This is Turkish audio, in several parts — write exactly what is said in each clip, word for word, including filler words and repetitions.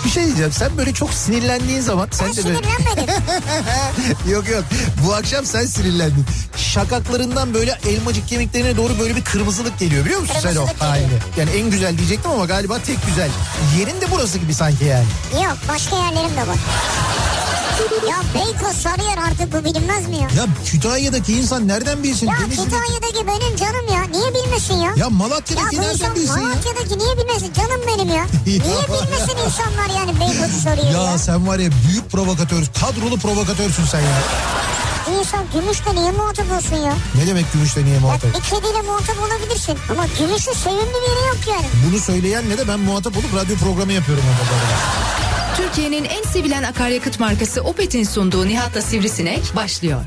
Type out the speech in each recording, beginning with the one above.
Bir şey diyeceğim, sen böyle çok sinirlendiğin zaman... Ben sen de böyle... sinirlenmedim. Yok yok, bu akşam sen sinirlendin. Şakaklarından böyle elmacık kemiklerine doğru böyle bir kırmızılık geliyor, biliyor musun sen o halini? Yani en güzel diyecektim ama galiba tek güzel. Yerin de burası gibi sanki yani. Yok, başka yerlerim de var. Ya Beykoz, Sarıyer, artık bu bilinmez mi ya? Ya Kütahya'daki insan nereden bilsin? Ya Denizli... Kütahya'daki benim canım ya. Niye bilmesin ya? Ya Malatya'daki ya nereden bilsin ya? Malatya'daki niye bilmesin? Canım benim ya. Niye bilmesin insanlar yani Beykoz'u Sarıyer'i ya? Ya sen var ya büyük provokatör, kadrolu provokatörsün sen ya. İnsan gümüşle niye muhatap olsun ya? Ne demek gümüşle niye muhatap? Ya bir kediyle muhatap olabilirsin. Ama gümüşün sevimli bir yeri yok yani. Bunu söyleyen ne de ben muhatap olup radyo programı yapıyorum orada. Türkiye'nin en sevilen akaryakıt markası Opet'in sunduğu Nihat'la Sivrisinek başlıyor.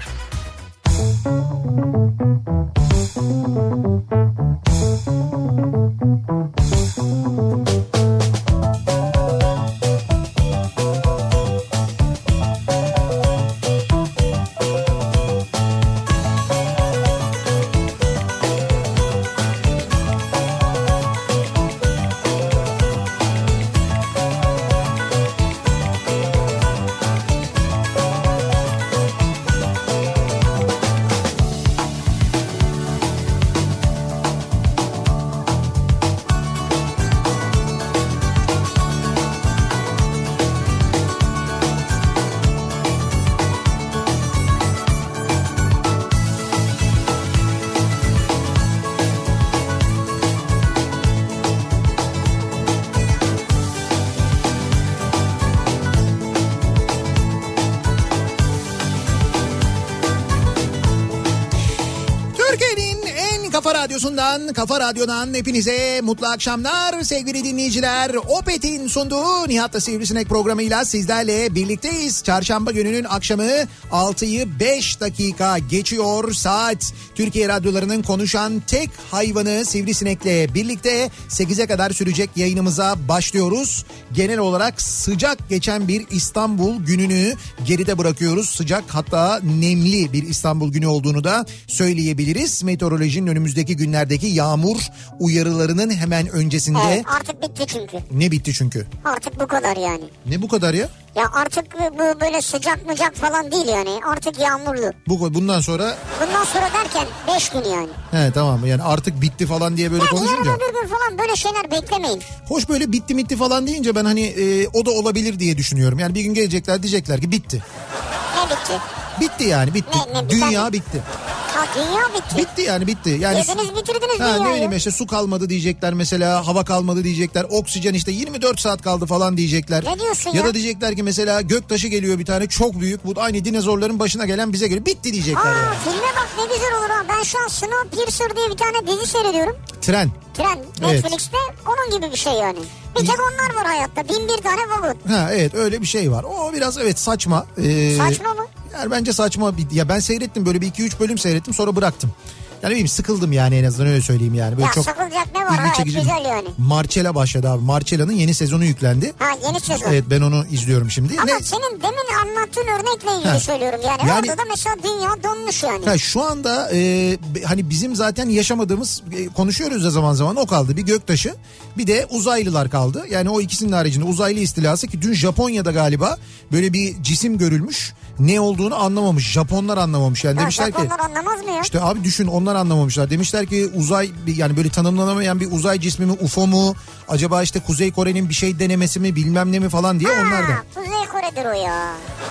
Radyosu'ndan, Kafa Radyo'dan hepinize mutlu akşamlar sevgili dinleyiciler. Opet'in sunduğu Nihat'la Sivrisinek programıyla sizlerle birlikteyiz. Çarşamba gününün akşamı altıyı beş dakika geçiyor saat. Türkiye radyolarının konuşan tek hayvanı Sivrisinek'le birlikte sekize kadar sürecek yayınımıza başlıyoruz. Genel olarak sıcak geçen bir İstanbul gününü geride bırakıyoruz. Sıcak, hatta nemli bir İstanbul günü olduğunu da söyleyebiliriz. Meteorolojinin önümüzdeki günlerdeki yağmur uyarılarının hemen öncesinde. Evet, artık bitti çünkü. Ne bitti çünkü? Artık bu kadar yani. Ne bu kadar ya? Ya artık bu böyle sıcak mıcak falan değil yani. Artık yağmurlu. Bu bundan sonra? Bundan sonra derken beş gün yani. He tamam, yani artık bitti falan diye böyle ya konuşunca. Ya yarın öbür gün falan böyle şeyler beklemeyin. Hoş, böyle bitti bitti falan deyince ben hani e, o da olabilir diye düşünüyorum. Yani bir gün gelecekler, diyecekler ki bitti. Ne bitti? Bitti yani bitti. Ne, ne, Dünya bitti. bitti. Ha, dünya bitti. Bitti yani bitti. Yani yediniz bitirdiniz ha, dünyayı. Ne bileyim işte, su kalmadı diyecekler mesela, hava kalmadı diyecekler, oksijen işte yirmi dört saat kaldı falan diyecekler. Ne diyorsun ya? Ya da diyecekler ki mesela göktaşı geliyor bir tane çok büyük, bu aynı dinozorların başına gelen bize geliyor, bitti diyecekler. Aa, yani. Filme bak ne güzel olur ha. Ben şu an Snowpiercer diye bir tane dizi seyrediyorum. Tren. Tren Netflix'te, evet. Onun gibi bir şey yani. Bir tek onlar var hayatta, bin bir tane vagon. Ha evet, öyle bir şey var. O biraz evet saçma. Ee, saçma mı? Yani bence saçma. Ya ben seyrettim, böyle bir iki üç bölüm seyrettim, sonra bıraktım. Yani bileyim, sıkıldım yani, en azından öyle söyleyeyim yani. Böyle ya çok sıkılacak ne var ha, güzel yani. Marcella başladı abi. Marcella'nın yeni sezonu yüklendi. Ha, yeni sezon. Evet, ben onu izliyorum şimdi. Ama ne? senin demin anlattığın örnekle ilgili ha. söylüyorum yani. yani. Orada da mesela dünya donmuş yani. Ha, şu anda e, hani bizim zaten yaşamadığımız, e, konuşuyoruz da zaman zaman, o kaldı. Bir göktaşı, bir de uzaylılar kaldı. Yani o ikisinin haricinde uzaylı istilası, ki dün Japonya'da galiba böyle bir cisim görülmüş. Ne olduğunu anlamamış. Japonlar anlamamış. Yani ya demişler Japonlar ki, anlamaz mı ya? İşte abi düşün, onlar anlamamışlar. Demişler ki uzay, yani böyle tanımlanamayan bir uzay cismi mi, U F O mu? Acaba işte Kuzey Kore'nin bir şey denemesi mi, bilmem ne mi falan diye, ha, onlar da. Kuzey Kore'dir o ya.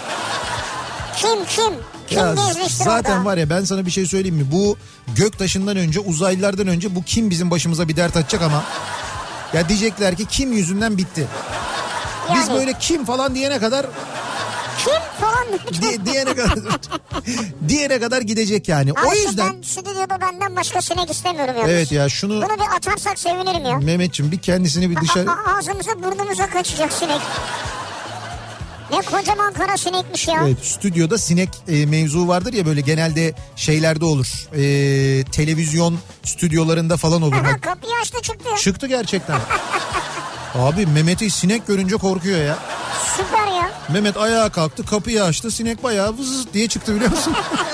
Kim kim? Kim ya zaten orada? Var ya, ben sana bir şey söyleyeyim mi? Bu göktaşından önce, uzaylılardan önce bu kim bizim başımıza bir dert açacak ama. Ya diyecekler ki kim yüzünden bitti. Yani. Biz böyle kim falan diyene kadar... Kim falan Di, diyene kadar diyene kadar gidecek yani. Abi o yüzden ben stüdyoda benden başka sinek istemiyorum yalnız. Evet ya, şunu bunu bir atarsak sevinirim ya. Mehmetciğim, bir kendisini bir dışarı. A- ağzımıza burnumuza kaçacak sinek. Ne kocaman kara sinekmiş ya. Evet, stüdyoda sinek e, mevzu vardır ya, böyle genelde şeylerde olur. E, televizyon stüdyolarında falan olur. Aha, kapıyı açtı çıktı ya. Çıktı gerçekten. Abi Mehmet'i sinek görünce korkuyor ya. Süper ya. Mehmet ayağa kalktı, kapıyı açtı, sinek bayağı vız diye çıktı, biliyor musun?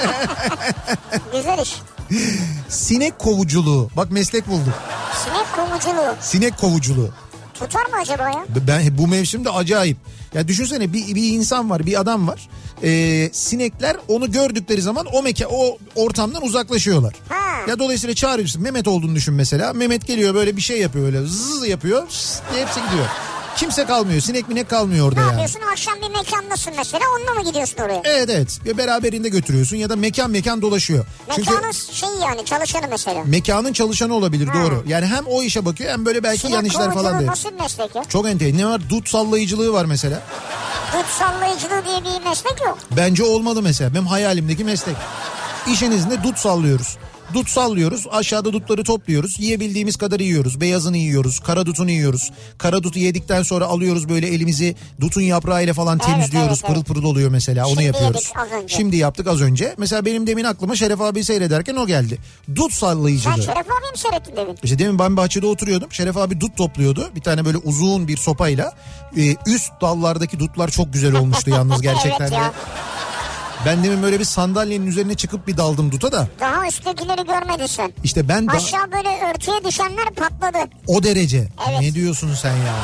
Güzel iş. Sinek kovuculuğu. Bak, meslek bulduk. Sinek kovuculuğu. Sinek kovuculuğu. Tutar mı acaba ya? Ben bu mevsimde acayip. Ya düşünsene bir, bir insan var, bir adam var. Ee, sinekler onu gördükleri zaman o meka o ortamdan uzaklaşıyorlar. Ha. Ya dolayısıyla çağırıyorsun. Mehmet olduğunu düşün mesela. Mehmet geliyor böyle bir şey yapıyor, öyle zzz yapıyor. Şşş diye hepsi gidiyor. Kimse kalmıyor. Sinek minek kalmıyor orada ne yani. Ne yapıyorsun? Akşam bir mekandasın mesela. Onunla mı gidiyorsun oraya? Evet evet. Ya beraberinde götürüyorsun ya da mekan mekan dolaşıyor. Mekanın Çünkü şeyi yani çalışanı mesela. mekanın çalışanı olabilir, ha. doğru. Yani hem o işe bakıyor hem böyle belki Sinek yan işler falan değil. nasıl bir meslek ya? Çok enteresan. Ne var? Dut sallayıcılığı var mesela. Dut sallayıcılığı diye bir meslek yok. Bence olmalı mesela. Benim hayalimdeki meslek. İşiniz ne? Dut sallıyoruz. Dut sallıyoruz. Aşağıda dutları topluyoruz. Yiyebildiğimiz kadar yiyoruz. Beyazını yiyoruz. Kara dutunu yiyoruz. Kara dutu yedikten sonra alıyoruz böyle elimizi dutun yaprağıyla falan evet, temizliyoruz. Evet, evet. Pırıl pırıl oluyor mesela. Şimdi onu yapıyoruz. yedik az önce. Şimdi yaptık az önce. Mesela benim demin aklıma Şeref abi seyrederken o geldi. Dut sallayıcılığı. Sen Şeref abi mi seyrettin demin? İşte demin ben bahçede oturuyordum. Şeref abi dut topluyordu. Bir tane böyle uzun bir sopayla. Ee, üst dallardaki dutlar çok güzel olmuştu yalnız gerçekten. Evet ya. Ben demin böyle bir sandalyenin üzerine çıkıp bir daldım duta da. Daha üsttekileri görmedin sen. İşte ben da... Aşağı böyle örtüye düşenler patladı. O derece. Evet. Ne diyorsun sen ya?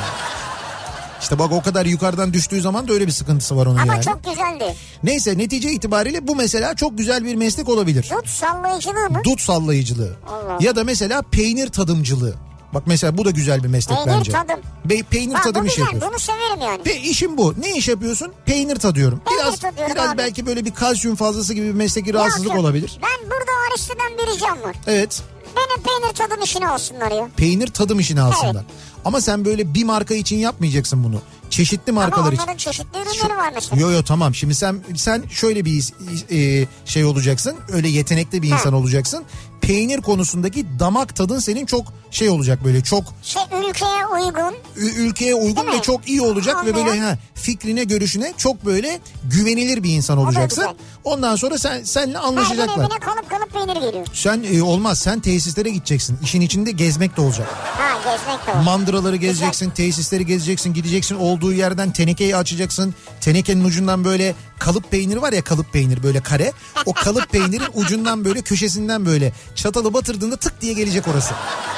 İşte bak o kadar yukarıdan düştüğü zaman da öyle bir sıkıntısı var onun Ama yani. Ama çok güzeldi. Neyse netice itibariyle bu mesela çok güzel bir meslek olabilir. Dut sallayıcılığı mı? Dut sallayıcılığı. Allah. Ya da mesela peynir tadımcılığı. Bak mesela bu da güzel bir meslek peynir bence. Tadım. Be- peynir Bak, tadım bu işi güzel, yapıyorsun. bunu severim yani. Ve işim bu. Ne iş yapıyorsun? Peynir tadıyorum. Peynir biraz tadıyorum biraz abi. belki böyle bir kalsiyum fazlası gibi bir mesleki rahatsızlık Yok, yok. olabilir. Ben burada Aristo'dan bir ricam var. Evet. Benim peynir tadım işini alsınlar ya. Peynir tadım işini alsınlar. Evet. Ama sen böyle bir marka için yapmayacaksın bunu. Çeşitli markalar için. Ama onların çeşitli ürünleri var mesela. Yo yo tamam, şimdi sen sen şöyle bir e, şey olacaksın. Öyle yetenekli bir insan ha. olacaksın. Peynir konusundaki damak tadın senin çok şey olacak, böyle çok. Şey ülkeye uygun. Ü- ülkeye uygun Değil ve mi? çok iyi olacak. Anladım. Ve böyle ha, fikrine görüşüne çok böyle güvenilir bir insan olacaksın. güzel. Ondan sonra sen seninle Her gün anlaşacaklar. evine kalıp kalıp peynir geliyor. Sen e, olmaz, sen tesislere gideceksin. İşin içinde gezmek de olacak. Ha gezmek de var. Mandıraları gezeceksin, tesisleri gezeceksin, gideceksin olduğu yerden tenekeyi açacaksın. Tenekenin ucundan böyle kalıp peyniri var ya, kalıp peynir böyle kare. O kalıp peynirin ucundan böyle köşesinden böyle çatalı batırdığında tık diye gelecek orası.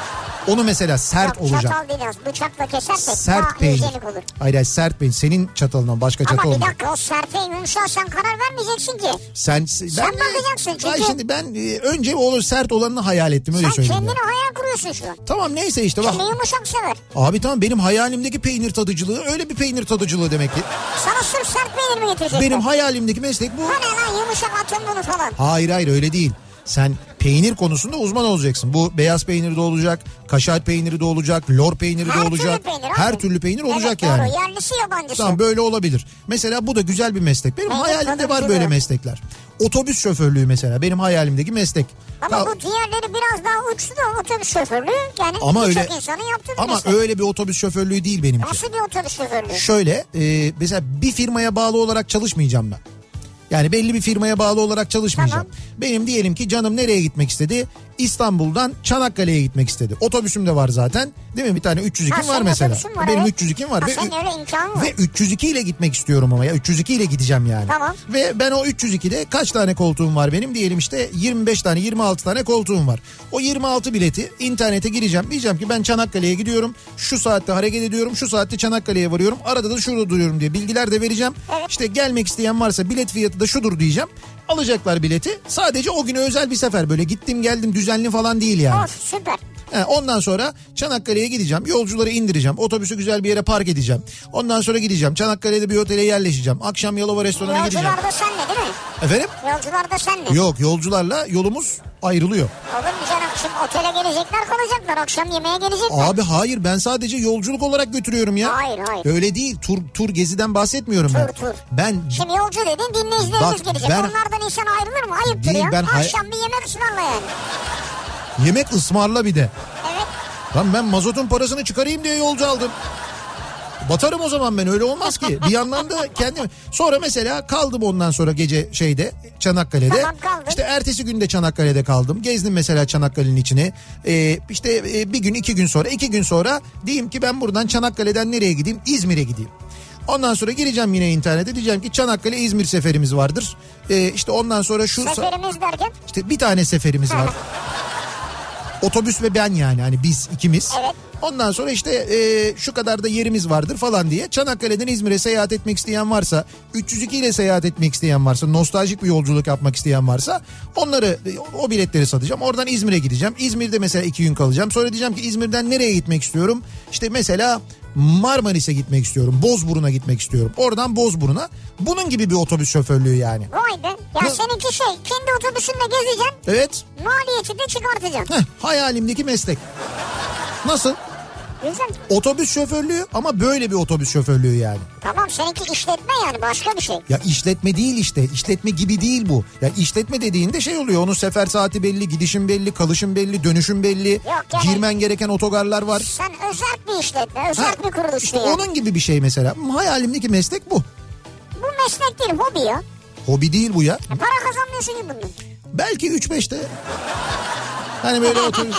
Onu mesela sert Yok, olacak. çatal değil yalnız, bıçakla kesersek daha Sert peynir. hijyenik olur. Hayır hayır, sert peynir. Senin çatalından başka çatal Ama bir olmaz. dakika, o serte yumuşağa sen karar vermeyeceksin ki. Sen, ben, Sen bakacaksın çünkü. Ay şimdi ben e, önce o sert olanını hayal ettim, öyle Sen söyleyeyim. kendine ya. hayal kuruyorsun şu an. Tamam neyse işte bak. Kimi yumuşak sever. Abi tamam, benim hayalimdeki peynir tadıcılığı öyle bir peynir tadıcılığı demek ki. Sana sırf sert peynir mi getirecekler? Benim hayalimdeki meslek bu. Bu ne lan, yumuşak atın bunu falan. Hayır hayır öyle değil. Sen peynir konusunda uzman olacaksın. Bu beyaz peyniri de olacak, kaşar peyniri de olacak, lor peyniri de Her olacak. türlü peynir abi. Her türlü peynir olacak evet, yani. Doğru, yerlisi yabancısı. Tamam, böyle olabilir. Mesela bu da güzel bir meslek. Benim Peynir hayalimde var tadımcılığı. böyle meslekler. Otobüs şoförlüğü mesela benim hayalimdeki meslek. Ama Ya- bu diğerleri biraz daha uçtu da otobüs şoförlüğü. Yani Ama birçok öyle- insanın yaptığı bir Ama meslek. öyle bir otobüs şoförlüğü değil benimki. Nasıl bir otobüs şoförlüğü? Şöyle e, mesela bir firmaya bağlı olarak çalışmayacağım ben. Yani belli bir firmaya bağlı olarak çalışmayacağım. Tamam. Benim diyelim ki canım nereye gitmek istedi? İstanbul'dan Çanakkale'ye gitmek istedi. Otobüsüm de var zaten. Değil mi? Bir tane üç yüz ikim Ha, var senin mesela. otobüsün var, Benim evet. üç yüz ikim var. Ha, ve, senin öyle imkanın var. ve üç yüz iki ile gitmek istiyorum ama ya. üç yüz iki ile gideceğim yani. Tamam. Ve ben o üç yüz ikide kaç tane koltuğum var benim? Diyelim işte yirmi beş tane yirmi altı tane koltuğum var. O yirmi altı bileti internete gireceğim. Diyeceğim ki ben Çanakkale'ye gidiyorum. Şu saatte hareket ediyorum. Şu saatte Çanakkale'ye varıyorum. Arada da şurada duruyorum diye bilgiler de vereceğim. Evet. İşte gelmek isteyen varsa bilet fiyatı da şudur diyeceğim. Alacaklar bileti. Sadece o güne özel bir sefer, böyle gittim geldim düzenli falan değil yani. Of, süper. He, ondan sonra Çanakkale'ye gideceğim. Yolcuları indireceğim. Otobüsü güzel bir yere park edeceğim. Ondan sonra gideceğim. Çanakkale'de bir otele yerleşeceğim. Akşam Yalova restorana gideceğim. Yolcular da senle değil mi? Efendim? Yolcular da senle. Yok, yolcularla yolumuz ayrılıyor. Olur mu canım? Şimdi otele gelecekler, kalacaklar. Akşam yemeğe gelecekler. Abi hayır, ben sadece yolculuk olarak götürüyorum ya. Hayır, hayır. Öyle değil. Tur tur geziden bahsetmiyorum ben. Tur, tur. Ben Şimdi yolcu dedin, dinleyicilerimiz Bak, gelecek. ben- Onlardan insan ayrılır mı? Ayıptır Değil, ya. ben hay- Akşam bir yemek ısmarla yani. yemek ısmarla bir de. Evet. Lan ben mazotun parasını çıkarayım diye yolcu aldım. Batarım o zaman ben, öyle olmaz ki. Bir yandan da kendim. Sonra mesela kaldım ondan sonra gece şeyde Çanakkale'de. Tamam, kaldın. İşte ertesi günde Çanakkale'de kaldım. Gezdim mesela Çanakkale'nin içini. Ee, işte e, bir gün iki gün sonra iki gün sonra diyeyim ki ben buradan Çanakkale'den nereye gideyim? İzmir'e gideyim. Ondan sonra gireceğim yine internete, diyeceğim ki Çanakkale İzmir seferimiz vardır. Ee, işte ondan sonra şu Seferimiz derken? işte bir tane seferimiz var. Otobüs ve ben yani hani biz ikimiz. Evet. Ondan sonra işte e, şu kadar da yerimiz vardır falan diye. Çanakkale'den İzmir'e seyahat etmek isteyen varsa, üç yüz iki ile seyahat etmek isteyen varsa, nostaljik bir yolculuk yapmak isteyen varsa onları, o biletleri satacağım. Oradan İzmir'e gideceğim. İzmir'de mesela iki gün kalacağım. Sonra diyeceğim ki İzmir'den nereye gitmek istiyorum? İşte mesela Marmaris'e gitmek istiyorum. Bozburun'a gitmek istiyorum. Oradan Bozburun'a. Bunun gibi bir otobüs şoförlüğü yani. Vay be. Ya Ne? seninki şey, kendi otobüsünle gezeceksin. Evet. Maliyeti de çıkartacaksın. Heh, hayalimdeki meslek. Nasıl? Güzel. Otobüs şoförlüğü ama böyle bir otobüs şoförlüğü yani. Tamam, seninki işletme yani, başka bir şey. Ya işletme değil işte. İşletme gibi değil bu. Ya işletme dediğinde şey oluyor. Onun sefer saati belli, gidişin belli, kalışın belli, dönüşün belli. Yok yani, girmen gereken otogarlar var. sen özel bir işletme, özel Ha, bir kuruluş. İşte yani. onun gibi bir şey mesela. Hayalimdeki meslek bu. Bu meslek değil, hobi ya. Hobi değil bu ya. E, para kazanmıyorsun ki bundan. Belki üç beşte. Hani böyle otobüs.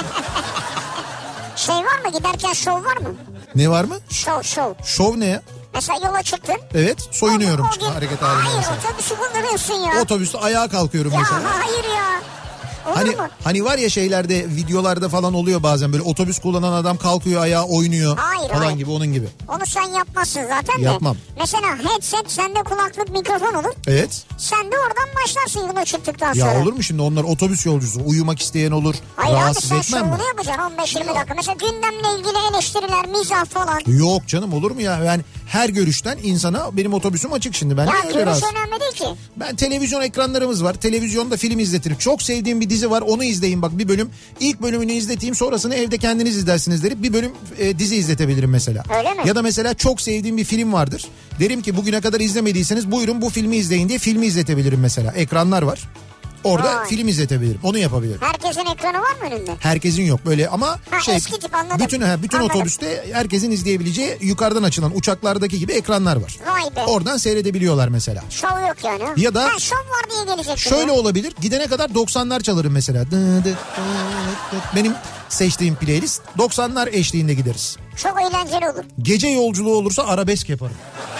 Şey var mı, giderken şov var mı? Ne var mı? Şov şov. Şov ne ya? Mesela yola çıktın. Evet, soyunuyorum O- o işte gün- hareket halinde. Hayır, mesela. otobüsü kullanıyorsun ya. Otobüste ayağa kalkıyorum Ya mesela. hayır ya. Olur Hani mu? hani var ya şeylerde, videolarda falan oluyor bazen, böyle otobüs kullanan adam kalkıyor ayağa oynuyor Hayır, falan hayır. gibi, onun gibi. Onu sen yapmazsın zaten de. Yapmam. Mesela headset, sende kulaklık, mikrofon olur. Evet. Sen de oradan başlarsın yola çıktıktan sonra. Ya olur mu şimdi, onlar otobüs yolcusu, uyumak isteyen olur. Hayır abi, rahatsız sen etmem mi? şovunu yapacaksın on beş yirmi dakika. Mesela gündemle ilgili eleştiriler, mizah falan. Yok canım, olur mu ya? Yani her görüşten insana benim otobüsüm açık şimdi. Ben Ya niye öyle görüş rahatsız? önemli değil ki. Ben televizyon ekranlarımız var. Televizyonda film izletirim. Çok sevdiğim bir dizi var, onu izleyin bak bir bölüm. İlk bölümünü izleteyim, sonrasını evde kendiniz izlersiniz derim. Bir bölüm e, dizi izletebilirim mesela. Öyle mi? Ya da mesela çok sevdiğim bir film vardır. Derim ki bugüne kadar izlemediyseniz buyurun bu filmi izleyin diye filmi izletebilirim mesela. Ekranlar var. Orada Vay. film izletebilirim. Onu yapabilirim. Herkesin ekranı var mı önünde? Herkesin yok böyle ama Ha, şey, eski tip, anladım. bütün ha, bütün Anladım. otobüste herkesin izleyebileceği yukarıdan açılan uçaklardaki gibi ekranlar var. Vay be. Oradan seyredebiliyorlar mesela. Şov yok yani. Ya da- Ha, şov var diye geleceksin. Şöyle ya. olabilir. Gidene kadar doksanlar çalarım mesela. Dı dı dı dı. Benim seçtiğim playlist doksanlar eşliğinde gideriz. Çok eğlenceli olur. Gece yolculuğu olursa arabesk yaparım.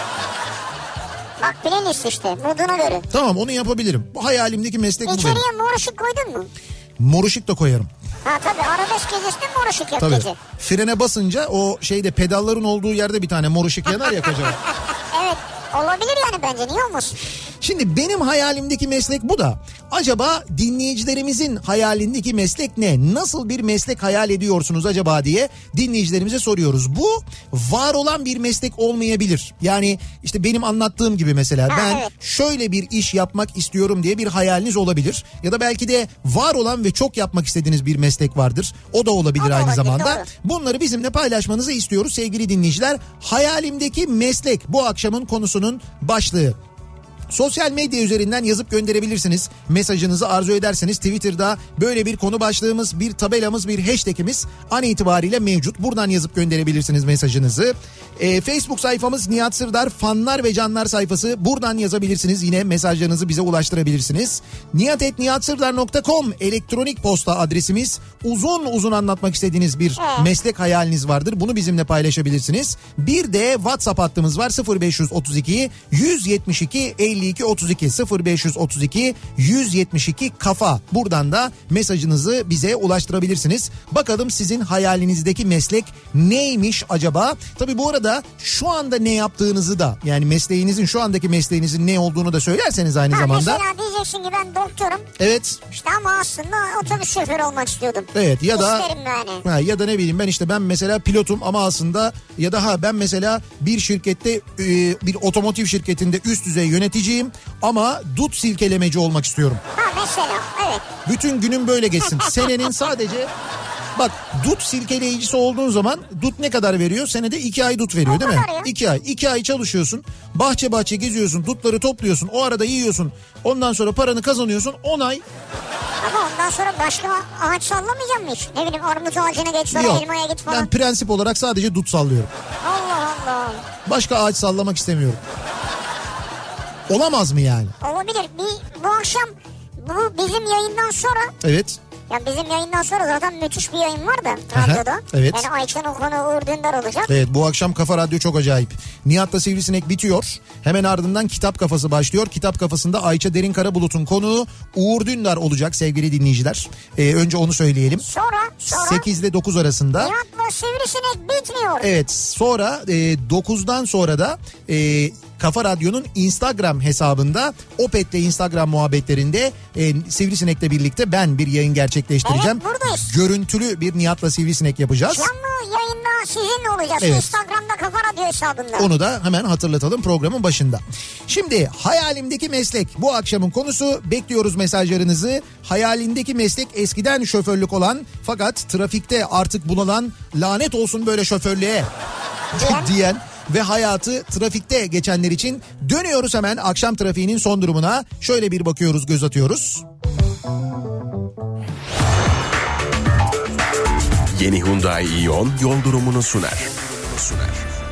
Bak, playlist işte, moduna göre. Tamam, onu yapabilirim. Bu hayalimdeki meslek bu benim. İçeriye mor ışık koydun mu? Mor ışık da koyarım. Ha tabii, arabesk gecesinde mor ışık yok Tabii. gece. Frene basınca o şeyde, pedalların olduğu yerde bir tane mor ışık yanar ya kocaman. Evet, olabilir yani, bence niye olmasın? Şimdi benim hayalimdeki meslek bu da. Acaba dinleyicilerimizin hayalindeki meslek ne? Nasıl bir meslek hayal ediyorsunuz acaba diye dinleyicilerimize soruyoruz. Bu var olan bir meslek olmayabilir. Yani işte benim anlattığım gibi mesela Ha, ben evet. şöyle bir iş yapmak istiyorum diye bir hayaliniz olabilir. Ya da belki de var olan ve çok yapmak istediğiniz bir meslek vardır. O da olabilir O da aynı olabilir, zamanda. doğru. Bunları bizimle paylaşmanızı istiyoruz sevgili dinleyiciler. Hayalimdeki meslek bu akşamın konusunun başlığı. Sosyal medya üzerinden yazıp gönderebilirsiniz. Mesajınızı arzu ederseniz Twitter'da böyle bir konu başlığımız, bir tabelamız, bir hashtagimiz an itibariyle mevcut. Buradan yazıp gönderebilirsiniz mesajınızı. Ee, Facebook sayfamız Nihat Sırdar fanlar ve canlar sayfası. Buradan yazabilirsiniz. Yine mesajlarınızı bize ulaştırabilirsiniz. nihat et nihat sırdar nokta com elektronik posta adresimiz. Uzun uzun anlatmak istediğiniz bir meslek hayaliniz vardır. Bunu bizimle paylaşabilirsiniz. Bir de WhatsApp hattımız var. sıfır beş otuz iki yüz yetmiş iki elli iki otuz iki sıfır beş otuz iki yüz yetmiş iki kafa. Buradan da mesajınızı bize ulaştırabilirsiniz. Bakalım sizin hayalinizdeki meslek neymiş acaba? Tabii bu arada şu anda ne yaptığınızı da, yani mesleğinizin, şu andaki mesleğinizin ne olduğunu da söylerseniz aynı Ha, zamanda. mesela diyeceksin ki ben doktorum. Evet. İşte ama aslında otobüs şoförü olmak istiyordum. Evet ya da İsterim yani. ha, ya da ne bileyim ben işte ben mesela pilotum ama aslında, ya da ha ben mesela bir şirkette e, bir otomotiv şirketinde üst düzey yöneticiyim ama dut silkelemeci olmak istiyorum. Ha mesela, evet. Bütün günüm böyle geçsin. Senenin sadece bak, dut silkeleyicisi olduğun zaman dut ne kadar veriyor? Senede iki ay dut veriyor O değil mi? kadar ya. İki ay. İki ay çalışıyorsun. Bahçe bahçe geziyorsun. Dutları topluyorsun. O arada yiyorsun. Ondan sonra paranı kazanıyorsun. On ay. Ama ondan sonra başka ağaç sallamayacağım mı hiç? Ne bileyim, armut ağacına geç, sonra Yok. elmaya git falan. Ben prensip olarak sadece dut sallıyorum. Allah Allah. Başka ağaç sallamak istemiyorum. Olamaz mı yani? Olabilir. Bir, bu akşam bu bizim yayından sonra Evet. Ya bizim yayından sonra zaten müthiş bir yayın var da radyoda. Evet. Yani Ayça'nın konu Uğur Dündar olacak. Evet, bu akşam Kafa Radyo çok acayip. Nihat'la Sivrisinek bitiyor. Hemen ardından Kitap Kafası başlıyor. Kitap Kafası'nda Ayça Derinkara-Bulut'un konuğu Uğur Dündar olacak sevgili dinleyiciler. Ee, önce onu söyleyelim. Sonra, sonra sekiz ile dokuz arasında. Nihat'la Sivrisinek bitmiyor. Evet, sonra e, dokuzdan sonra da e, Kafa Radyo'nun Instagram hesabında Opet'le Instagram muhabbetlerinde e, Sivrisinek'le birlikte ben bir yayın gerçekleştireceğim. Evet, buradayız. Görüntülü bir Nihat'la Sivrisinek yapacağız. Canlı yayında sizinle olacağız. Evet. Instagram'da Kafa Radyo hesabında. Onu da hemen hatırlatalım programın başında. Şimdi hayalimdeki meslek bu akşamın konusu. Bekliyoruz mesajlarınızı. Hayalindeki meslek eskiden şoförlük olan fakat trafikte artık bunalan, lanet olsun böyle şoförlüğe diyen ve hayatı trafikte geçenler için dönüyoruz hemen akşam trafiğinin son durumuna. Şöyle bir bakıyoruz, göz atıyoruz. Yeni Hyundai Ion yol durumunu sunar. Sunar.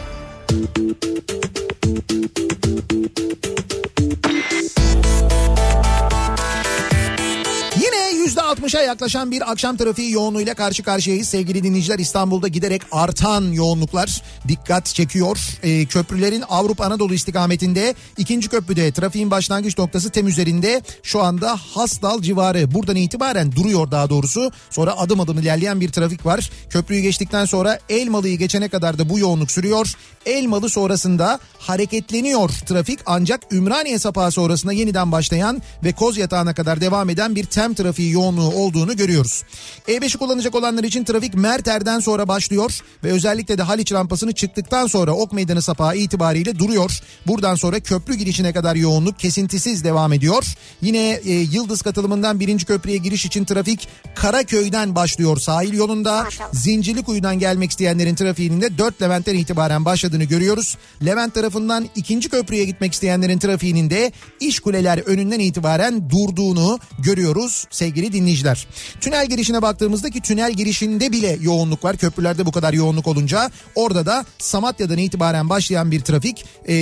yüzde altmışa yaklaşan bir akşam trafiği yoğunluğuyla karşı karşıyayız. Sevgili dinleyiciler, İstanbul'da giderek artan yoğunluklar dikkat çekiyor. Ee, köprülerin Avrupa Anadolu istikametinde ikinci köprüde trafiğin başlangıç noktası Tem üzerinde şu anda Hasdal civarı. Buradan itibaren duruyor daha doğrusu. Sonra adım adım ilerleyen bir trafik var. Köprüyü geçtikten sonra Elmalı'yı geçene kadar da bu yoğunluk sürüyor. Elmalı sonrasında hareketleniyor trafik, ancak Ümraniye sapağı sonrasında yeniden başlayan ve Kozyatağı'na kadar devam eden bir Tem trafiği yoğunluğu olduğunu görüyoruz. E beşi kullanacak olanlar için trafik Merter'den sonra başlıyor ve özellikle de Haliç rampasını çıktıktan sonra Ok Meydanı sapağı itibariyle duruyor. Buradan sonra köprü girişine kadar yoğunluk kesintisiz devam ediyor. Yine e, Yıldız katılımından birinci köprüye giriş için trafik Karaköy'den başlıyor sahil yolunda. Zincirlikuyu'dan gelmek isteyenlerin trafiğinin de dört Levent'ten itibaren başladığını görüyoruz. Levent tarafından ikinci köprüye gitmek isteyenlerin trafiğinin de İşkuleler önünden itibaren durduğunu görüyoruz sevgili dinleyiciler. Tünel girişine baktığımızda ki tünel girişinde bile yoğunluk var. Köprülerde bu kadar yoğunluk olunca orada da Samatya'dan itibaren başlayan bir trafik e,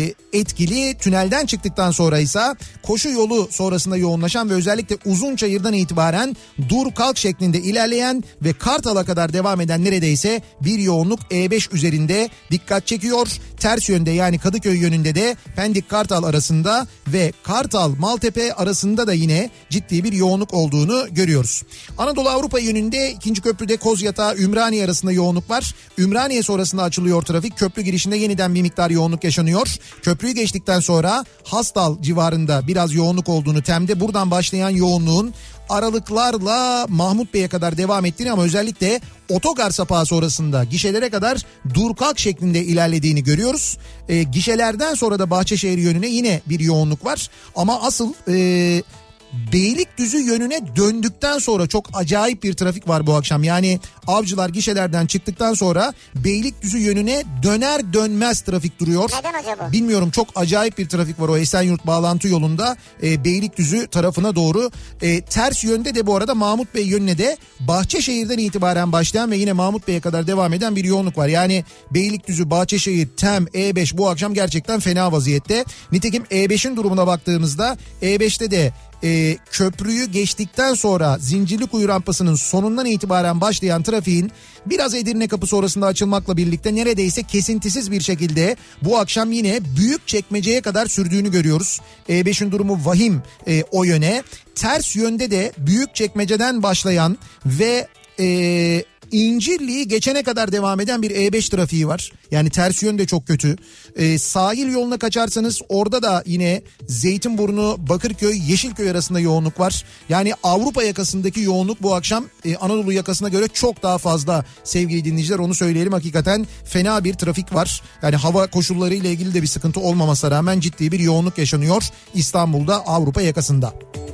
etkili. Tünelden çıktıktan sonra ise koşu yolu sonrasında yoğunlaşan ve özellikle Uzunçayır'dan itibaren dur kalk şeklinde ilerleyen ve Kartal'a kadar devam eden neredeyse bir yoğunluk E beş üzerinde dikkat çekiyor. Ters yönde yani Kadıköy yönünde de Pendik Kartal arasında ve Kartal Maltepe arasında da yine ciddi bir yoğunluk olduğunu görüyoruz. Anadolu Avrupa yönünde ikinci köprüde Kozyatağı Ümraniye arasında yoğunluk var. Ümraniye sonrasında açılıyor trafik. Köprü girişinde yeniden bir miktar yoğunluk yaşanıyor. Köprüyü geçtikten sonra Hasdal civarında biraz yoğunluk olduğunu, Tem'de buradan başlayan yoğunluğun aralıklarla Mahmut Bey'e kadar devam ettiğini ama özellikle otogar sapağı sonrasında gişelere kadar dur kalk şeklinde ilerlediğini görüyoruz. E, gişelerden sonra da Bahçeşehir yönüne yine bir yoğunluk var ama asıl e, Beylikdüzü yönüne döndükten sonra çok acayip bir trafik var bu akşam. Yani Avcılar gişelerden çıktıktan sonra Beylikdüzü yönüne döner dönmez trafik duruyor. Neden acaba? Bilmiyorum, çok acayip bir trafik var o Esenyurt bağlantı yolunda e, Beylikdüzü tarafına doğru. E, ters yönde de bu arada Mahmut Bey yönüne de Bahçeşehir'den itibaren başlayan ve yine Mahmut Bey'e kadar devam eden bir yoğunluk var. Yani Beylikdüzü, Bahçeşehir, Tem, E beş bu akşam gerçekten fena vaziyette. Nitekim E beşin durumuna baktığımızda E beşte de E, köprüyü geçtikten sonra Zincirlikuyu rampasının sonundan itibaren başlayan trafiğin biraz Edirne Kapı sonrasında açılmakla birlikte neredeyse kesintisiz bir şekilde bu akşam yine Büyükçekmece'ye kadar sürdüğünü görüyoruz. E beşin durumu vahim e, o yöne. Ters yönde de Büyükçekmece'den başlayan ve e, İncirli'yi geçene kadar devam eden bir E beş trafiği var. Yani ters yön de çok kötü. Ee, sahil yoluna kaçarsanız orada da yine Zeytinburnu, Bakırköy, Yeşilköy arasında yoğunluk var. Yani Avrupa yakasındaki yoğunluk bu akşam e, Anadolu yakasına göre çok daha fazla sevgili dinleyiciler, onu söyleyelim. Hakikaten fena bir trafik var. Yani hava koşulları ile ilgili de bir sıkıntı olmamasına rağmen ciddi bir yoğunluk yaşanıyor İstanbul'da Avrupa yakasında.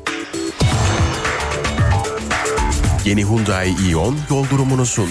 Yeni Hyundai Ion yol durumunu sundu.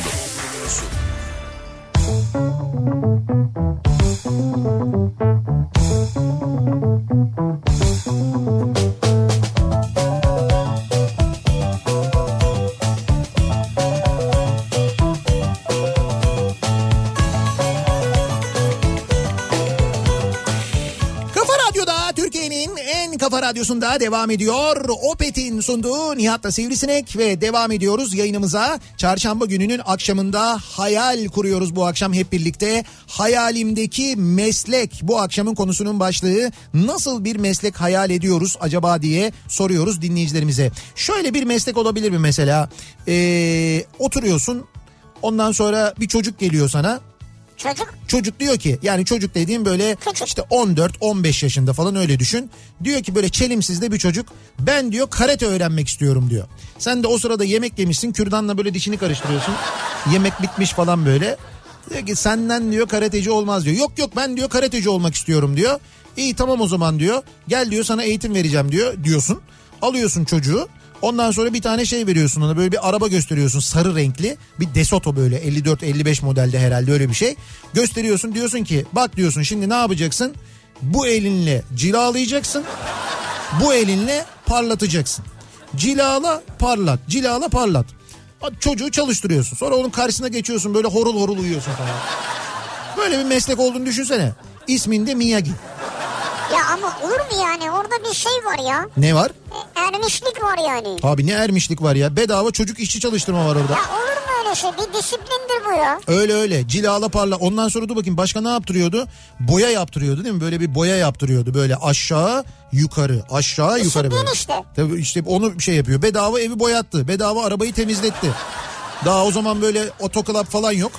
Kafa Radyosu'nda devam ediyor. Opet'in sunduğu Nihat'la Sivrisinek ve devam ediyoruz yayınımıza. Çarşamba gününün akşamında hayal kuruyoruz bu akşam hep birlikte. Hayalimdeki meslek bu akşamın konusunun başlığı. Nasıl bir meslek hayal ediyoruz acaba diye soruyoruz dinleyicilerimize. Şöyle bir meslek olabilir mi mesela? Ee, oturuyorsun, ondan sonra bir çocuk geliyor sana. Çocuk? Çocuk diyor ki, yani çocuk dediğim böyle Küçük. işte on dört on beş yaşında falan, öyle düşün. Diyor ki böyle çelimsiz de bir çocuk, ben diyor karate öğrenmek istiyorum diyor. Sen de o sırada yemek yemişsin, kürdanla böyle dişini karıştırıyorsun. Yemek bitmiş falan böyle. Diyor ki senden diyor karateci olmaz diyor. Yok yok ben diyor karateci olmak istiyorum diyor. İyi tamam o zaman diyor. Gel diyor sana eğitim vereceğim diyor diyorsun. Alıyorsun çocuğu. Ondan sonra bir tane şey veriyorsun ona, böyle bir araba gösteriyorsun sarı renkli. Bir DeSoto böyle elli dört elli beş modelde herhalde, öyle bir şey. Gösteriyorsun, diyorsun ki bak diyorsun şimdi ne yapacaksın? Bu elinle cilalayacaksın. Bu elinle parlatacaksın. Cilala parlat, cilala parlat. Çocuğu çalıştırıyorsun. Sonra onun karşısına geçiyorsun, böyle horul horul uyuyorsun falan. Böyle bir meslek olduğunu düşünsene. İsminde Miyagi. Ya ama olur mu yani? Orada bir şey var ya. Ne var? Ermişlik var yani. Abi ne ermişlik var ya? Bedava çocuk işçi çalıştırma var orada. Ya olur mu öyle şey? Bir disiplindir bu ya. Öyle öyle. Cilala parla. Ondan sonra dur bakayım başka ne yaptırıyordu? Boya yaptırıyordu değil mi? Böyle bir boya yaptırıyordu. Böyle aşağı yukarı aşağı Disiplin yukarı böyle. işte. Tabii işte onu bir şey yapıyor. Bedava evi boyattı. Bedava arabayı temizletti. Daha o zaman böyle otoklap falan yok.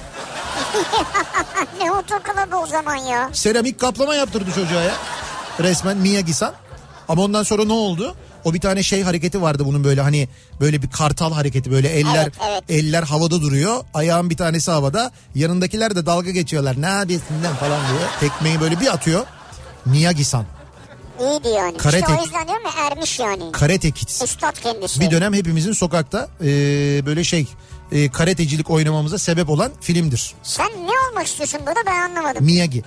Ne otoklabı o zaman ya? Seramik kaplama yaptırdı çocuğa ya. Resmen Miyagi-san. Ama ondan sonra ne oldu? O bir tane şey hareketi vardı bunun, böyle hani böyle bir kartal hareketi, böyle eller Evet, evet. eller havada duruyor. Ayağın bir tanesi havada. Yanındakiler de dalga geçiyorlar. Ne yapıyorsun lan falan diye. Tekmeyi böyle bir atıyor. Miyagi-san. İyiydi yani. Karate. İşte o yüzden diyorum ya, ermiş yani. Karate Kids. Üstad kendisi. Bir dönem hepimizin sokakta e, böyle şey e, karatecilik oynamamıza sebep olan filmdir. Sen ne olmak istiyorsun burada, ben anlamadım. Miyagi.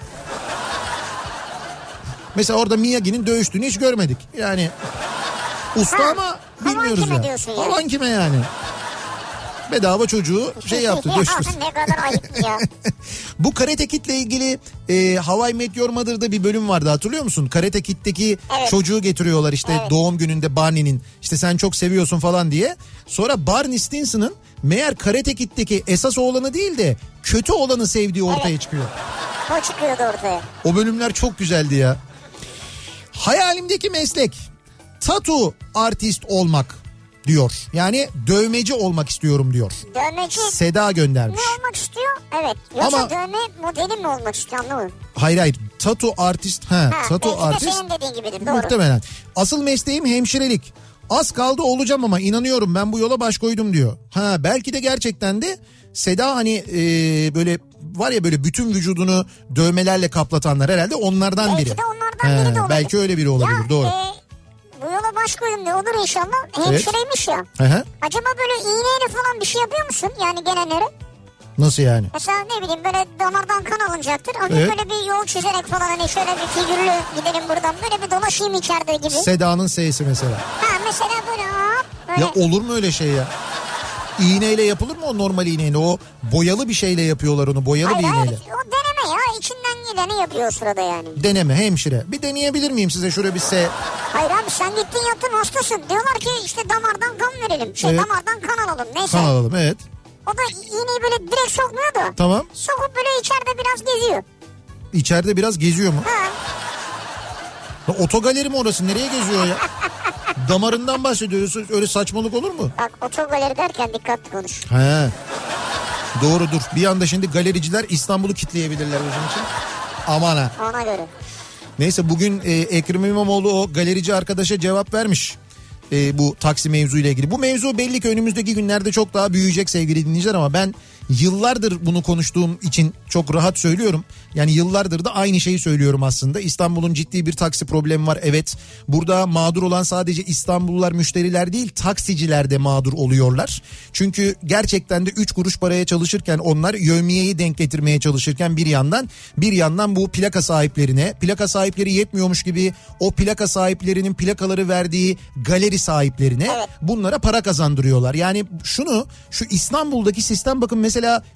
Mesela orada Miyagi'nin dövüştüğünü hiç görmedik. Yani usta Ha, ama havan bilmiyoruz kime ya. diyorsun yani? Havan kime yani? Bedava çocuğu şey yaptı. Ya dövüştü. ne kadar ayıp ya. Bu Karate Kid'le ilgili e, How I Met Your Mother'da bir bölüm vardı, hatırlıyor musun? Karate Kid'deki Evet. çocuğu getiriyorlar işte Evet. doğum gününde Barney'nin, işte sen çok seviyorsun falan diye. Sonra Barney Stinson'ın meğer Karate Kid'deki esas oğlanı değil de kötü olanı sevdiği ortaya Evet. çıkıyor. O çıkıyordu ortaya. O bölümler çok güzeldi ya. Hayalimdeki meslek tattoo artist olmak diyor. Yani dövmeci olmak istiyorum diyor. Dövmeci Seda göndermiş. ne olmak istiyor? Evet. Yoksa Ama- dövme modeli mi olmak istiyor, anlamadım. Hayır hayır. Tattoo artist. Ha, Ha, tattoo belki de artist. senin dediğin gibidir, doğru. Muhtemelen. Asıl mesleğim hemşirelik. Az kaldı olacağım ama inanıyorum ben bu yola baş koydum diyor. Ha, belki de gerçekten de Seda hani e, böyle var ya böyle bütün vücudunu dövmelerle kaplatanlar, herhalde onlardan Belki biri. de onlardan biri de olabilir. Belki öyle biri olabilir, ya, doğru. E, bu yola baş koydum diye olur inşallah. Hemşireymiş ya. Hı hı. Acaba böyle iğneyle falan bir şey yapıyor musun? Yani gelenlere. Nasıl yani? Mesela ne bileyim böyle damardan kan alınacaktır. Hafif Evet. böyle bir yol çizerek falan, hani şöyle bir figürlü gidelim buradan. Böyle bir dolaşayım içeride gibi. Seda'nın S'si mesela. Ha mesela böyle hop böyle. Ya olur mu öyle şey ya? İğneyle yapılır mı o normal iğneyle? O boyalı bir şeyle yapıyorlar onu, boyalı Hayır bir hayır, iğneyle. o deneme ya, içinden geleni yapıyor o sırada yani. Deneme hemşire. Bir deneyebilir miyim size şöyle bir S? Hayır abi, sen gittin yaptın, hastasın. Diyorlar ki işte damardan kan verelim. Şey Evet. damardan kan alalım, neyse. Kan alalım, evet. O da iğneyi böyle direkt sokmuyor da. Tamam. Sokup böyle içeride biraz geziyor. İçeride biraz geziyor mu? Ha. Ya otogaleri mi orası? Nereye geziyor ya? Damarından bahsediyoruz. Öyle saçmalık olur mu? Bak otogaleri derken dikkatli konuş. He. Doğrudur. Bir anda şimdi galericiler İstanbul'u kitleyebilirler bizim için. Aman ha. Ona göre. Neyse bugün e, Ekrem İmamoğlu o galerici arkadaşa cevap vermiş. E, bu taksi mevzuyla ilgili. Bu mevzu belli ki önümüzdeki günlerde çok daha büyüyecek sevgili dinleyiciler, ama ben yıllardır bunu konuştuğum için çok rahat söylüyorum. Yani yıllardır da aynı şeyi söylüyorum aslında. İstanbul'un ciddi bir taksi problemi var. Evet, burada mağdur olan sadece İstanbullular, müşteriler değil, taksiciler de mağdur oluyorlar. Çünkü gerçekten de üç kuruş paraya çalışırken, onlar yevmiyeyi denk getirmeye çalışırken bir yandan bir yandan bu plaka sahiplerine, plaka sahipleri yetmiyormuş gibi o plaka sahiplerinin plakaları verdiği galeri sahiplerine, Evet. bunlara para kazandırıyorlar. Yani şunu, şu İstanbul'daki sistem, bakın mesela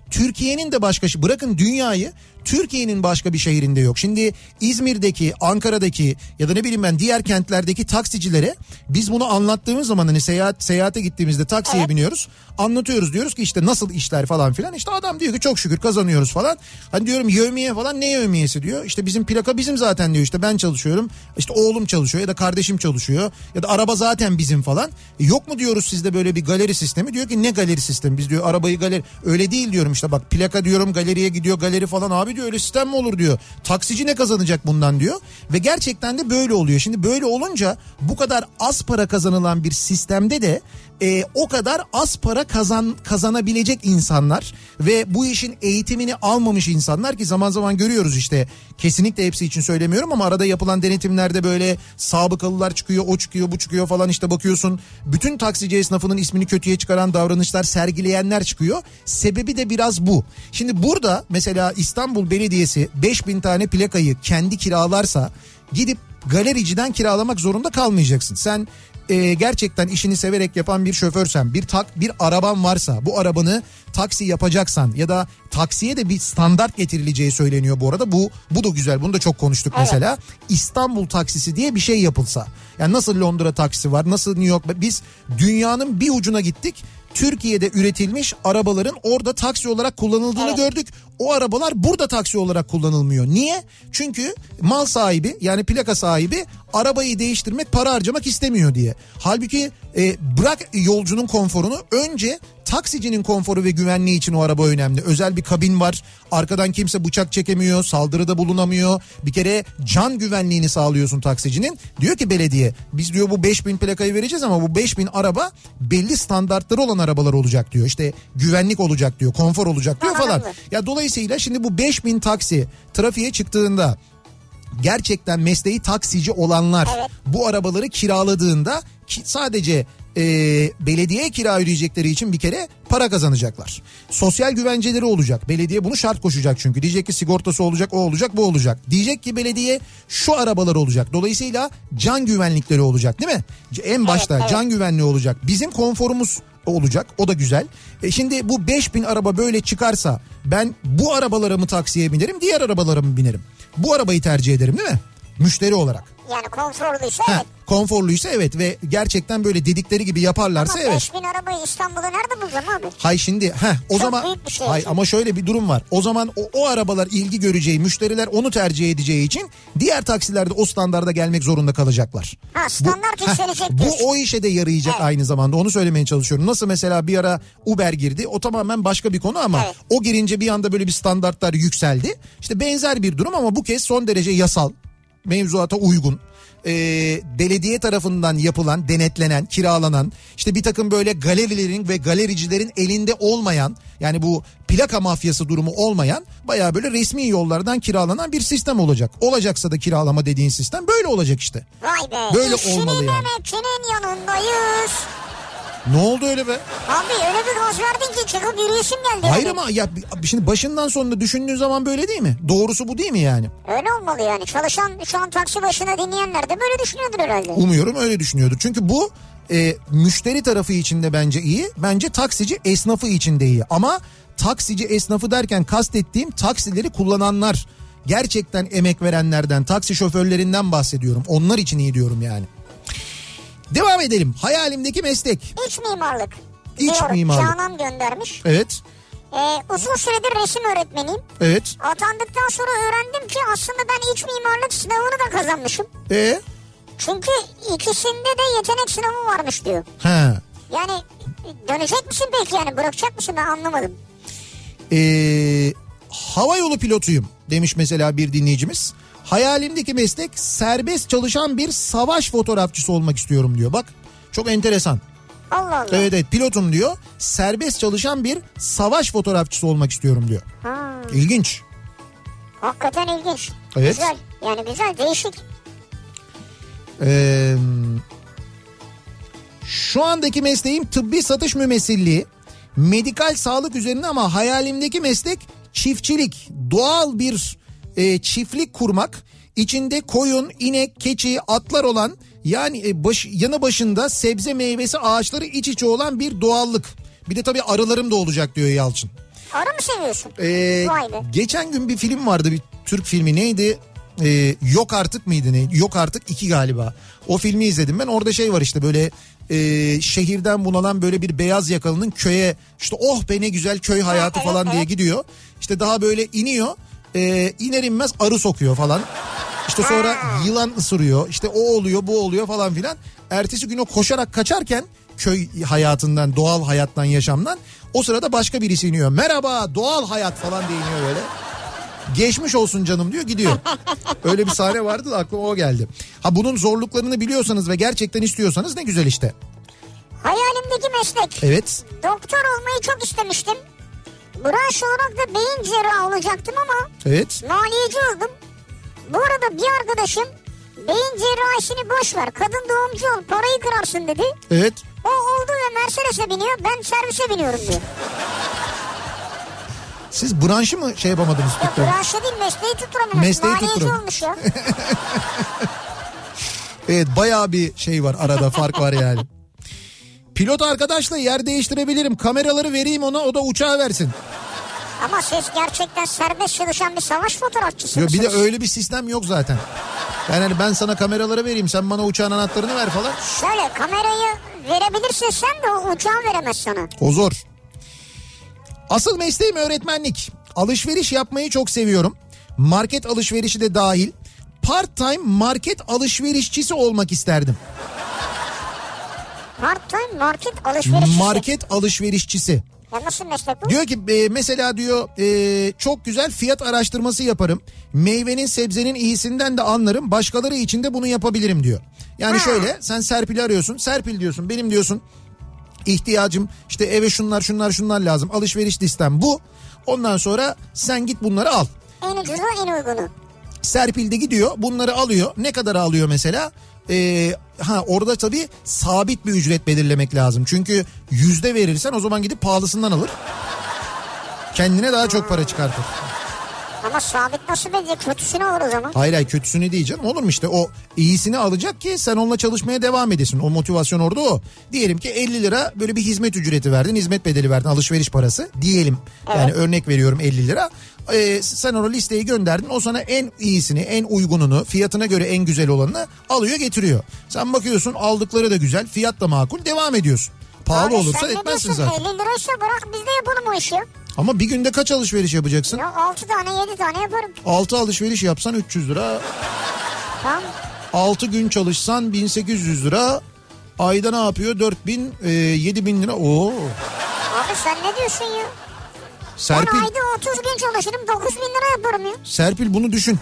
Türkiye'nin de başka, bırakın dünyayı, Türkiye'nin başka bir şehrinde yok. Şimdi İzmir'deki, Ankara'daki ya da ne bileyim ben diğer kentlerdeki taksicilere biz bunu anlattığımız zaman hani seyahat seyahate gittiğimizde taksiye evet. biniyoruz. Anlatıyoruz, diyoruz ki işte nasıl işler falan filan. İşte adam diyor ki çok şükür kazanıyoruz falan. Hani diyorum yevmiye falan, ne yevmiyesi diyor. İşte bizim plaka bizim zaten diyor, işte ben çalışıyorum. İşte oğlum çalışıyor ya da kardeşim çalışıyor ya da araba zaten bizim falan. E yok mu diyoruz sizde böyle bir galeri sistemi? Diyor ki ne galeri sistemi? Biz diyor arabayı galeri, öyle değil diyorum, işte bak plaka diyorum galeriye gidiyor, galeri falan, abi diyor öyle sistem mi olur diyor. Taksici ne kazanacak bundan diyor. Ve gerçekten de böyle oluyor. Şimdi böyle olunca bu kadar az para kazanılan bir sistemde de e, o kadar az para kazan kazanabilecek insanlar ve bu işin eğitimini almamış insanlar, ki zaman zaman görüyoruz işte, kesinlikle hepsi için söylemiyorum ama arada yapılan denetimlerde böyle sabıkalılar çıkıyor, o çıkıyor, bu çıkıyor falan, işte bakıyorsun bütün taksici esnafının ismini kötüye çıkaran davranışlar sergileyenler çıkıyor. Sebebi de biraz bu. Şimdi burada mesela İstanbul Belediyesi beş bin tane plakayı kendi kiralarsa gidip galericiden kiralamak zorunda kalmayacaksın. Sen e, gerçekten işini severek yapan bir şoförsen, bir tak bir araban varsa, bu arabanı taksi yapacaksan ya da taksiye de bir standart getirileceği söyleniyor bu arada. Bu bu da güzel. Bunu da çok konuştuk evet. Mesela. İstanbul taksisi diye bir şey yapılsa. Yani nasıl Londra taksisi var, nasıl New York, biz dünyanın bir ucuna gittik. Türkiye'de üretilmiş arabaların orada taksi olarak kullanıldığını evet. gördük. O arabalar burada taksi olarak kullanılmıyor. Niye? Çünkü mal sahibi, yani plaka sahibi arabayı değiştirmek, para harcamak istemiyor diye. Halbuki e, bırak yolcunun konforunu, önce taksicinin konforu ve güvenliği için o araba önemli. Özel bir kabin var. Arkadan kimse bıçak çekemiyor, saldırıda bulunamıyor. Bir kere can güvenliğini sağlıyorsun taksicinin. Diyor ki belediye, biz diyor bu beş bin plakayı vereceğiz ama bu beş bin araba belli standartları olan arabalar olacak diyor. İşte güvenlik olacak diyor, konfor olacak diyor falan. Ya dolayısıyla şimdi bu beş bin taksi trafiğe çıktığında, gerçekten mesleği taksici olanlar evet. bu arabaları kiraladığında ki sadece e, belediyeye kira ödeyecekleri için bir kere para kazanacaklar. Sosyal güvenceleri olacak. Belediye bunu şart koşacak çünkü. Diyecek ki sigortası olacak, o olacak, bu olacak. Diyecek ki belediye şu arabalar olacak. Dolayısıyla can güvenlikleri olacak, değil mi? En başta evet, evet. can güvenliği olacak. Bizim konforumuz olacak. O da güzel. E şimdi bu beş bin araba böyle çıkarsa ben bu arabalara mı taksiye binerim, diğer arabalara mı binerim? Bu arabayı tercih ederim, değil mi? Müşteri olarak. Yani konforluysa ha, evet. Konforluysa evet ve gerçekten böyle dedikleri gibi yaparlarsa ama evet. beş bin arabayı İstanbul'da nerede bulacağım abi? Hay şimdi heh, o çok zaman büyük bir şey. Hay ama şöyle bir durum var. O zaman o, o arabalar ilgi göreceği, müşteriler onu tercih edeceği için diğer taksilerde o standarda gelmek zorunda kalacaklar. Ha standart yükselecek. Bu o işe de yarayacak evet. aynı zamanda. Onu söylemeye çalışıyorum. Nasıl mesela bir ara Uber girdi. O tamamen başka bir konu ama evet. o girince bir anda böyle bir standartlar yükseldi. İşte benzer bir durum ama bu kez son derece yasal, mevzuata uygun. E, belediye tarafından yapılan, denetlenen, kiralanan, işte bir takım böyle galerilerin ve galericilerin elinde olmayan, yani bu plaka mafyası durumu olmayan, bayağı böyle resmi yollardan kiralanan bir sistem olacak. Olacaksa da kiralama dediğin sistem böyle olacak işte. Vay be. Böyle olmalı yani. Emekçinin yanındayız. Ne oldu öyle be? Abi öyle bir gaz verdin ki çıkıp yürüyüşüm geldi. Hayır yani. ama ya şimdi başından sonunda düşündüğün zaman böyle değil mi? Doğrusu bu değil mi yani? Öyle olmalı yani. Çalışan şu an taksi başına dinleyenler de böyle düşünüyordur herhalde. Umuyorum öyle düşünüyordur. Çünkü bu e, müşteri tarafı için de bence iyi. Bence taksici esnafı için de iyi. Ama taksici esnafı derken kastettiğim taksileri kullananlar, gerçekten emek verenlerden, taksi şoförlerinden bahsediyorum. Onlar için iyi diyorum yani. Devam edelim. Hayalimdeki meslek. İç mimarlık. İç diyor, mimarlık. Canan göndermiş. Evet. Ee, uzun süredir resim öğretmeniyim. Evet. Atandıktan sonra öğrendim ki aslında ben iç mimarlık sınavını da kazanmışım. Ee? Çünkü ikisinde de yetenek sınavı varmış diyor. He. Yani dönecek misin peki, yani bırakacak mısın, ben anlamadım. Ee, hava yolu pilotuyum demiş mesela bir dinleyicimiz. Hayalimdeki meslek serbest çalışan bir savaş fotoğrafçısı olmak istiyorum diyor. Bak çok enteresan. Allah Allah. Evet evet pilotum diyor. Serbest çalışan bir savaş fotoğrafçısı olmak istiyorum diyor. Ha. İlginç. Hakikaten ilginç. Evet. Güzel. Yani güzel, değişik. Ee, şu andaki mesleğim tıbbi satış mümessilliği. Medikal sağlık üzerine ama hayalimdeki meslek çiftçilik. Doğal bir e, çiftlik kurmak. İçinde koyun, inek, keçi, atlar olan, yani e, baş, yanı başında sebze meyvesi ağaçları iç içe olan bir doğallık. Bir de tabii arılarım da olacak diyor Yalçın. Arı mı seviyorsun? Ee, Vay be. Geçen gün bir film vardı, bir Türk filmi, neydi? Ee, Yok Artık mıydı ne? Yok Artık iki galiba. O filmi izledim ben. Orada şey var işte, böyle e, şehirden bunalan böyle bir beyaz yakalının köye, işte oh be ne güzel köy hayatı evet, falan evet. diye gidiyor. İşte daha böyle iniyor. E, iner inmez arı sokuyor falan. İşte sonra yılan ısırıyor. İşte o oluyor, bu oluyor falan filan. Ertesi gün o koşarak kaçarken köy hayatından, doğal hayattan, yaşamdan, o sırada başka birisi iniyor. Merhaba doğal hayat falan diye iniyor böyle. Geçmiş olsun canım diyor, gidiyor. Öyle bir sahne vardı da aklıma o geldi. Ha, bunun zorluklarını biliyorsanız ve gerçekten istiyorsanız ne güzel işte. Hayalimdeki meslek. Evet. Doktor olmayı çok istemiştim. Branş olarak da beyin cerrahı olacaktım ama Evet. maliyeci oldum. Bu arada bir arkadaşım beyin cerrahisini boş ver, kadın doğumcu ol, parayı kırarsın dedi. Evet. O oldu ve Mercedes'e biniyor, ben servise biniyorum diyor. Siz branşı mı şey yapamadınız? Ya branşı değil, mesleği tutturamadınız. Mesleği maliyeci tutturam- olmuş ya. Evet, bayağı bir şey var arada, fark var yani. Pilot arkadaşla yer değiştirebilirim. Kameraları vereyim ona, o da uçağı versin. Ama siz gerçekten serbest çalışan bir savaş fotoğrafçısı Yo, mısınız? bir de öyle bir sistem yok zaten. Yani hani ben sana kameraları vereyim, sen bana uçağın anahtarını ver falan. Şöyle, kamerayı verebilirsin sen de o uçağı veremez sana. O zor. Asıl mesleğim öğretmenlik. Alışveriş yapmayı çok seviyorum. Market alışverişi de dahil. Part time market alışverişçisi olmak isterdim. Part time market alışverişçisi. Market alışverişçisi. Ya nasıl meslek bu? Diyor ki e, mesela diyor e, çok güzel fiyat araştırması yaparım. Meyvenin sebzenin iyisinden de anlarım. Başkaları için de bunu yapabilirim diyor. Yani ha. şöyle, sen Serpil'i arıyorsun. Serpil diyorsun, benim diyorsun ihtiyacım işte eve şunlar şunlar şunlar lazım. Alışveriş listem bu. Ondan sonra sen git bunları al. En ucuzu en uygunu. Serpil de gidiyor bunları alıyor. Ne kadar alıyor mesela? Ee, ha orada tabii sabit bir ücret belirlemek lazım. Çünkü yüzde verirsen o zaman gidip pahalısından alır. Kendine daha çok para çıkartır. Ama sabit nasıl belirleyecek? Kötüsünü alır o zaman. Hayır hayır, kötüsünü diyeceğim. Olur mu işte, o iyisini alacak ki sen onunla çalışmaya devam edesin. O motivasyon orada o. Diyelim ki elli lira böyle bir hizmet ücreti verdin. Hizmet bedeli verdin, alışveriş parası diyelim. Evet. Yani örnek veriyorum elli lira. Ee, sen ona listeyi gönderdin. O sana en iyisini, en uygununu, fiyatına göre en güzel olanını alıyor getiriyor. Sen bakıyorsun aldıkları da güzel, fiyat da makul, devam ediyorsun. Pahalı abi olursa sen etmezsin zaten. elli liraysa bırak biz de yapalım o işi. Ama bir günde kaç alışveriş yapacaksın? Ya altı tane yedi tane yaparım. altı alışveriş yapsan üç yüz lira. Tamam. altı gün çalışsan bin sekiz yüz lira. Ayda ne yapıyor? dört bin, e, yedi bin lira. Oo. Abi sen ne diyorsun ya? Serpil, ben ayda otuz gün çalışırım, dokuz bin lira yaparım ya. Serpil bunu düşün.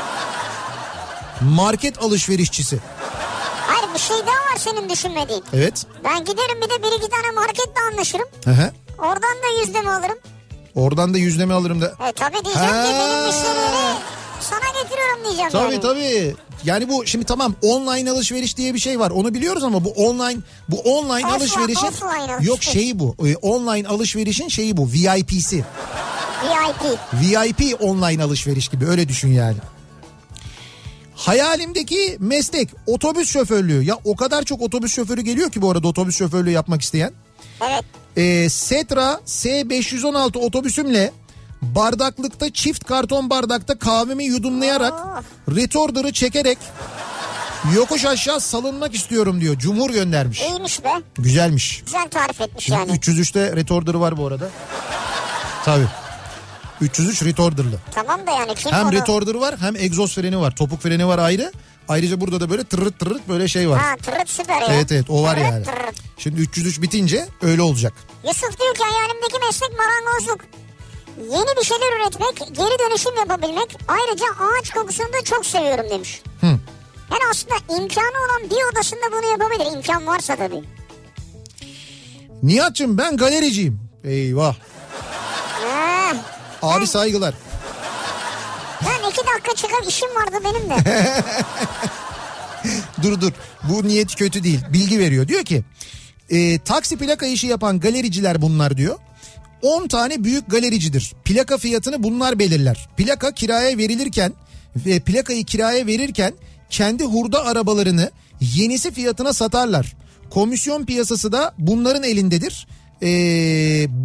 Market alışverişçisi. Hayır, bir şey daha var senin düşünmediğin. Evet. Ben giderim bir de bir iki tane marketle anlaşırım. Hı hı. Oradan da yüzdemi alırım. Oradan da yüzleme alırım da. E tabii diyeceğim Ha. ki benim müşterileri sana getiriyorum diyeceğim Tabii yani. tabii. Yani bu şimdi tamam, online alışveriş diye bir şey var. Onu biliyoruz ama bu online bu online Offline- alışverişin offline alışveriş. yok şeyi bu. E, online alışverişin şeyi bu. V I P'si. V I P. V I P online alışveriş gibi, öyle düşün yani. Hayalimdeki meslek otobüs şoförlüğü. Ya o kadar çok otobüs şoförü geliyor ki bu arada otobüs şoförlüğü yapmak isteyen. Evet. Ee, Setra S beş yüz on altı otobüsümle bardaklıkta, çift karton bardakta kahvemi yudumlayarak Oh. retorder'ı çekerek yokuş aşağı salınmak istiyorum diyor. Cumhur göndermiş. İyiymiş be. Güzelmiş. Güzel tarif etmiş yani. üç yüz üçte retorder'ı var bu arada. Tabii. üç yüz üç retorder'lı. Tamam da yani kim Hem onu... retorder var hem egzoz freni var. Topuk freni var ayrı. Ayrıca burada da böyle tırırt tırırt böyle şey var. Ha, tırırt süper ya. Evet evet, o var Tırırt yani. tırırt. Şimdi üç yüz üç bitince öyle olacak. Yusuf diyor ki hayalimdeki meslek marangozluk. Yeni bir şeyler üretmek, geri dönüşüm yapabilmek. Ayrıca ağaç kokusunu da çok seviyorum demiş. Hı. Yani aslında imkanı olan bir odasında bunu yapabilir. İmkan varsa tabii. Nihat'cığım ben galericiyim. Eyvah. Ha, Abi saygılar. ben iki dakika çıkıp işim vardı benim de. Dur dur, bu niyet kötü değil, bilgi veriyor. Diyor ki e, taksi plaka işi yapan galericiler bunlar diyor. on tane büyük galericidir. Plaka fiyatını bunlar belirler. Plaka kiraya verilirken ve plakayı kiraya verirken kendi hurda arabalarını yenisi fiyatına satarlar. Komisyon piyasası da bunların elindedir. Ee,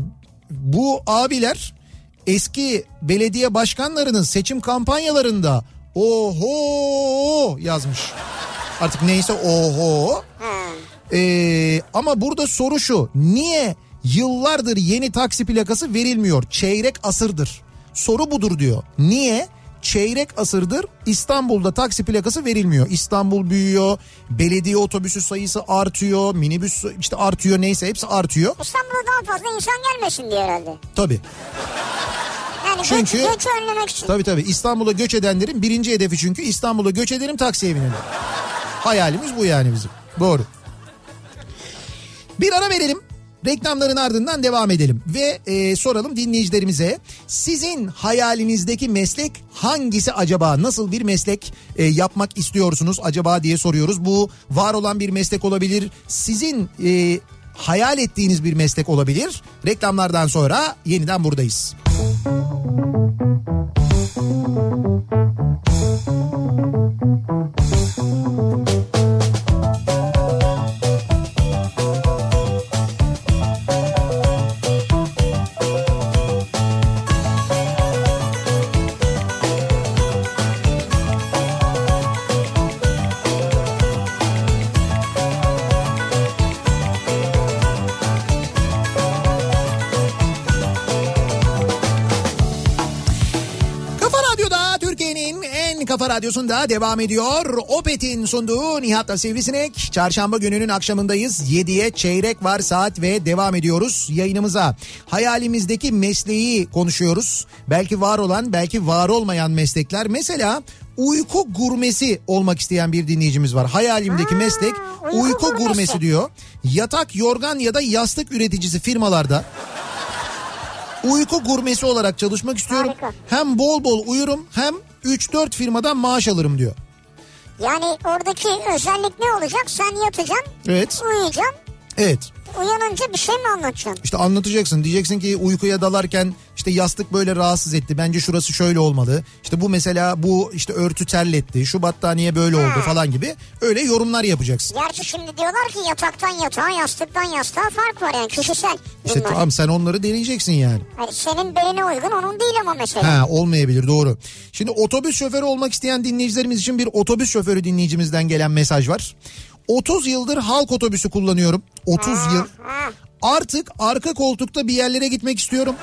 bu abiler eski belediye başkanlarının seçim kampanyalarında oho yazmış. Artık neyse oho. Ee, ama burada soru şu: niye yıllardır yeni taksi plakası verilmiyor? Çeyrek asırdır. Soru budur diyor. Niye çeyrek asırdır İstanbul'da taksi plakası verilmiyor? İstanbul büyüyor, belediye otobüsü sayısı artıyor, minibüs işte artıyor, neyse hepsi artıyor. İstanbul'a daha fazla insan gelmesin diye herhalde. Tabii. Yani çünkü, göç, göç önlemek için. Tabii tabii, İstanbul'a göç edenlerin birinci hedefi çünkü İstanbul'a göç edelim, taksiye binelim. Hayalimiz bu yani bizim. Doğru. Bir ara verelim. Reklamların ardından devam edelim ve e, soralım dinleyicilerimize, sizin hayalinizdeki meslek hangisi acaba? Nasıl bir meslek e, yapmak istiyorsunuz acaba diye soruyoruz. Bu var olan bir meslek olabilir, sizin e, hayal ettiğiniz bir meslek olabilir. Reklamlardan sonra yeniden buradayız. Kafa Radyosu'nda devam ediyor. Opet'in sunduğu Nihat'la Sivrisinek. Çarşamba gününün akşamındayız. yediye çeyrek var saat ve devam ediyoruz yayınımıza. Hayalimizdeki mesleği konuşuyoruz. Belki var olan, belki var olmayan meslekler. Mesela uyku gurmesi olmak isteyen bir dinleyicimiz var. Hayalimdeki Aa, meslek uyku, uyku gurmesi. gurmesi diyor. Yatak, yorgan ya da yastık üreticisi firmalarda uyku gurmesi olarak çalışmak istiyorum. Harika. Hem bol bol uyurum hem üç dört firmadan maaş alırım diyor. Yani oradaki özellik ne olacak? Sen yatacaksın, evet, uyuyacaksın. Evet. Uyanınca bir şey mi anlatacaksın? İşte anlatacaksın. Diyeceksin ki uykuya dalarken işte yastık böyle rahatsız etti. Bence şurası şöyle olmalı. İşte bu mesela bu işte örtü terletti. Şu battaniye böyle ha. oldu falan gibi. Öyle yorumlar yapacaksın. Gerçi şimdi diyorlar ki yataktan yatağa, yastıktan yastığa fark var yani kişisel. İşte bunlar. Tamam, sen onları deneyeceksin yani. Hani senin beline uygun, onun değil ama mesela. Ha, olmayabilir, doğru. Şimdi otobüs şoförü olmak isteyen dinleyicilerimiz için bir otobüs şoförü dinleyicimizden gelen mesaj var. otuz yıldır halk otobüsü kullanıyorum. otuz yıl. Artık arka koltukta bir yerlere gitmek istiyorum.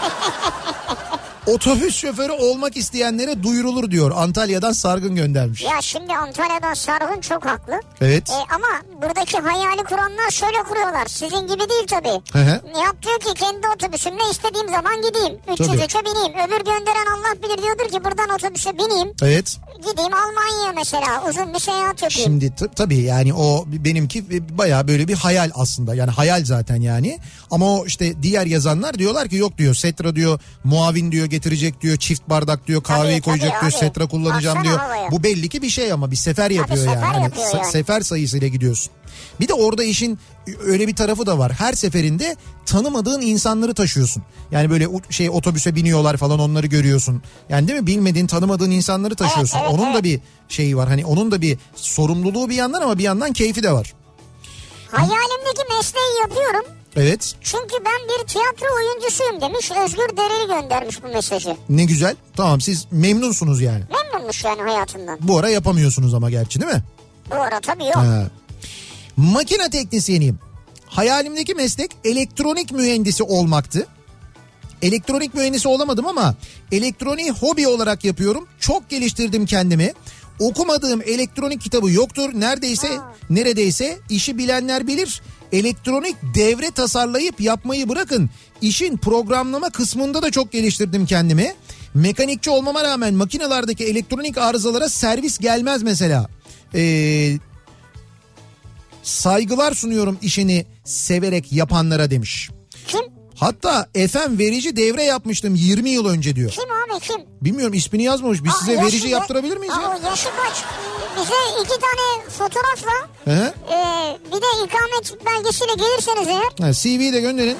Otobüs şoförü olmak isteyenlere duyurulur diyor. Antalya'dan Sargın göndermiş. Ya şimdi Antalya'dan Sargın çok haklı. Evet. Ee, ama buradaki hayali kuranlar şöyle kuruyorlar. Sizin gibi değil tabii. Hı hı. Nihat diyor ki kendi otobüsümle istediğim zaman gideyim. üç yüz üçe bineyim. Öbür gönderen Allah bilir diyordur ki buradan otobüse bineyim. Evet. Gideyim Almanya'ya mesela, uzun bir seyahat yapayım. Şimdi t- tabii yani o benimki bayağı böyle bir hayal aslında. Yani hayal zaten yani. Ama o işte diğer yazanlar diyorlar ki yok diyor. Setra diyor, muavin diyor getirecek diyor. Çift bardak diyor, kahveyi tabii, koyacak tabii, diyor. Abi. Setra kullanacağım Baksana diyor. Havaya. Bu belli ki bir şey ama bir sefer yapıyor tabii, yani. Sefer, yapıyor hani yani. Sefer sayısıyla gidiyorsun. Bir de orada işin öyle bir tarafı da var. Her seferinde tanımadığın insanları taşıyorsun. Yani böyle şey otobüse biniyorlar falan, onları görüyorsun. Yani değil mi? Bilmediğin, tanımadığın insanları taşıyorsun. Evet, evet, onun evet. da bir şeyi var. Hani onun da bir sorumluluğu bir yandan ama bir yandan keyfi de var. Hayalimdeki mesleği yapıyorum. Evet. Çünkü ben bir tiyatro oyuncusuyum demiş. Özgür Dereli göndermiş bu mesajı. Ne güzel. Tamam, siz memnunsunuz yani. Memnunmuş yani hayatından. Bu ara yapamıyorsunuz ama gerçi, değil mi? Bu ara tabii yok. Ha. Makine teknisyeniyim. Hayalimdeki meslek elektronik mühendisi olmaktı. Elektronik mühendisi olamadım ama elektroniği hobi olarak yapıyorum. Çok geliştirdim kendimi. Okumadığım elektronik kitabı yoktur. Neredeyse, ha. neredeyse işi bilenler bilir. Elektronik devre tasarlayıp yapmayı bırakın, İşin programlama kısmında da çok geliştirdim kendimi. Mekanikçi olmama rağmen makinelerdeki elektronik arızalara servis gelmez mesela. Eee... Saygılar sunuyorum işini severek yapanlara demiş. Kim? Hatta efem verici devre yapmıştım yirmi yıl önce diyor. Kim abi kim? Bilmiyorum, ismini yazmamış. Biz Aa, size verici de, yaptırabilir miyiz? Aa, ya? Yaşı kaç? Bize iki tane fotoğrafla Hı-hı. e, bir de ikamet belgesiyle gelirseniz eğer. Ha, C V'yi de gönderin.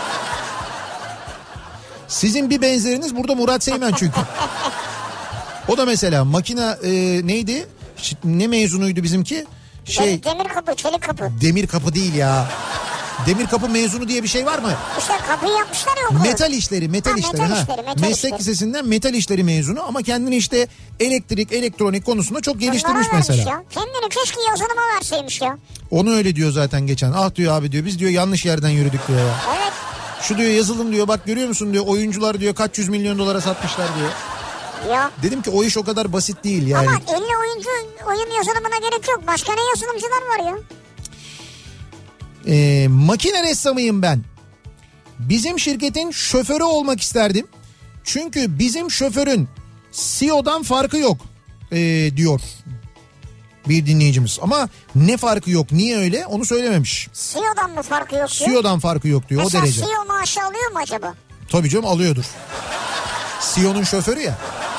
Sizin bir benzeriniz burada Murat Seymen çünkü. O da mesela makine e, neydi? Ne mezunuydu bizimki? Şey, demir kapı, çelik kapı. Demir kapı değil ya. Demir kapı mezunu diye bir şey var mı? İşte kapıyı yapmışlar ya okulu. Metal işleri, metal ha, işleri. Metal ha. işleri, metal Meslek işleri. lisesinden metal işleri mezunu ama kendini işte elektrik, elektronik konusunda çok geliştirmiş mesela. Ya. Kendini keşke yazılıma verseymiş ya. Onu öyle diyor zaten geçen. Ah diyor abi diyor biz diyor yanlış yerden yürüdük diyor ya. Evet. Şu diyor yazılım diyor bak görüyor musun diyor oyuncular diyor kaç yüz milyon dolara satmışlar diyor. Ya. Dedim ki o iş o kadar basit değil yani. Ama elli oyuncu oyun yazılımına gerek yok. Başka ne yazılımcılar var ya? Ee, makine ressamıyım ben. Bizim şirketin şoförü olmak isterdim. Çünkü bizim şoförün C E O'dan farkı yok ee, diyor bir dinleyicimiz. Ama ne farkı yok niye öyle onu söylememiş. C E O'dan mı farkı yok diyor? C E O'dan farkı yok diyor. Mesela o derece. C E O maaşı alıyor mu acaba? Tabii canım alıyordur. C E O'nun şoförü ya.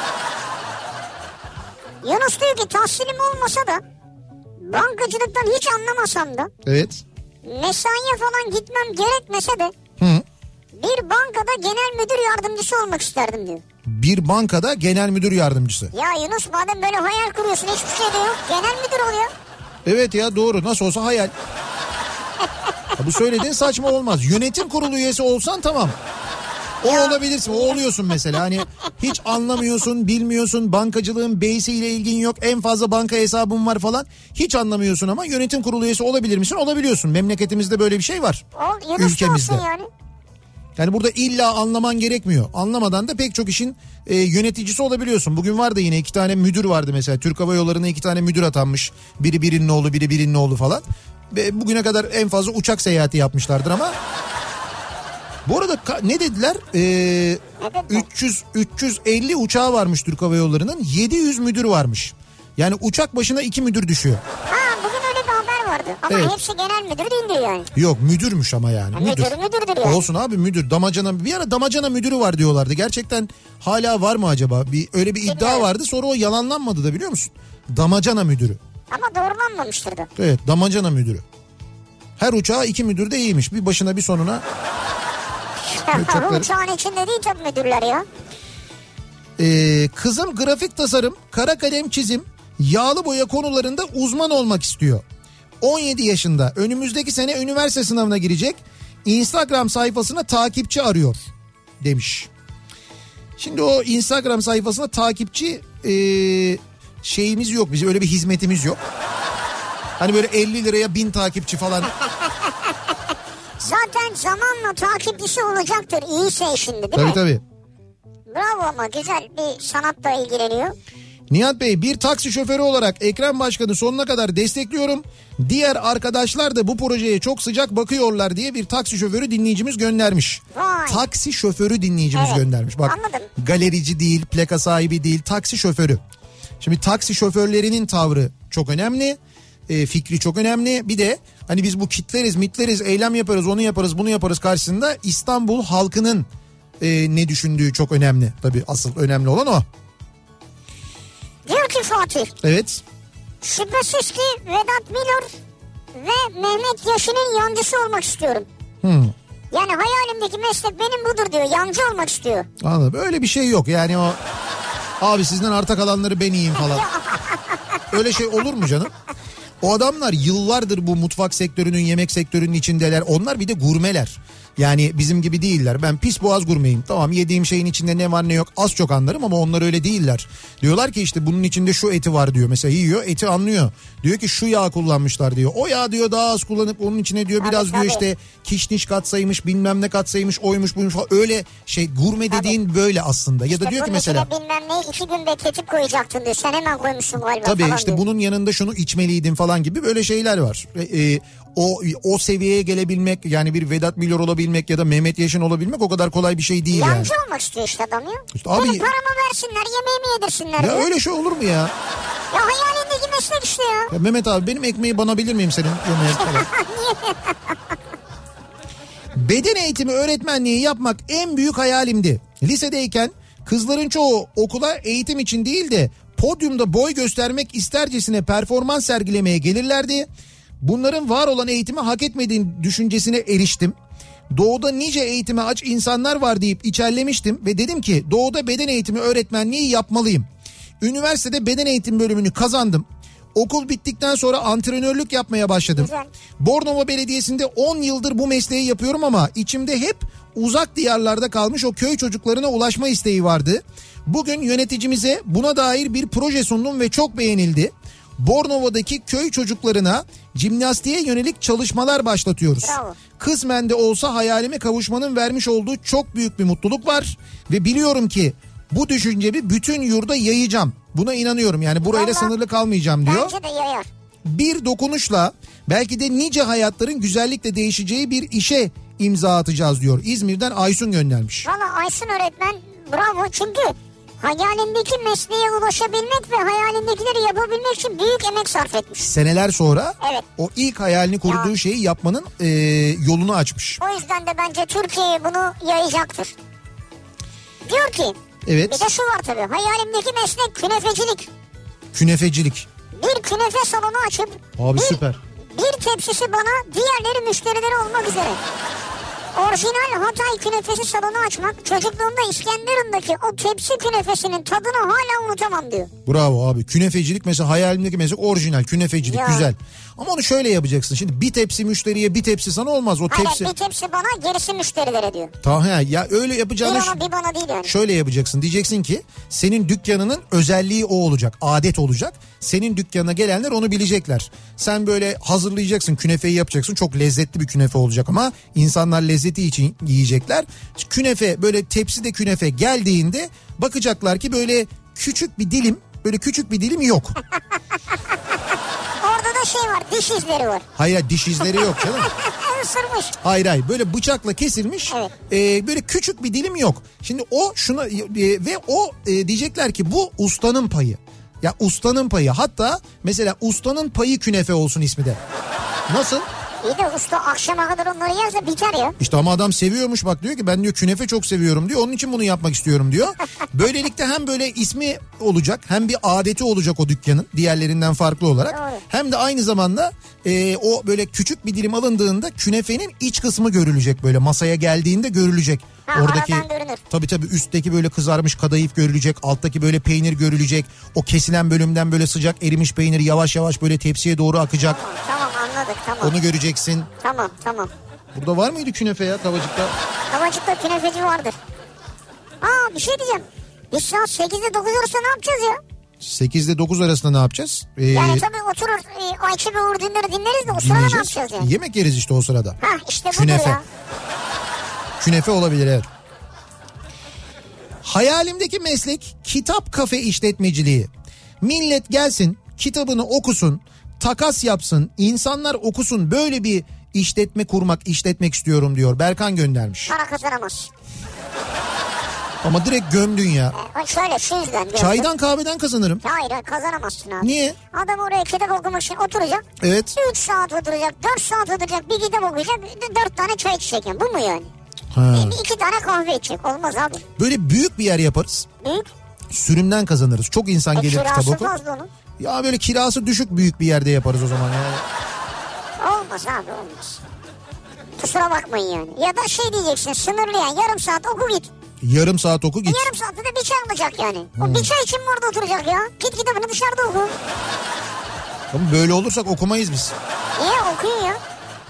Yunus diyor ki tahsilim olmasa da bankacılıktan hiç anlamasam da Evet. mesaiye falan gitmem gerekmese de Hı. bir bankada genel müdür yardımcısı olmak isterdim diyor. Bir bankada genel müdür yardımcısı. Ya Yunus madem böyle hayal kuruyorsun hiçbir şey de yok. Genel müdür oluyor. Evet ya doğru nasıl olsa hayal. Ya bu söylediğin saçma olmaz. Yönetim kurulu üyesi olsan tamam. O Ya. olabilirsin. O oluyorsun mesela. Hani hiç anlamıyorsun, bilmiyorsun. Bankacılığın beysiyle ilgin yok. En fazla banka hesabın var falan. Hiç anlamıyorsun ama yönetim kurulu üyesi olabilir misin? Olabiliyorsun. Memleketimizde böyle bir şey var. Ol, Yunus Ülkemizde. olsun yani. Yani burada illa anlaman gerekmiyor. Anlamadan da pek çok işin e, yöneticisi olabiliyorsun. Bugün vardı yine iki tane müdür vardı mesela. Türk Hava Yolları'na iki tane müdür atanmış. Biri birinin oğlu, biri birinin oğlu falan. Ve bugüne kadar en fazla uçak seyahati yapmışlardır ama... Bu arada ne dediler? Ee, üç yüz üç yüz elli uçağı varmış Türk Hava Yolları'nın. yedi yüz müdür varmış. Yani uçak başına iki müdür düşüyor. Ha bugün öyle bir haber vardı. Ama Evet. hepsi genel müdür değildi yani. Yok müdürmüş ama yani. Ha, müdür. müdür müdürdür yani. Olsun abi müdür. Damacana bir ara damacana müdürü var diyorlardı. Gerçekten hala var mı acaba? Bir öyle bir iddia Bilmiyorum. vardı. Sonra o yalanlanmadı da biliyor musun? Damacana müdürü. Ama doğrulanmamıştır da. Evet damacana müdürü. Her uçağa iki müdür de iyiymiş. Bir başına bir sonuna. Uçakları... Uçağın içinde değil tabii müdürler ya. Ee, kızım grafik tasarım, kara kalem çizim, yağlı boya konularında uzman olmak istiyor. on yedi yaşında. Önümüzdeki sene üniversite sınavına girecek. Instagram sayfasına takipçi arıyor demiş. Şimdi o Instagram sayfasına takipçi ee, şeyimiz yok. Bizim öyle bir hizmetimiz yok. Hani böyle elli liraya bin takipçi falan. Zaten zamanla takipçisi olacaktır. İyiyse şimdi değil tabii, mi? Tabii tabii. Bravo ama güzel bir sanatla ilgileniyor. Nihat Bey bir taksi şoförü olarak Ekrem Başkan'ı sonuna kadar destekliyorum. Diğer arkadaşlar da bu projeye çok sıcak bakıyorlar diye bir taksi şoförü dinleyicimiz göndermiş. Vay. Taksi şoförü dinleyicimiz Evet, göndermiş. Bak anladım. galerici değil, plaka sahibi değil, taksi şoförü. Şimdi taksi şoförlerinin tavrı çok önemli. E, fikri çok önemli. Bir de hani biz bu kitleriz, mitleriz, eylem yaparız, onu yaparız, bunu yaparız karşısında İstanbul halkının e, ne düşündüğü çok önemli. Tabii asıl önemli olan o. Diyor ki Fatih. Evet. Şüphesiz ki Vedat Milor ve Mehmet Yaşin'in yancısı olmak istiyorum. Hmm. Yani hayalimdeki meslek benim budur diyor. Yancı olmak istiyor. Anladım. Öyle bir şey yok. Yani o abi sizden arta kalanları ben yiyeyim falan. Öyle şey olur mu canım? O adamlar yıllardır bu mutfak sektörünün, yemek sektörünün içindeler. Onlar bir de gurmeler. Yani bizim gibi değiller. Ben pis boğaz gurmeyim. Tamam yediğim şeyin içinde ne var ne yok az çok anlarım ama onlar öyle değiller. Diyorlar ki işte bunun içinde şu eti var diyor. Mesela yiyor eti anlıyor. Diyor ki şu yağ kullanmışlar diyor. O yağ diyor daha az kullanıp onun içine diyor biraz tabii, diyor tabii. işte kişniş katsaymış bilmem ne katsaymış oymuş buymuş falan. Öyle şey gurme dediğin tabii. Böyle aslında. Ya işte da diyor ki mesela. bilmem ne iki gün bekletip koyacaktın diyor. Sen hemen koymuşsun galiba tabii falan işte diyor. Bunun yanında şunu içmeliydin falan gibi böyle şeyler var. Ee, o o seviyeye gelebilmek yani bir Vedat Milor olabilmek ya da Mehmet Yaşin olabilmek o kadar kolay bir şey değil Yancı yani. olmak istiyor işte adam ya. İşte abi, benim paramı versinler yemeğimi yedirsinler ya diyor. öyle şey olur mu ya? Ya hayalindeki meslek işte ya. Ya Mehmet abi benim ekmeği banabilir miyim senin yemeğe falan? Beden eğitimi öğretmenliği yapmak en büyük hayalimdi. Lisedeyken kızların çoğu okula eğitim için değil de podyumda boy göstermek istercesine performans sergilemeye gelirlerdi. Bunların var olan eğitimi hak etmediğin düşüncesine eriştim. Doğuda nice eğitime aç insanlar var deyip içerlemiştim ve dedim ki doğuda beden eğitimi öğretmenliği yapmalıyım. Üniversitede beden eğitim bölümünü kazandım. Okul bittikten sonra antrenörlük yapmaya başladım. Güzel. Bornova Belediyesi'nde on yıldır bu mesleği yapıyorum ama içimde hep uzak diyarlarda kalmış o köy çocuklarına ulaşma isteği vardı. Bugün yöneticimize buna dair bir proje sundum ve çok beğenildi. Bornova'daki köy çocuklarına jimnastiğe yönelik çalışmalar başlatıyoruz. Bravo. Kısmen de olsa hayalime kavuşmanın vermiş olduğu çok büyük bir mutluluk var. Ve biliyorum ki bu düşüncemi bütün yurda yayacağım. Buna inanıyorum, yani burayla Vallahi sınırlı kalmayacağım diyor. Bence de yayar. Bir dokunuşla belki de nice hayatların güzellikle değişeceği bir işe imza atacağız diyor. İzmir'den Aysun göndermiş. Valla Aysun öğretmen bravo, çünkü hayalindeki mesleğe ulaşabilmek ve hayalindekileri yapabilmek için büyük emek sarf etmiş. Seneler sonra Evet. o ilk hayalini kurduğu Ya. şeyi yapmanın e, yolunu açmış. O yüzden de bence Türkiye bunu yayacaktır. Diyor ki Evet. bir de şu var tabii, hayalimdeki meslek künefecilik. Künefecilik. Bir künefe salonu açıp Abi bir, süper. bir tepsisi bana, diğerleri müşterileri olmak üzere orijinal Hatay künefesi salonu açmak, çocukluğumda İskenderun'daki o tepsi künefesinin tadını hala unutamam diyor. Bravo abi. Künefecilik mesela hayalimdeki meslek orijinal künefecilik, Ya. güzel. Ama onu şöyle yapacaksın. Şimdi bir tepsi müşteriye bir tepsi sana olmaz. O Hayır, tepsi. bir tepsi bana, gerisi müşterilere diyor. Tamam ya, ya öyle Bir yapacağını ona bir bana değil yani. şöyle yapacaksın. Diyeceksin ki senin dükkanının özelliği o olacak. Adet olacak. Senin dükkanına gelenler onu bilecekler. Sen böyle hazırlayacaksın, künefeyi yapacaksın. Çok lezzetli bir künefe olacak ama insanlar lezzeti için yiyecekler. Künefe, böyle tepside künefe geldiğinde bakacaklar ki böyle küçük bir dilim, böyle küçük bir dilim yok. Orada da şey var, diş izleri var. Hayır, diş izleri yok canım. Isırmış. Hayır hayır, böyle bıçakla kesilmiş, Evet. e, böyle küçük bir dilim yok. Şimdi o şuna e, ve o e, diyecekler ki bu ustanın payı. Ya ustanın payı, hatta mesela ustanın payı künefe olsun ismi de. Nasıl? İyi de usta akşama kadar onları yerse biter ya. İşte ama adam seviyormuş, bak diyor ki ben diyor künefe çok seviyorum diyor. Onun için bunu yapmak istiyorum diyor. Böylelikle hem böyle ismi olacak, hem bir adeti olacak o dükkanın diğerlerinden farklı olarak. Doğru. Hem de aynı zamanda e, o böyle küçük bir dilim alındığında künefenin iç kısmı görülecek, böyle masaya geldiğinde görülecek. Ha, Oradaki aradan görünür. tabii tabii üstteki böyle kızarmış kadayıf görülecek, alttaki böyle peynir görülecek. O kesilen bölümden böyle sıcak erimiş peynir yavaş yavaş böyle tepsiye doğru akacak. Tamam, tamam anladık, tamam. Onu göreceksin. Tamam tamam. Burada var mıydı künefe ya Kavacık'ta? Kavacık'ta künefeci vardır. Aa, bir şey diyeceğim. Biz saat sekizde dokuz arasında ne yapacağız ya? sekizde dokuz arasında ne yapacağız? Ee, Yani tabii oturur e, Ayça ve Uğur Dündar'ı dinleriz de o sırada ne dinleyeceğiz. yapacağız yani? Yemek yeriz işte o sırada. Ha işte budur Künefe. ya. Künefe olabilir, evet. Hayalimdeki meslek kitap kafe işletmeciliği. Millet gelsin, kitabını okusun, takas yapsın, insanlar okusun, böyle bir işletme kurmak, işletmek istiyorum diyor. Berkan göndermiş. Para kazanamaz. Ama direkt gömdün ya. Ha, şöyle şu yüzden diyorum. Çaydan kahveden kazanırım. Hayır hayır, kazanamazsın abi. Niye? Adam oraya kitap okumak için oturacak. Evet. üç saat oturacak, dört saat oturacak, bir kitap okuyacak, dört tane çay içecek yani. Bu mu yani? Ha. Bir, iki tane kahve içecek. Olmaz abi. Böyle büyük bir yer yaparız. Büyük. Sürümden kazanırız. Çok insan E, gelir kitap kirası okur. fazla onun. Ya böyle kirası düşük büyük bir yerde yaparız o zaman yani. Olmaz abi, olmaz. Kusura bakmayın yani. Ya da şey diyeceksin, sınırlı yani, yarım saat oku git. Yarım saat oku E, git. yarım saatte de bir çay alacak yani. Hmm. O bir çay için mi orada oturacak ya? Git kitabını dışarıda oku. Ama böyle olursak okumayız biz. Niye okuyun ya?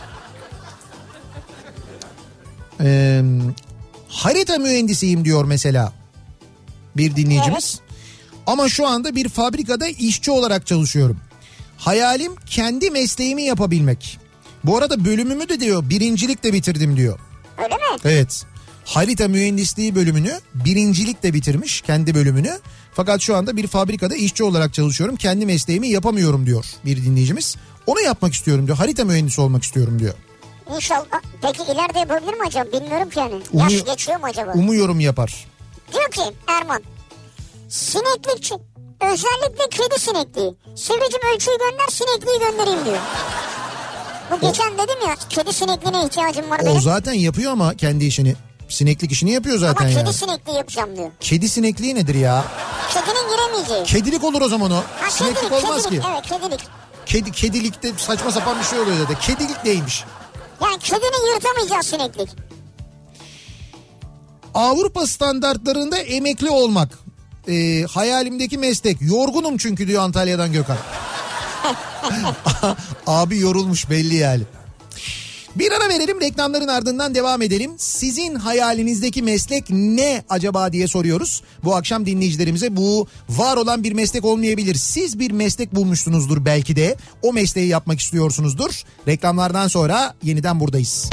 Ee, harita mühendisiyim diyor mesela bir dinleyicimiz. Ama şu anda bir fabrikada işçi olarak çalışıyorum. Hayalim kendi mesleğimi yapabilmek. Bu arada bölümümü de diyor birincilikle bitirdim diyor. Öyle mi? Evet. Harita mühendisliği bölümünü birincilikle bitirmiş, kendi bölümünü. Fakat şu anda bir fabrikada işçi olarak çalışıyorum. Kendi mesleğimi yapamıyorum diyor bir dinleyicimiz. Onu yapmak istiyorum diyor. Harita mühendisi olmak istiyorum diyor. İnşallah. Peki ileride yapabilir mi acaba? Bilmiyorum ki yani. Umuyor- Yaş geçiyor mu acaba? Umuyorum yapar. Diyor ki Erman. Sineklikçi. Özellikle kedi sinekliği. Sivricim ölçüyü gönder, sinekliği göndereyim diyor. Bu geçen dedim ya, kedi sinekliğine ihtiyacım var O benim. zaten yapıyor ama kendi işini. Sineklik işini yapıyor zaten Ama ya. kedi sinekliği yapacağım diyor. Kedi sinekliği nedir ya? Kedinin giremeyeceği. Kedilik olur o zaman o. Ha, Sineklik kedilik, olmaz kedilik. ki. Evet, kedilik. Kedi, kedilikte saçma sapan bir şey oluyor zaten. Kedilik neymiş? Yani kedini yırtamayacağı sineklik. Avrupa standartlarında emekli olmak. Ee, hayalimdeki meslek. Yorgunum çünkü diyor Antalya'dan Gökhan. Abi yorulmuş belli yani. Bir ara verelim, reklamların ardından devam edelim. Sizin hayalinizdeki meslek ne acaba diye soruyoruz. Bu akşam dinleyicilerimize bu var olan bir meslek olmayabilir. Siz bir meslek bulmuşsunuzdur belki de. O mesleği yapmak istiyorsunuzdur. Reklamlardan sonra yeniden buradayız.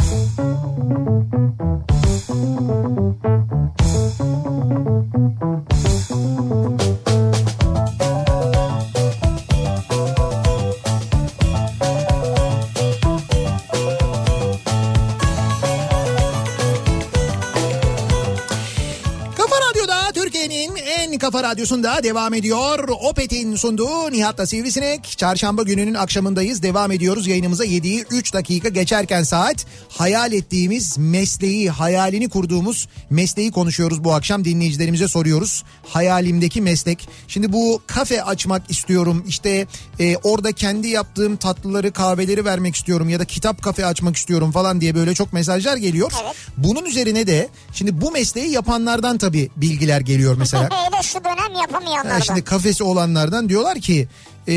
Kafa Radyosu'nda devam ediyor. Opet'in sunduğu Nihat'la Sivrisinek. Çarşamba gününün akşamındayız. Devam ediyoruz yayınımıza. yediyi üç dakika geçerken saat. Hayal ettiğimiz mesleği, hayalini kurduğumuz mesleği konuşuyoruz bu akşam. Dinleyicilerimize soruyoruz. Hayalimdeki meslek. Şimdi bu kafe açmak istiyorum. İşte e, orada kendi yaptığım tatlıları, kahveleri vermek istiyorum. Ya da kitap kafe açmak istiyorum falan diye böyle çok mesajlar geliyor. Evet. Bunun üzerine de şimdi bu mesleği yapanlardan tabii bilgiler geliyor mesela. Şu dönem yapamayanlardan. Ha, şimdi kafesi olanlardan diyorlar ki e,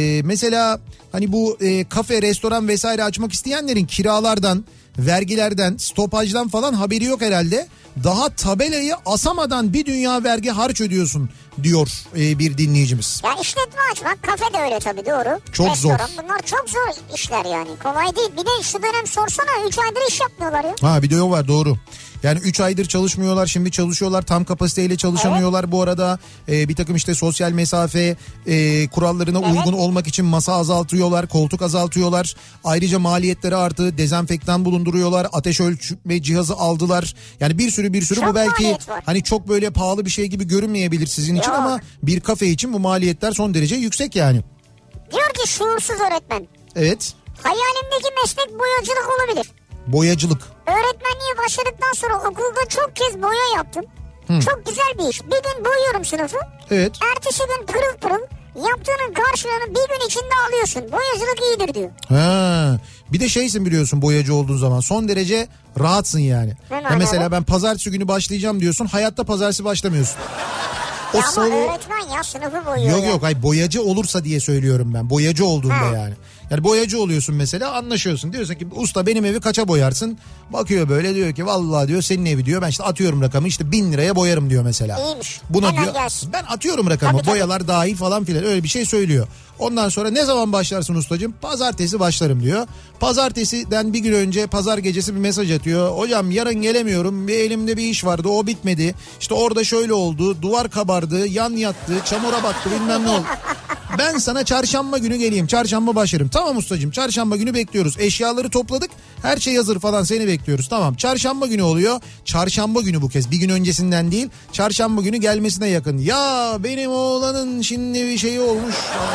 mesela hani bu e, kafe, restoran vesaire açmak isteyenlerin kiralardan, vergilerden, stopajdan falan haberi yok herhalde. Daha tabelayı asamadan bir dünya vergi harç ödüyorsun diyor e, bir dinleyicimiz. Ya işletme açmak, kafe de öyle tabii, doğru. Çok restoran, zor. Bunlar çok zor işler yani, kolay değil. Bir de şu dönem sorsana, üç aydır iş yapmıyorlar ya. Ha bir de o var, doğru. Yani üç aydır çalışmıyorlar, şimdi çalışıyorlar, tam kapasiteyle çalışamıyorlar. Evet. Bu arada e, bir takım işte sosyal mesafe e, kurallarına evet. uygun olmak için masa azaltıyorlar, koltuk azaltıyorlar. Ayrıca maliyetleri arttı, dezenfektan bulunduruyorlar, ateş ölçme cihazı aldılar. Yani bir sürü bir sürü çok bu belki hani çok böyle pahalı bir şey gibi görünmeyebilir sizin için. Yok. Ama bir kafe için bu maliyetler son derece yüksek yani. Diyor ki şuursuz öğretmen. Evet. Hayalimdeki meslek boyacılık olabilir. Boyacılık. Öğretmenliğe başladıktan sonra okulda çok kez boya yaptım. Hı. Çok güzel bir iş. Bir gün boyuyorum sınıfı. Evet. Ertesi gün pırıl pırıl yaptığının karşılığını bir gün içinde alıyorsun. Boyacılık iyidir diyor. Ha. Bir de şeysin biliyorsun, boyacı olduğun zaman son derece rahatsın yani. Ya mesela ben pazartesi günü başlayacağım diyorsun, hayatta pazartesi başlamıyorsun. O ya salı... ama öğretmen ya sınıfı boyuyor. Yok ya. yok hayır, boyacı olursa diye söylüyorum ben. Boyacı olduğunda ha. yani. Yani boyacı oluyorsun mesela, anlaşıyorsun. Diyorsun ki usta benim evi kaça boyarsın? Bakıyor böyle, diyor ki vallahi diyor senin evi diyor. Ben işte atıyorum rakamı, işte bin liraya boyarım diyor mesela. İyiymiş. Buna hemen diyor gelsin. Ben atıyorum rakamı, tabii, boyalar tabii. dahil falan filan, öyle bir şey söylüyor. Ondan sonra ne zaman başlarsın ustacığım? Pazartesi başlarım diyor. Pazartesiden bir gün önce pazar gecesi bir mesaj atıyor. Hocam yarın gelemiyorum, bir elimde bir iş vardı, o bitmedi. İşte orada şöyle oldu, duvar kabardı, yan yattı, çamura battı, bilmem ne oldu. Ben sana çarşamba günü geleyim, çarşamba başlarım. Tamam ustacığım, çarşamba günü bekliyoruz. Eşyaları topladık, her şey hazır falan, seni bekliyoruz. Tamam, çarşamba günü oluyor. Çarşamba günü bu kez, bir gün öncesinden değil. Çarşamba günü gelmesine yakın. Ya benim oğlanın şimdi bir şeyi olmuş.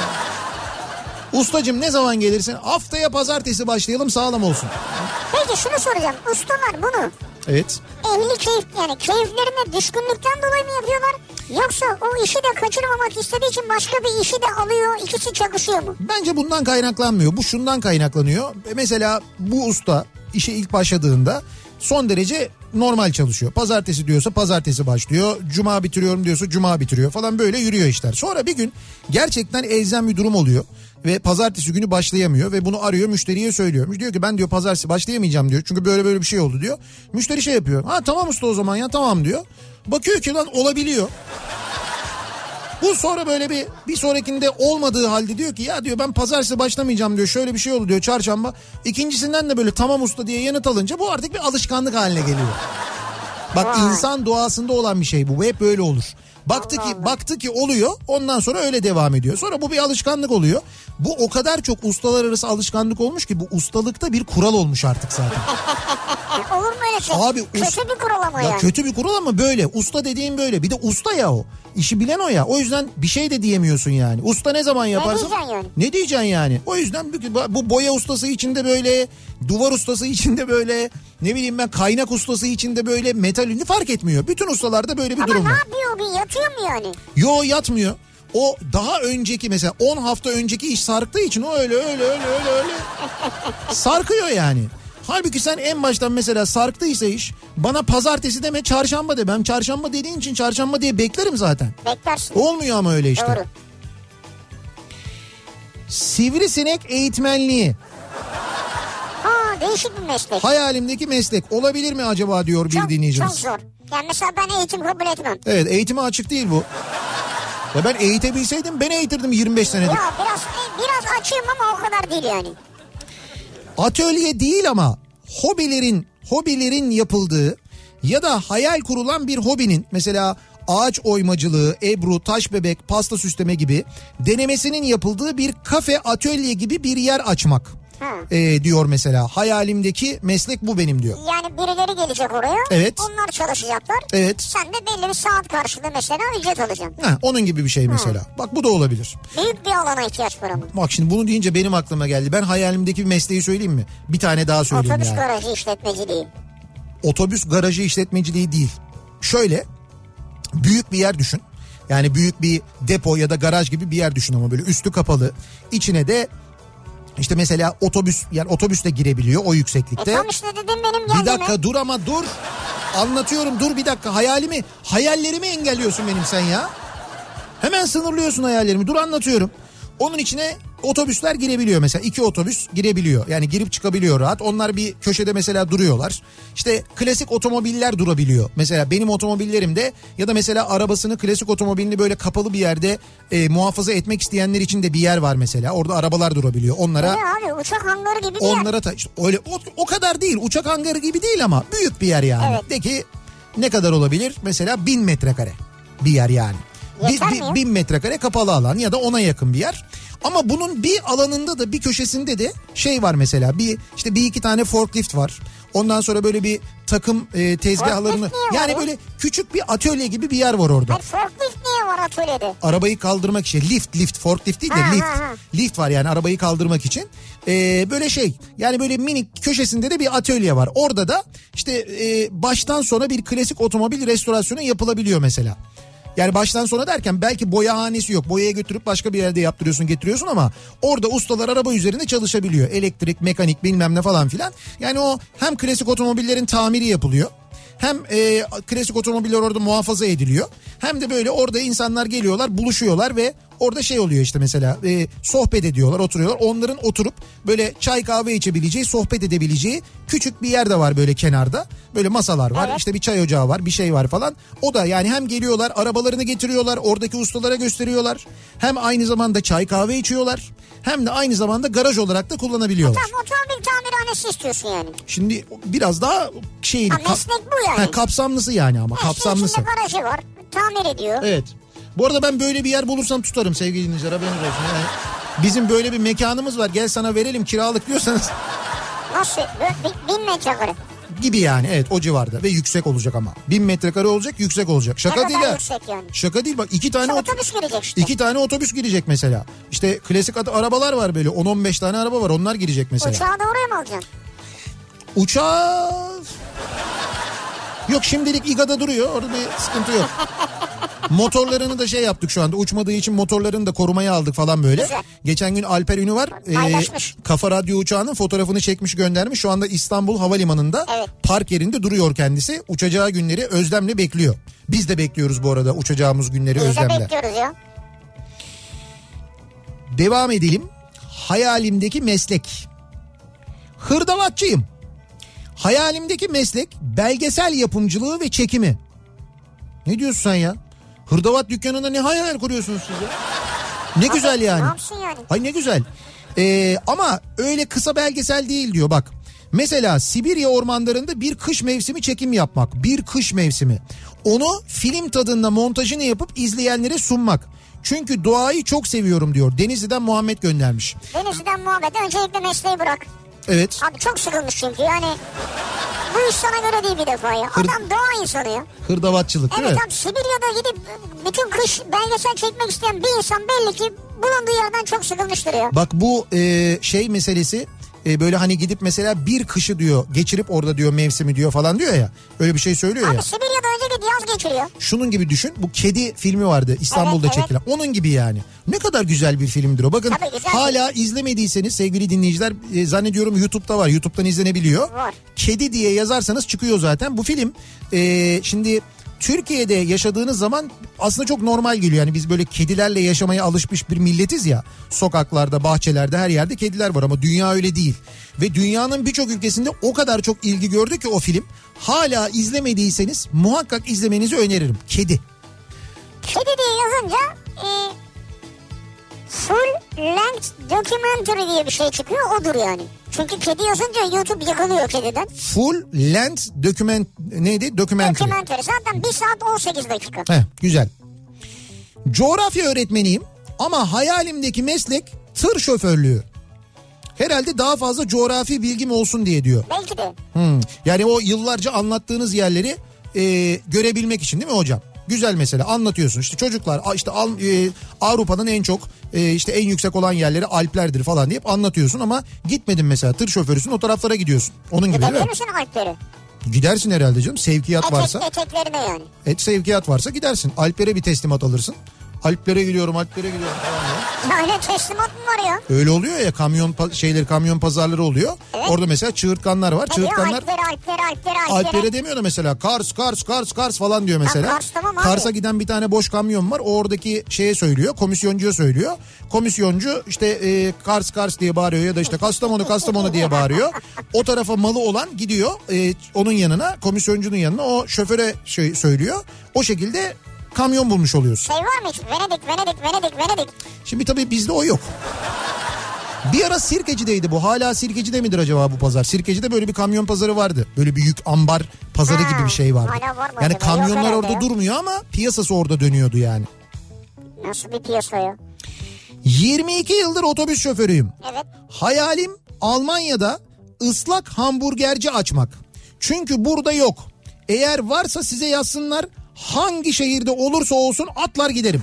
Ustacığım ne zaman gelirsin? Haftaya pazartesi başlayalım, sağlam olsun. Peki şunu soracağım. Ustalar bunu evet. ehli keyif, yani keyiflerine düşkünlükten dolayı mı yapıyorlar? Yoksa o işi de kaçırmamak istediği için başka bir işi de alıyor, ikisi çakışıyor mu? Bence bundan kaynaklanmıyor. Bu şundan kaynaklanıyor. Mesela bu usta işe ilk başladığında son derece normal çalışıyor. Pazartesi diyorsa pazartesi başlıyor. Cuma bitiriyorum diyorsa cuma bitiriyor falan, böyle yürüyor işler. Sonra bir gün gerçekten elzem bir durum oluyor ve pazartesi günü başlayamıyor ve bunu arıyor, müşteriye söylüyor. Diyor ki ben diyor pazartesi başlayamayacağım diyor. Çünkü böyle böyle bir şey oldu diyor. Müşteri şey yapıyor. Ha tamam usta o zaman ya, tamam diyor. Bakıyor ki lan olabiliyor. Bu sonra böyle bir bir sonrakinde olmadığı halde diyor ki ya diyor ben pazartesi başlamayacağım diyor. Şöyle bir şey oldu diyor çarşamba. İkincisinden de böyle tamam usta diye yanıt alınca bu artık bir alışkanlık haline geliyor. Bak insan doğasında olan bir şey bu. Bu hep böyle olur. Baktı ki baktı ki oluyor, ondan sonra öyle devam ediyor. Sonra bu bir alışkanlık oluyor. Bu o kadar çok ustalar arası alışkanlık olmuş ki bu ustalıkta bir kural olmuş artık zaten. Olur mu öyle şey? Abi, kötü us- bir kural ama ya yani. Kötü bir kural ama böyle. Usta dediğin böyle. Bir de usta ya o. İşi bilen o ya. O yüzden bir şey de diyemiyorsun yani. Usta ne zaman yaparsın? Ne diyeceksin yani? Ne diyeceksin yani? O yüzden bu boya ustası içinde böyle, duvar ustası içinde böyle, ne bileyim ben kaynak ustası içinde böyle, metal ünlü fark etmiyor. Bütün ustalarda böyle bir ama durum var. Ama ne yapıyor bir, yatıyor mu yani? Yo yatmıyor. O daha önceki mesela on hafta önceki iş sarktığı için o öyle öyle öyle öyle öyle sarkıyor yani. Halbuki sen en baştan mesela sarktıysa iş, bana pazartesi deme çarşamba de. Ben çarşamba dediğin için çarşamba diye beklerim zaten. Beklersin. Olmuyor ama öyle işte. Doğru. Sivrisinek eğitmenliği. Ha, değişik bir meslek. Hayalimdeki meslek olabilir mi acaba diyor bir çok, dinleyicimiz. Çok zor. Yani mesela ben eğitim kabul etmem. Evet, eğitime açık değil bu. Ya ben eğitebilseydim ben eğitirdim yirmi beş senedir. Ya biraz biraz açığım ama o kadar değil yani. Atölye değil ama hobilerin hobilerin yapıldığı ya da hayal kurulan bir hobinin, mesela ağaç oymacılığı, ebru, taş bebek, pasta süsleme gibi denemesinin yapıldığı bir kafe, atölye gibi bir yer açmak. Ee, diyor mesela. Hayalimdeki meslek bu benim diyor. Yani birileri gelecek oraya. Evet. Onlar çalışacaklar. Evet. Sen de belli bir saat karşılığı mesela ücret alacaksın. Heh, onun gibi bir şey mesela. Ha. Bak bu da olabilir. Büyük bir alana ihtiyaç var ama. Bak şimdi bunu deyince benim aklıma geldi. Ben hayalimdeki bir mesleği söyleyeyim mi? Bir tane daha söyleyeyim. Otobüs yani. garajı işletmeciliği. Otobüs garajı işletmeciliği değil. Şöyle büyük bir yer düşün. Yani büyük bir depo ya da garaj gibi bir yer düşün ama böyle üstü kapalı. İçine de İşte mesela otobüs, yani otobüs de girebiliyor o yükseklikte. E tam işte dedim benim geldiğime. Bir dakika dur ama dur. Anlatıyorum, dur bir dakika. Hayalimi, hayallerimi engelliyorsun benim sen ya. Hemen sınırlıyorsun hayallerimi. Dur anlatıyorum. Onun içine otobüsler girebiliyor mesela. İki otobüs girebiliyor. Yani girip çıkabiliyor rahat. Onlar bir köşede mesela duruyorlar. İşte klasik otomobiller durabiliyor. Mesela benim otomobillerimde ya da mesela arabasını, klasik otomobilini böyle kapalı bir yerde e, muhafaza etmek isteyenler için de bir yer var mesela. Orada arabalar durabiliyor. Onlara... Öyle abi, uçak hangarı gibi bir onlara yer. Ta, işte öyle, o, o kadar değil. Uçak hangarı gibi değil ama büyük bir yer yani. Evet. De ki ne kadar olabilir? Mesela bin metrekare bir yer yani. Bir, bir, bin metrekare kapalı alan ya da ona yakın bir yer. Ama bunun bir alanında da bir köşesinde de şey var mesela, bir işte bir iki tane forklift var. Ondan sonra böyle bir takım e, tezgahlarını, yani böyle küçük bir atölye gibi bir yer var orada. Hayır, forklift niye var atölyede? Arabayı kaldırmak için lift lift forklift değil de ha, lift. Ha, ha. Lift var yani arabayı kaldırmak için. Ee, böyle şey yani böyle minik köşesinde de bir atölye var. Orada da işte e, baştan sona bir klasik otomobil restorasyonu yapılabiliyor mesela. Yani baştan sona derken belki boyahanesi yok. Boyaya götürüp başka bir yerde yaptırıyorsun, getiriyorsun ama orada ustalar araba üzerinde çalışabiliyor. Elektrik, mekanik bilmem ne falan filan. Yani o hem klasik otomobillerin tamiri yapılıyor. Hem e, klasik otomobiller orada muhafaza ediliyor. Hem de böyle orada insanlar geliyorlar, buluşuyorlar ve orada şey oluyor işte mesela e, sohbet ediyorlar, oturuyorlar. Onların oturup böyle çay kahve içebileceği, sohbet edebileceği küçük bir yer de var böyle kenarda. Böyle masalar var, evet. İşte bir çay ocağı var, bir şey var falan. O da yani hem geliyorlar, arabalarını getiriyorlar, oradaki ustalara gösteriyorlar. Hem aynı zamanda çay kahve içiyorlar. Hem de aynı zamanda garaj olarak da kullanabiliyorlar. Tamam, otomobil tamirhanesi istiyorsun yani. Şimdi biraz daha şey... Ha, meslek bu yani. Ha, kapsamlısı yani ama ha, kapsamlısı. İçinde garajı var, tamir ediyor. Evet. Bu arada ben böyle bir yer bulursam tutarım sevgili dinleyiciler, haberiniz olsun. Yani bizim böyle bir mekanımız var, gel sana verelim kiralık diyorsanız. Nasıl? Bin metrekare. Gibi yani, evet o civarda ve yüksek olacak ama. Bin metrekare olacak, yüksek olacak. Şaka ne değil ha. Yani. Şaka değil bak, iki tane işte ot- otobüs girecek işte. İki tane otobüs girecek mesela. İşte klasik at- arabalar var böyle, on on beş tane araba var, onlar girecek mesela. Uçağı da oraya mı alacaksın? Uçağı... Yok şimdilik İGA'da duruyor, orada bir sıkıntı yok. Motorlarını da şey yaptık şu anda, uçmadığı için motorlarını da korumaya aldık falan böyle. Güzel. Geçen gün Alper Ünü var. E, Kafa Radyo uçağının fotoğrafını çekmiş göndermiş. Şu anda İstanbul Havalimanı'nda evet. Park yerinde duruyor kendisi. Uçacağı günleri özlemle bekliyor. Biz de bekliyoruz bu arada uçacağımız günleri Biz özlemle. Biz de bekliyoruz ya. Devam edelim. Hayalimdeki meslek. Hırdavatçıyım. Hayalimdeki meslek belgesel yapımcılığı ve çekimi. Ne diyorsun sen ya? Hırdavat dükkanında ne hayal kuruyorsunuz siz ya? Ne Abi, güzel yani. Ne yapsın yani? Ay ne güzel. Ee, ama öyle kısa belgesel değil diyor bak. Mesela Sibirya ormanlarında bir kış mevsimi çekim yapmak. Bir kış mevsimi. Onu film tadında montajını yapıp izleyenlere sunmak. Çünkü doğayı çok seviyorum diyor. Denizli'den Muhammed göndermiş. Denizli'den Muhammed, öncelikle mesleği bırak. Evet. Abi çok sıkılmış çünkü yani bu iş sana göre değil bir defa ya. Hır... Adam doğa insanı ya. Hırdavatçılık değil evet, mi? Evet abi, Sibirya'da gidip bütün kış belgesel çekmek isteyen bir insan belli ki bulunduğu yerden çok sıkılmıştır ya. Bak bu e, şey meselesi e, böyle hani gidip mesela bir kışı diyor geçirip orada diyor mevsimi diyor falan diyor ya. Öyle bir şey söylüyor abi, ya. Abi Sibirya'da önce git yaz geçiriyor. Şunun gibi düşün, bu Kedi filmi vardı İstanbul'da evet, çekilen. Evet. Onun gibi yani. Ne kadar güzel bir filmdir o. Bakın hala film. izlemediyseniz sevgili dinleyiciler e, zannediyorum YouTube'da var. YouTube'dan izlenebiliyor. Var. Kedi diye yazarsanız çıkıyor zaten. Bu film e, şimdi Türkiye'de yaşadığınız zaman aslında çok normal geliyor. Yani biz böyle kedilerle yaşamaya alışmış bir milletiz ya. Sokaklarda, bahçelerde, her yerde kediler var ama dünya öyle değil. Ve dünyanın birçok ülkesinde o kadar çok ilgi gördü ki o film. Hala izlemediyseniz muhakkak izlemenizi öneririm. Kedi. Kedi diye yazınca e, full length documentary diye bir şey çıkıyor, odur yani. Çünkü kedi yazınca YouTube yıkılıyor kediden. Full length document neydi? Documentary. Documentary zaten bir saat on sekiz dakika. Heh, güzel. Coğrafya öğretmeniyim ama hayalimdeki meslek tır şoförlüğü. Herhalde daha fazla coğrafi bilgim olsun diye diyor. Belki de. Hmm. Yani o yıllarca anlattığınız yerleri e, görebilmek için değil mi hocam? Güzel mesela, anlatıyorsun işte çocuklar işte e, Avrupa'nın en çok e, işte en yüksek olan yerleri Alplerdir falan deyip anlatıyorsun ama gitmedin mesela, tır şoförüsün, o taraflara gidiyorsun. Onun gibi değil mi? Gidebilir misin Alplere? Gidersin herhalde canım, sevkiyat Etek, varsa. Eteklerine yani. Et sevkiyat varsa gidersin. Alplere bir teslimat alırsın. Alplere gidiyorum, Alplere gidiyorum falan diye. Ya öyle teslimat mı var ya? Öyle oluyor ya, kamyon pa- şeyleri, kamyon pazarları oluyor. Evet. Orada mesela çığırtkanlar var. Ne Çığırtkanlar diyor? Alplere, Alplere, Alplere, Alplere. Alplere demiyor da mesela Kars, Kars, Kars, Kars falan diyor mesela. Ya Kars tamam abi. Kars'a giden bir tane boş kamyon var. O oradaki şeye söylüyor, komisyoncuya söylüyor. Komisyoncu işte e, Kars, Kars diye bağırıyor ya da işte Kastamonu, Kastamonu diye bağırıyor. O tarafa malı olan gidiyor e, onun yanına, komisyoncunun yanına, o şoföre şey söylüyor. O şekilde kamyon bulmuş oluyorsun. Şey var mı hiç? Venedik, Venedik, Venedik, Venedik. Şimdi tabii bizde o yok. Bir ara Sirkeci'deydi bu. Hala Sirkeci'de midir acaba bu pazar? Sirkeci'de böyle bir kamyon pazarı vardı. Böyle bir yük ambar pazarı ha, gibi bir şey vardı. Hala var mı yani acaba? kamyonlar orada ya. durmuyor ama piyasası orada dönüyordu yani. Nasıl bir piyasa ya? yirmi iki yıldır otobüs şoförüyüm. Evet. Hayalim Almanya'da ıslak hamburgerci açmak. Çünkü burada yok. Eğer varsa size yazsınlar. Hangi şehirde olursa olsun atlar giderim.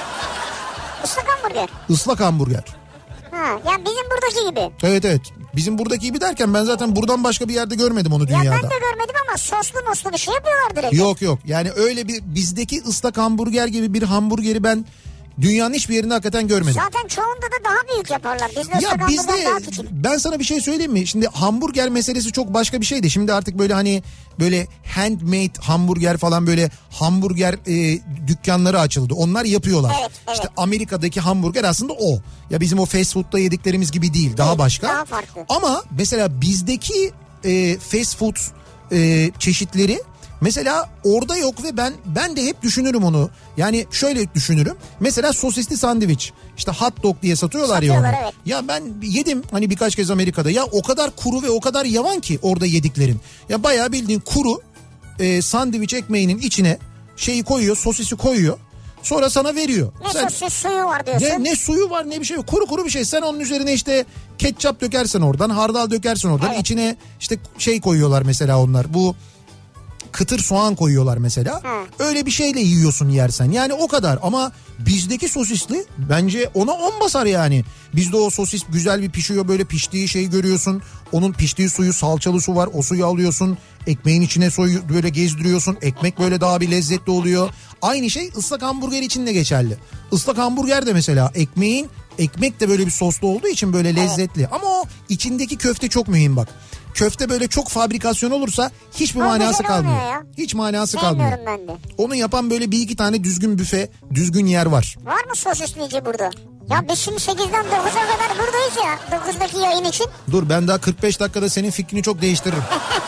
Islak hamburger. Islak hamburger. Ha, yani bizim buradaki gibi. Evet evet. Bizim buradaki gibi derken ben zaten buradan başka bir yerde görmedim onu dünyada. Ya ben de görmedim ama soslu moslu bir şey yapıyorlar direkt. Yok yok. Yani öyle bir bizdeki ıslak hamburger gibi bir hamburgeri ben dünyanın hiçbir yerinde hakikaten görmedim. Zaten çoğunda da daha büyük yaparlar. Bizde ıslak ya hamburger bizde, daha küçük. ben sana bir şey söyleyeyim mi? Şimdi hamburger meselesi çok başka bir şeydi. Şimdi artık böyle hani böyle handmade hamburger falan, böyle hamburger e, dükkanları açıldı. Onlar yapıyorlar. Evet, evet. İşte Amerika'daki hamburger aslında o. Ya bizim o fast food'da yediklerimiz gibi değil. Daha başka. Daha farklı. Ama mesela bizdeki e, fast food e, çeşitleri mesela orada yok ve ben ben de hep düşünürüm onu. Yani şöyle düşünürüm. Mesela sosisli sandviç. İşte hot dog diye satıyorlar, satıyorlar ya onu. Evet. Ya ben yedim hani birkaç kez Amerika'da. Ya o kadar kuru ve o kadar yavan ki orada yediklerim. Ya bayağı bildiğin kuru e, sandviç ekmeğinin içine şeyi koyuyor, sosisi koyuyor. Sonra sana veriyor. Ne Sen, sosis suyu var diyorsun. Ne, ne suyu var ne bir şey yok. Kuru kuru bir şey. Sen onun üzerine işte ketçap dökersen oradan, hardal dökersen oradan. Evet. İçine işte şey koyuyorlar mesela onlar. Bu kıtır soğan koyuyorlar mesela. Hı. Öyle bir şeyle yiyorsun yersen. Yani o kadar. Ama bizdeki sosisli bence ona on basar yani. Bizde o sosis güzel bir pişiyor, böyle piştiği şeyi görüyorsun. Onun piştiği suyu, salçalı su var. O suyu alıyorsun. Ekmeğin içine soyu böyle gezdiriyorsun. Ekmek böyle daha bir lezzetli oluyor. Aynı şey ıslak hamburger için de geçerli. Islak hamburger de mesela ekmeğin ekmek de böyle bir soslu olduğu için böyle lezzetli. Evet. Ama o içindeki köfte çok mühim bak. Köfte böyle çok fabrikasyon olursa hiçbir o manası kalmıyor. Ya. Hiç manası Sevmiyorum kalmıyor. ben de. Onu yapan böyle bir iki tane düzgün büfe, düzgün yer var. Var mı sosislici burada? Ya biz şimdi sekizden dokuza kadar buradayız ya. dokuzdaki yayın için. Dur ben daha kırk beş dakikada senin fikrini çok değiştiririm.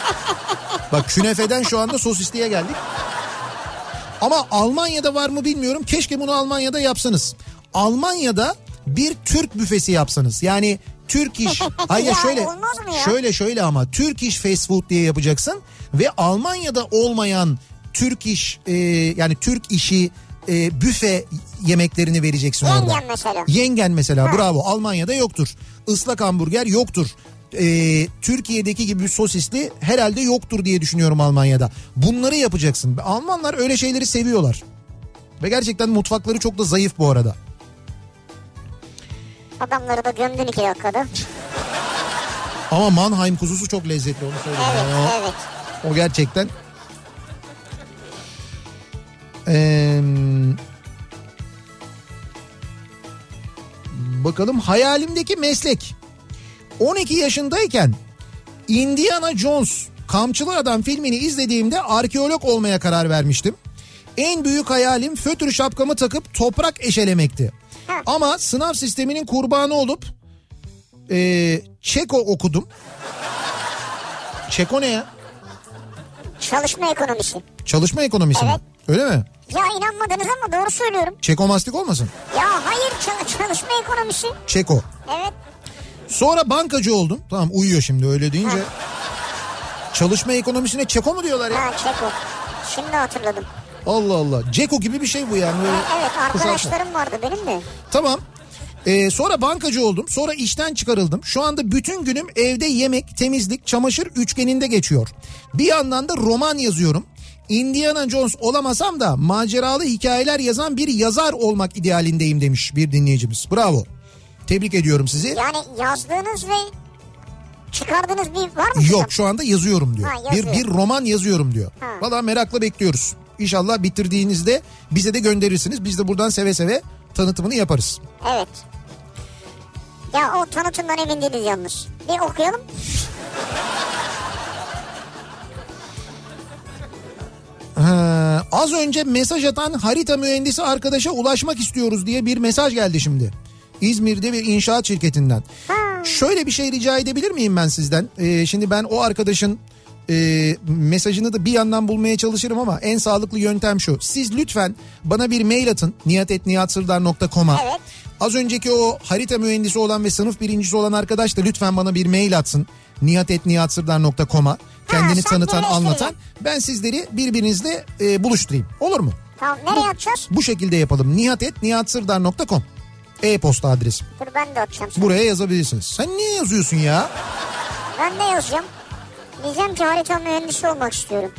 Bak künefeden şu anda sosisliğe geldik. Ama Almanya'da var mı bilmiyorum. Keşke bunu Almanya'da yapsanız. Almanya'da bir Türk büfesi yapsanız. Yani Türk iş. Hayır ya şöyle. ya? Şöyle şöyle ama Türk iş fast food diye yapacaksın ve Almanya'da olmayan Türk iş e, yani Türk işi e, büfe yemeklerini vereceksin Yengen orada. Yengen mesela. Yengen mesela ha. Bravo. Almanya'da yoktur. Islak hamburger yoktur. Ee, Türkiye'deki gibi sosisli herhalde yoktur diye düşünüyorum Almanya'da. Bunları yapacaksın. Almanlar öyle şeyleri seviyorlar. Ve gerçekten mutfakları çok da zayıf bu arada. Adamları da gömdün iki dakikada. Ama Mannheim kuzusu çok lezzetli, onu söyleyeyim. Evet, yani o, evet. O gerçekten. Ee, bakalım hayalimdeki meslek. on iki yaşındayken Indiana Jones Kamçılı Adam filmini izlediğimde arkeolog olmaya karar vermiştim. En büyük hayalim fötr şapkamı takıp toprak eşelemekti. Ha. Ama sınav sisteminin kurbanı olup e, Çeko okudum. Çeko ne ya? Çalışma ekonomisi. Çalışma ekonomisi Evet. mi? Öyle mi? Ya inanmadınız ama doğru söylüyorum. Çekomastik olmasın? Ya hayır çal- çalışma ekonomisi. Çeko. Evet. Sonra bankacı oldum. Tamam uyuyor şimdi öyle deyince. Ha. Çalışma ekonomisine Çeko mu diyorlar ya? Ha Çeko. Şimdi hatırladım. Allah Allah. Ceko gibi bir şey bu yani. Böyle Ha, evet kısaltma. arkadaşlarım vardı benim de. Tamam. Ee, sonra bankacı oldum. Sonra işten çıkarıldım. Şu anda bütün günüm evde yemek, temizlik, çamaşır üçgeninde geçiyor. Bir yandan da roman yazıyorum. Indiana Jones olamasam da maceralı hikayeler yazan bir yazar olmak idealindeyim demiş bir dinleyicimiz. Bravo. Tebrik ediyorum sizi. Yani yazdığınız ve çıkardığınız bir var mı? Yok şu anda yazıyorum diyor. Ha, bir yazıyor. bir roman yazıyorum diyor. Ha. Valla merakla bekliyoruz. İnşallah bitirdiğinizde bize de gönderirsiniz. Biz de buradan seve seve tanıtımını yaparız. Evet. Ya o tanıtımdan emin değiliz yalnız. Bir okuyalım. Ha, az önce mesaj atan harita mühendisi arkadaşa ulaşmak istiyoruz diye bir mesaj geldi şimdi. İzmir'de bir inşaat şirketinden. Ha. Şöyle bir şey rica edebilir miyim ben sizden? Ee, şimdi ben o arkadaşın e, mesajını da bir yandan bulmaya çalışırım ama en sağlıklı yöntem şu. Siz lütfen bana bir mail atın nihat et nihat sırdar nokta com'a. Evet. Az önceki o harita mühendisi olan ve sınıf birincisi olan arkadaş da lütfen bana bir mail atsın. nihat et nihat sırdar nokta com'a. Kendini sen tanıtan, birleştirin. anlatan. Ben sizleri birbirinizle e, buluşturayım. Olur mu? Tamam nereye atacağız? Bu şekilde yapalım. nihat et nihat sırdar nokta com e-posta adresim. Dur ben de atacağım sana. Buraya yazabilirsiniz. Sen niye yazıyorsun ya? Ben de yazacağım. Diyeceğim ki harita mühendisi olmak istiyorum.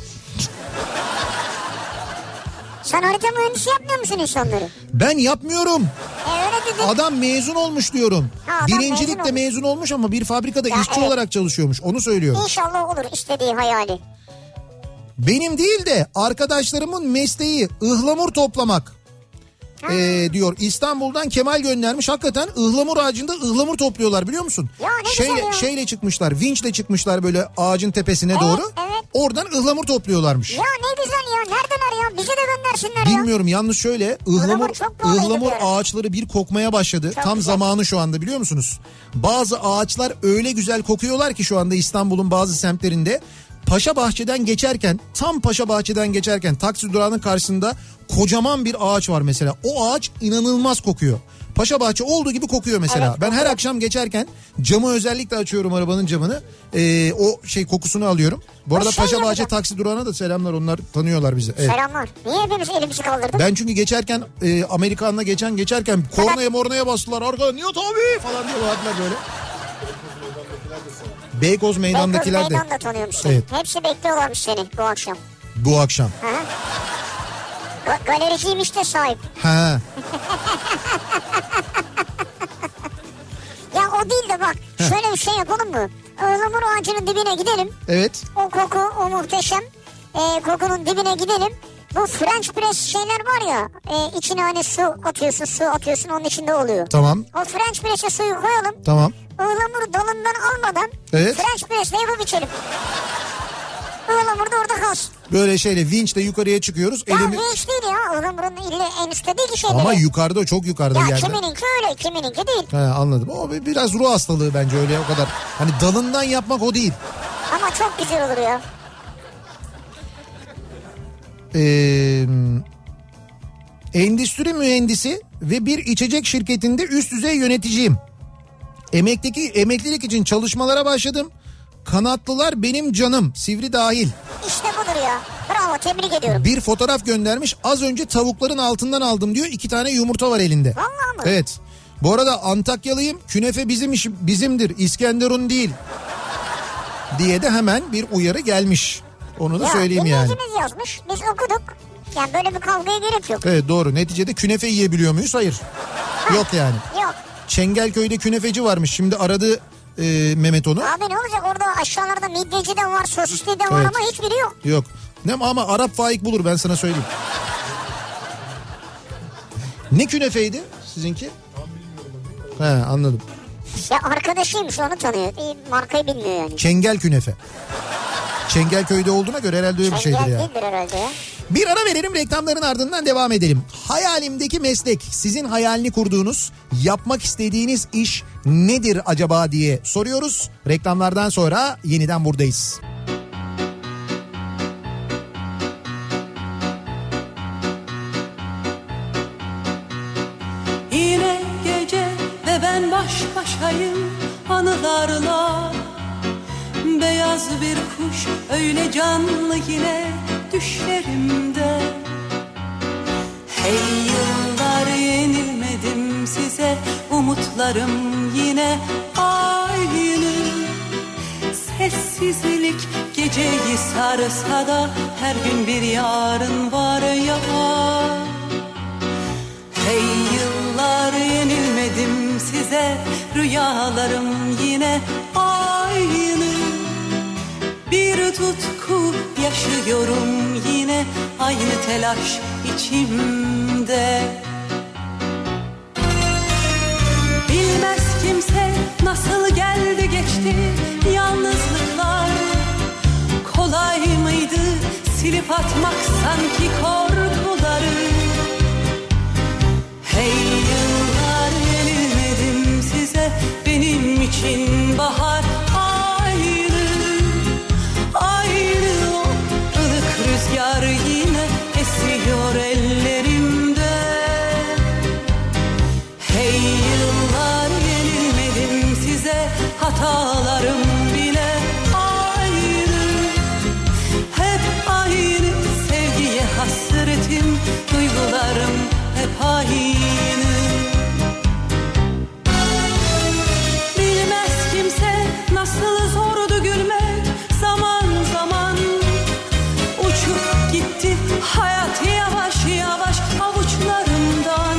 Sen harita mühendisi yapmıyor musun insanları? Ben yapmıyorum. E öyle dedin. Adam mezun olmuş diyorum. Ha, adam mezun Birincilikle olmuş. mezun olmuş ama bir fabrikada Ya, işçi evet. olarak çalışıyormuş. Onu söylüyorum. İnşallah olur istediği hayali. Benim değil de arkadaşlarımın mesleği ıhlamur toplamak. Ee, diyor İstanbul'dan Kemal göndermiş. Hakikaten ıhlamur ağacında ıhlamur topluyorlar biliyor musun? Ya ne şeyle, güzel ya. Şeyle çıkmışlar, vinçle çıkmışlar böyle ağacın tepesine Evet, doğru. evet. Oradan ıhlamur topluyorlarmış. Ya ne güzel ya. Neredeler ya? Bize de göndersinler ya. Bilmiyorum yalnız şöyle ıhlamur, Ihlamur çok pahalıydı ıhlamur bir ara. ağaçları bir kokmaya başladı. Çok Tam güzel. zamanı şu anda biliyor musunuz? Bazı ağaçlar öyle güzel kokuyorlar ki şu anda İstanbul'un bazı semtlerinde. Paşa Bahçe'den geçerken tam Paşa Bahçe'den geçerken taksi durağının karşısında kocaman bir ağaç var mesela. O ağaç inanılmaz kokuyor. Paşa Bahçe olduğu gibi kokuyor mesela. Evet, ben her kokuyor. akşam geçerken camı özellikle açıyorum arabanın camını. Ee, o şey kokusunu alıyorum. Bu arada şey Paşa Bahçe yapacağım. taksi durağına da selamlar, onlar tanıyorlar bizi. Evet. Selamlar. Niye hepimiz elimizi kaldırdık? Ben çünkü geçerken e, Amerikan'la geçen geçerken kornaya mornaya bastılar. Arkada Nihat abi falan diye bağırdılar böyle. Beykoz Beykoz meydandakiler de Meydan da tanıyormuş seni. Evet. Hepsi bekliyorlarmış seni bu akşam. bu akşam. Hı hı. Ga- galericiymiş de sahip. Ha. Ya o değil de bak şöyle bir şey yapalım mı? Ihlamur ağacının dibine gidelim. Evet. O koku o muhteşem e, kokunun dibine gidelim. Bu French press şeyler var ya e, içine hani su atıyorsun su atıyorsun onun içinde oluyor. Tamam. O French press'e suyu koyalım. Tamam. Ihlamuru dalından almadan Evet. French press'le yapıp içelim. Ihlamur da orada kalsın. Böyle şeyle vinçle yukarıya çıkıyoruz. Ya Elimi... hiç değil ya. Ihlamurun ille en üstte değil ki şeyleri. Ama yukarıda, çok yukarıda Ya yerde. kimininki öyle kimininki değil. He, anladım. O biraz ruh hastalığı bence, öyle o kadar. Hani dalından yapmak o değil. Ama çok güzel olur ya. Ee, endüstri mühendisi ve bir içecek şirketinde üst düzey yöneticiyim. Emekteki emeklilik için çalışmalara başladım. Kanatlılar benim canım, Sivri dahil. İşte budur ya. Bravo, tebrik ediyorum. Bir fotoğraf göndermiş. Az önce tavukların altından aldım diyor. İki tane yumurta var elinde. Vallahi mı? Evet. Bu arada Antakyalıyım. Künefe bizim iş, bizimdir. İskenderun değil. Diye de hemen bir uyarı gelmiş. Onu da Ya, söyleyeyim yani. dinleyicimiz yazmış. Biz okuduk. Yani böyle bir kavgaya gerek yok. Evet, doğru. Neticede künefe yiyebiliyor muyuz? Hayır. Yok yani. Yok. Çengelköy'de künefeci varmış. Şimdi aradı e, Mehmet onu. Abi ne olacak, orada aşağılarda midyeci de var, sosisli de var Evet. ama hiçbiri yok. Yok. Ne ama Arap Faik bulur, ben sana söyleyeyim. Ne künefeydi sizinki? He, anladım. Ya arkadaşıymış, onu tanıyor. E, markayı bilmiyor yani. Çengel künefe. Çengelköy'de olduğuna göre herhalde öyle bir şeydir Çengel ya. değildir herhalde ya. Bir ara verelim, reklamların ardından devam edelim. Hayalimdeki meslek, sizin hayalini kurduğunuz, yapmak istediğiniz iş nedir acaba diye soruyoruz. Reklamlardan sonra yeniden buradayız. Yine gece ve ben baş başayım anılarla. Beyaz bir kuş öyle canlı yine düşlerimde. Hey yıllar yenilmedim size, umutlarım yine aynı. Sessizlik geceyi sarsa da her gün bir yarın var ya. Hey yıllar yenilmedim size, rüyalarım yine aynı. Bir tutku yaşıyorum yine, aynı telaş içimde. Bilmez kimse nasıl geldi geçti yalnızlıklar. Kolay mıydı silip atmak sanki korkuları. Hey yıllar yenilmedim size, benim için bahar aynı. Aynı o ılık rüzgar yine esiyor ellerimde. Hey yıllar yenilmedim size, hatalarım bile aynı. Hep aynı, sevgiye hasretim, duygularım hep aynı. Bilmez kimse nasıl zordu gülmek zaman zaman. Uçup gitti hayat yavaş yavaş avuçlarımdan.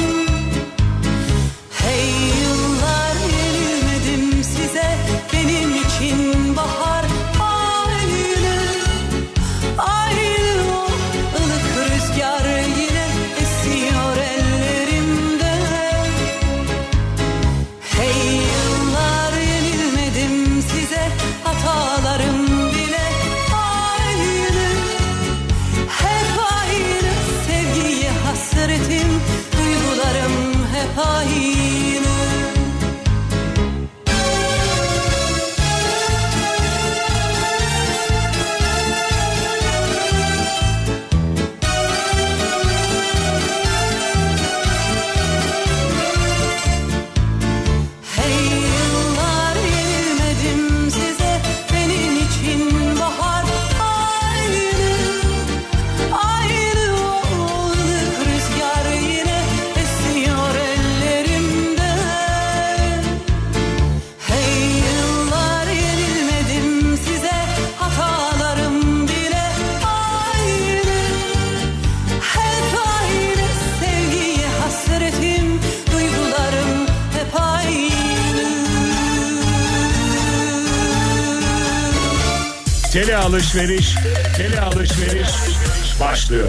Hey yıllar yenilmedim size, benim için bahar aynı. Aynı o ılık rüzgar yine esiyor ellerimde. Hey yıllar yenilmedim size, hatalarım bile aynı. Hep aynı, sevgiye hasretim, duygularım hep aynı. Hey yıllar yenilmedim size, benim için bahar aynı. Aynı o ılık rüzgar yine esiyor ellerimde. Hey yıllar yenilmedim size, hatalarım bile aynı. Hep aynı, sevgiye hasretim, duygularım hep aynı. Tele alışveriş, tele alışveriş başlıyor.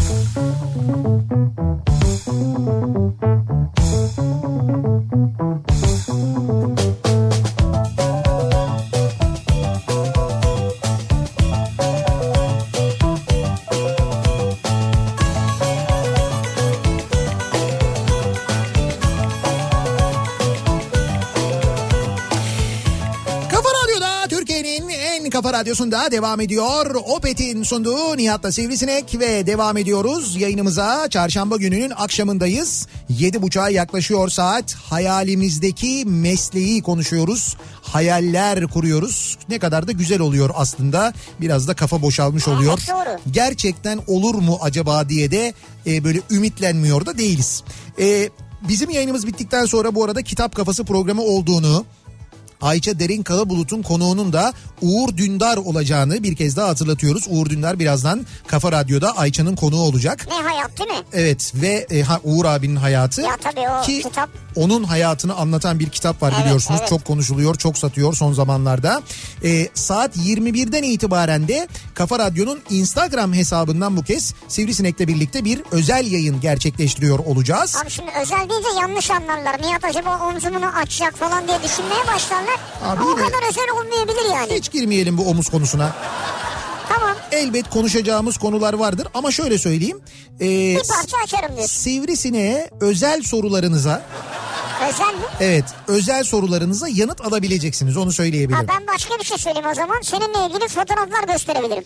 Kafa Radyo'da, Türkiye'nin en kafa radyosunda devam ediyor. Opet'in sunduğu Nihat'la Sivrisinek ve devam ediyoruz yayınımıza. Çarşamba gününün akşamındayız. Yedi buçuğa yaklaşıyor saat. Hayalimizdeki mesleği konuşuyoruz. Hayaller kuruyoruz. Ne kadar da güzel oluyor aslında. Biraz da kafa boşalmış oluyor. Evet, doğru. Gerçekten olur mu acaba diye de e, böyle ümitlenmiyor da değiliz. E, bizim yayınımız bittikten sonra bu arada Kitap Kafası programı olduğunu, Ayça Derin Kalabulut'un konuğunun da Uğur Dündar olacağını bir kez daha hatırlatıyoruz. Uğur Dündar birazdan Kafa Radyo'da Ayça'nın konuğu olacak. Ne hayat değil mi? Evet ve e, ha, Uğur abinin hayatı. Ya tabii o ki kitap. onun hayatını anlatan bir kitap var, Evet, biliyorsunuz. evet. Çok konuşuluyor, çok satıyor son zamanlarda. E, saat yirmi birden itibaren de Kafa Radyo'nun Instagram hesabından bu kez Sivrisinek'le birlikte bir özel yayın gerçekleştiriyor olacağız. Abi şimdi özel deyince yanlış anlarlar. Nihat acaba omzumunu açacak falan diye düşünmeye başlarlar. Abi o yine- kadar özel olmayabilir yani. Hiç girmeyelim bu omuz konusuna. Tamam. elbet konuşacağımız konular vardır ama şöyle söyleyeyim. E, Bir parça açarım diyorsun. Sivrisineğe özel sorularınıza... Özel mi? Evet, özel sorularınıza yanıt alabileceksiniz, onu söyleyebilirim. Ha, ben başka bir şey söyleyeyim o zaman. Seninle ilgili fotoğraflar gösterebilirim.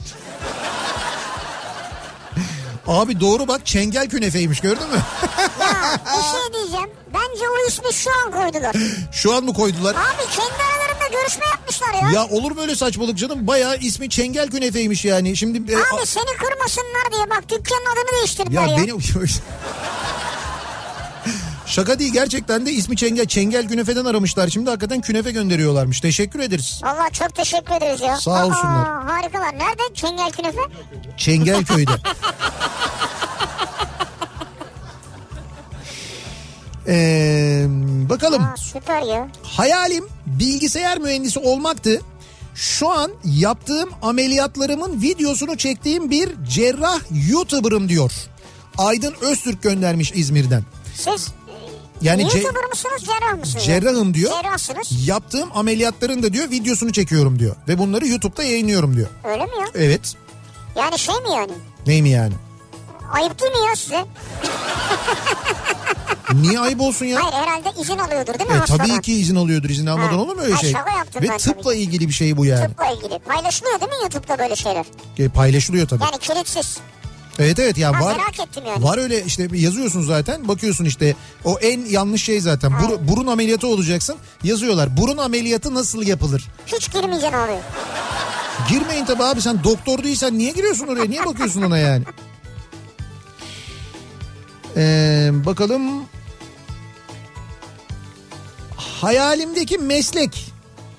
Abi doğru bak, çengel künefeymiş, gördün mü? Ya bir şey diyeceğim. Bence o ismi şu an koydular. Şu an mı koydular? Abi kendi aralarında görüşme yapmışlar ya. Ya olur mu öyle saçmalık canım? Bayağı ismi çengel künefeymiş yani. Şimdi e, Abi seni kırmasınlar diye bak dükkanın adını değiştirdiler ya. ya benim şaka değil, gerçekten de ismi Çengel. Çengel Künefe'den aramışlar. Şimdi hakikaten künefe gönderiyorlarmış. Teşekkür ederiz. Valla çok teşekkür ederiz ya. Sağ olsunlar. Aa, harikalar. Nerede Çengel Künefe? Çengelköy'de. ee, bakalım. Aa, süper ya. Hayalim bilgisayar mühendisi olmaktı. Şu an yaptığım ameliyatlarımın videosunu çektiğim bir cerrah YouTuber'ım diyor. Aydın Öztürk göndermiş İzmir'den. Siz Yani YouTuber ce- mısınız, cerrah mısınız? cerrahım diyor. Cerrahsınız. Yaptığım ameliyatların da diyor videosunu çekiyorum diyor. Ve bunları YouTube'da yayınlıyorum diyor. Öyle mi ya? Evet. Yani şey mi yani? Ney mi yani? Ayıp değil mi ya size? Niye ayıp olsun ya? Hayır, herhalde izin alıyordur değil mi E, hastadan? tabii ki izin alıyordur. İzin almadan Ha. olur mu öyle Ha, şey? şaka yaptım Ve ben tıpla tabii. ilgili bir şey bu yani. Tıpla ilgili. Paylaşılıyor değil mi YouTube'da böyle şeyler? E, paylaşılıyor tabii. Yani kilitsiz. Evet evet ya Ha, var. merak ettim yani. Var öyle işte, yazıyorsun zaten, bakıyorsun işte o en yanlış şey zaten. Bur- burun ameliyatı olacaksın, yazıyorlar. Burun ameliyatı nasıl yapılır? Hiç girmeyeceksin abi. Girmeyin tabii abi, sen doktor değilsen niye giriyorsun oraya? Niye bakıyorsun ona yani? Ee, bakalım. Hayalimdeki meslek.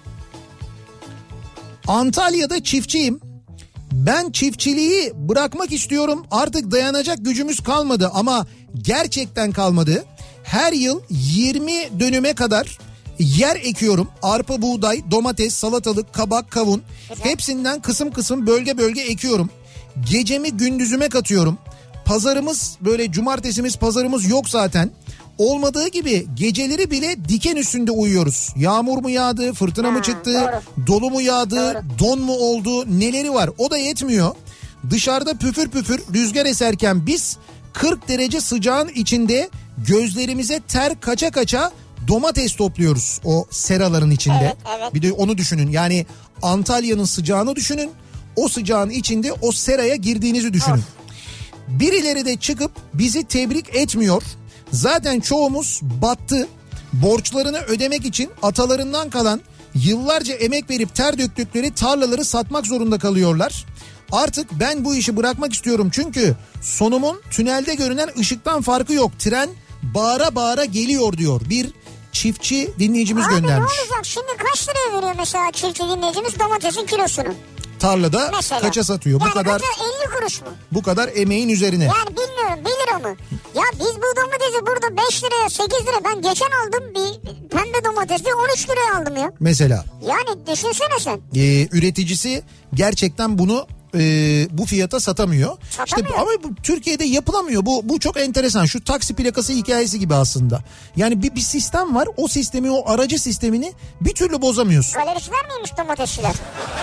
Antalya'da çiftçiyim. Ben çiftçiliği bırakmak istiyorum. Artık dayanacak gücümüz kalmadı ama gerçekten kalmadı. Her yıl yirmi dönüme kadar yer ekiyorum. Arpa, buğday, domates, salatalık, kabak, kavun. Hepsinden kısım kısım, bölge bölge ekiyorum. Gecemi gündüzüme katıyorum. Pazarımız böyle, cumartesimiz pazarımız yok zaten. Olmadığı gibi geceleri bile diken üstünde uyuyoruz. Yağmur mu yağdı, fırtına mı Ha, çıktı, doğru. dolu mu yağdı, Doğru. don mu oldu, neleri var, o da yetmiyor. Dışarıda püfür püfür rüzgar eserken biz kırk derece sıcağın içinde gözlerimize ter kaça kaça domates topluyoruz o seraların içinde. Evet, evet. Bir de onu düşünün, yani Antalya'nın sıcağını düşünün, o sıcağın içinde o seraya girdiğinizi düşünün. Of. Birileri de çıkıp bizi tebrik etmiyor. Zaten çoğumuz battı. Borçlarını ödemek için atalarından kalan, yıllarca emek verip ter döktükleri tarlaları satmak zorunda kalıyorlar. Artık ben bu işi bırakmak istiyorum çünkü sonumun tünelde görünen ışıktan farkı yok. Tren bağıra bağıra geliyor diyor bir çiftçi dinleyicimiz Abi göndermiş. ne olacak şimdi, kaç liraya veriyor mesela çiftçi dinleyicimiz domatesin kilosunu? Tarlada Mesela. kaça satıyor? Yani bu kadar kaça, elli kuruş mu? bu kadar emeğin üzerine. Yani bilmiyorum, bir lira mı? Ya biz bu domatesi burada beş liraya, sekiz lira, ben geçen aldım bir pembe domatesi on üç liraya aldım ya. Mesela. Yani düşünsene sen. Ee, üreticisi gerçekten bunu e, bu fiyata satamıyor. Satamıyor. İşte ama bu Türkiye'de yapılamıyor. Bu bu çok enteresan. Şu taksi plakası hikayesi gibi aslında. Yani bir bir sistem var. O sistemi, o aracı sistemini bir türlü bozamıyorsun. Galericiler miymiş domatesçiler?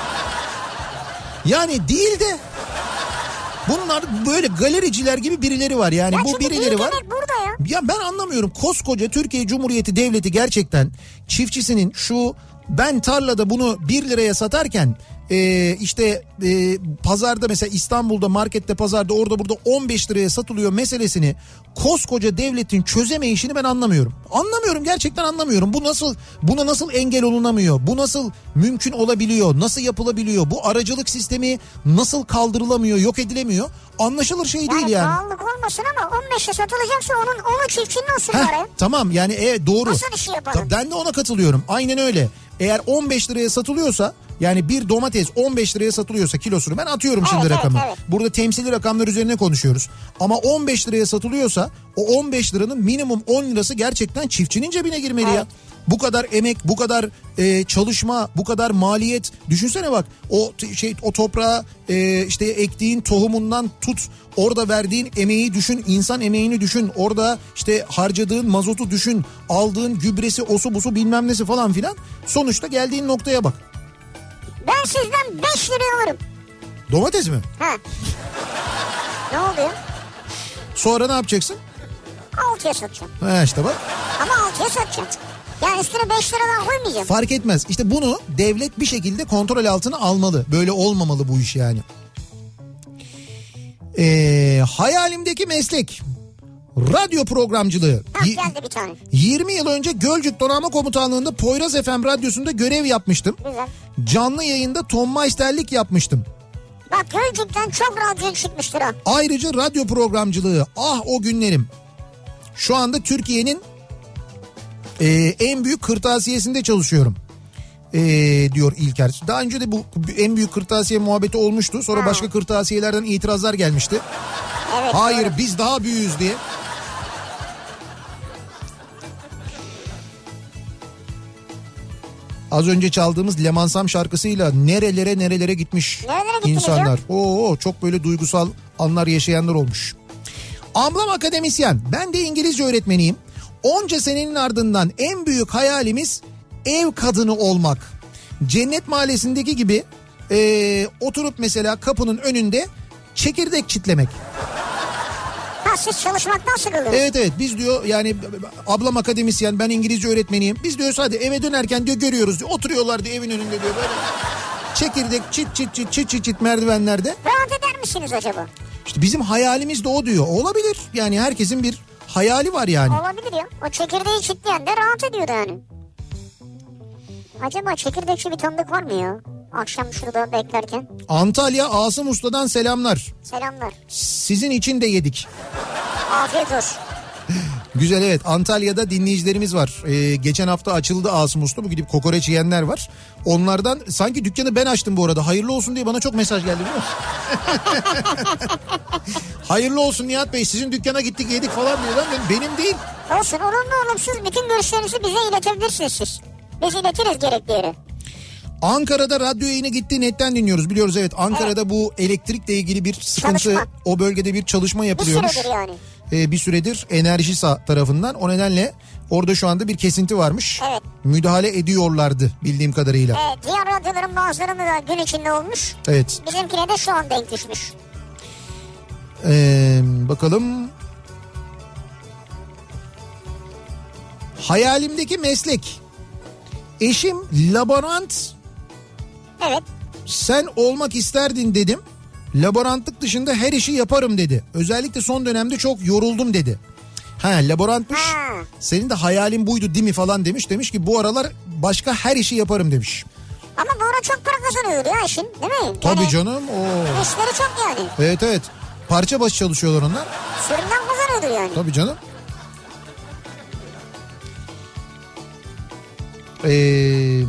Yani değil de bunlar böyle galericiler gibi birileri var. Yani Ya bu çünkü birileri büyük var. emek burada ya. Ya ben anlamıyorum. Koskoca Türkiye Cumhuriyeti Devleti gerçekten çiftçisinin şu, ben tarlada bunu bir liraya satarken e, işte e, pazarda mesela İstanbul'da markette, pazarda, orada burada on beş liraya satılıyor meselesini koskoca devletin çözemeyişini ben anlamıyorum. Anlamıyorum, gerçekten anlamıyorum. Bu nasıl, buna nasıl engel olunamıyor? Bu nasıl mümkün olabiliyor? Nasıl yapılabiliyor? Bu aracılık sistemi nasıl kaldırılamıyor, yok edilemiyor? Anlaşılır şey değil Yani yani. pahalılık olmasın ama on beşe satılacaksa onun onu çiftçinin olsun Heh, paraya. tamam yani e, doğru. Nasıl işi yapalım? Ta- Ben de ona katılıyorum. Aynen öyle. Eğer on beş liraya satılıyorsa, yani bir domates on beş liraya satılıyorsa kilosunu, ben atıyorum şimdi Evet, rakamı. evet, evet. Burada temsili rakamlar üzerine konuşuyoruz. Ama on beş liraya satılıyorsa o on beş liranın minimum on lirası gerçekten çiftçinin cebine girmeli ya. Evet. Bu kadar emek, bu kadar e, çalışma, bu kadar maliyet. Düşünsene bak, o t- şey o toprağa e, işte ektiğin tohumundan tut, orada verdiğin emeği düşün, insan emeğini düşün, orada işte harcadığın mazotu düşün, aldığın gübresi, osu busu bilmem nesi falan filan. Sonuçta geldiğin noktaya bak. Ben sizden beş liraya alırım. Domates mi? Ha. Ne oluyor? Sonra ne yapacaksın? altıya satacağım. Ha işte bak. Ama altıya satacağım. Yani üstüne beş lira daha koymayacağım. Fark etmez. İşte bunu devlet bir şekilde kontrol altına almalı. Böyle olmamalı bu iş yani. Ee, hayalimdeki meslek radyo programcılığı. Ha, geldi bir tane. yirmi yıl önce Gölcük Donanma Komutanlığı'nda Poyraz F M radyosunda görev yapmıştım. Güzel. Canlı yayında tonmaisterlik yapmıştım. Bak Gölcük'ten çok radyo çıkmıştır ha. Ayrıca radyo programcılığı, ah o günlerim. Şu anda Türkiye'nin e, en büyük kırtasiyesinde çalışıyorum. E, diyor İlker. Daha önce de bu en büyük kırtasiye muhabbeti olmuştu. Sonra ha. başka kırtasiyelerden itirazlar gelmişti. Evet, hayır doğru. Biz daha büyüğüz diye. Az önce çaldığımız Lemansam şarkısıyla nerelere nerelere gitmiş nerelere insanlar. Oo, çok böyle duygusal anlar yaşayanlar olmuş. Ablam akademisyen, ben de İngilizce öğretmeniyim. Onca senenin ardından en büyük hayalimiz ev kadını olmak. Cennet Mahallesi'ndeki gibi e, oturup mesela kapının önünde çekirdek çitlemek. Ha, siz çalışmaktan sıkılıyorsunuz. Evet evet, biz diyor yani ablam akademisyen, ben İngilizce öğretmeniyim. Biz diyor hadi eve dönerken diyor görüyoruz diyor. Oturuyorlar diyor evin önünde diyor böyle. Çekirdek çit çit çit çit çit çit merdivenlerde. Rahat eder misiniz acaba? İşte bizim hayalimiz de o diyor. Olabilir. Yani herkesin bir hayali var yani. Olabilir ya. O çekirdeği çitleyen de rahat ediyor yani. Acaba çekirdekçi bir tanıdık var mı ya? Akşam şurada beklerken. Antalya Asım Usta'dan selamlar. Selamlar. Sizin için de yedik. Afiyet olsun. Güzel, evet, Antalya'da dinleyicilerimiz var. Ee, geçen hafta açıldı Asım Usta. Bu gidip kokoreç yiyenler var. Onlardan sanki dükkanı ben açtım bu arada. Hayırlı olsun diye bana çok mesaj geldi biliyor musun? Hayırlı olsun Nihat Bey, sizin dükkana gittik yedik falan diyorlar. Benim değil. Olsun, olumlu olumsuz bütün görüşlerinizi bize iletebilirsiniz siz. Biz iletiriz gerekli yere. Ankara'da radyo yayını gitti, netten dinliyoruz biliyoruz, evet. Ankara'da evet. Bu elektrikle ilgili bir sıkıntı, çalışma. O bölgede bir çalışma yapılıyormuş. Bir süredir yani. Ee, bir süredir Enerjisa tarafından, o nedenle orada şu anda bir kesinti varmış. Evet. Müdahale ediyorlardı bildiğim kadarıyla. Evet, diğer radyoların bazılarında da gün içinde olmuş. Evet. Bizimkine de şu an denk düşmüş. Ee, bakalım. Hayalimdeki meslek. Eşim laborant. Evet. Sen olmak isterdin dedim. Laborantlık dışında her işi yaparım dedi. Özellikle son dönemde çok yoruldum dedi. Ha, laborantmış. Ha. Senin de hayalin buydu değil mi falan demiş. Demiş ki bu aralar başka her işi yaparım demiş. Ama bu ara çok para kazanıyor ya işin, değil mi? Tabii yani, canım. Oo. İşleri çok yani. Evet evet. Parça başı çalışıyorlar onlar. Sürümden kazanıyordur yani. Tabii canım. Eee...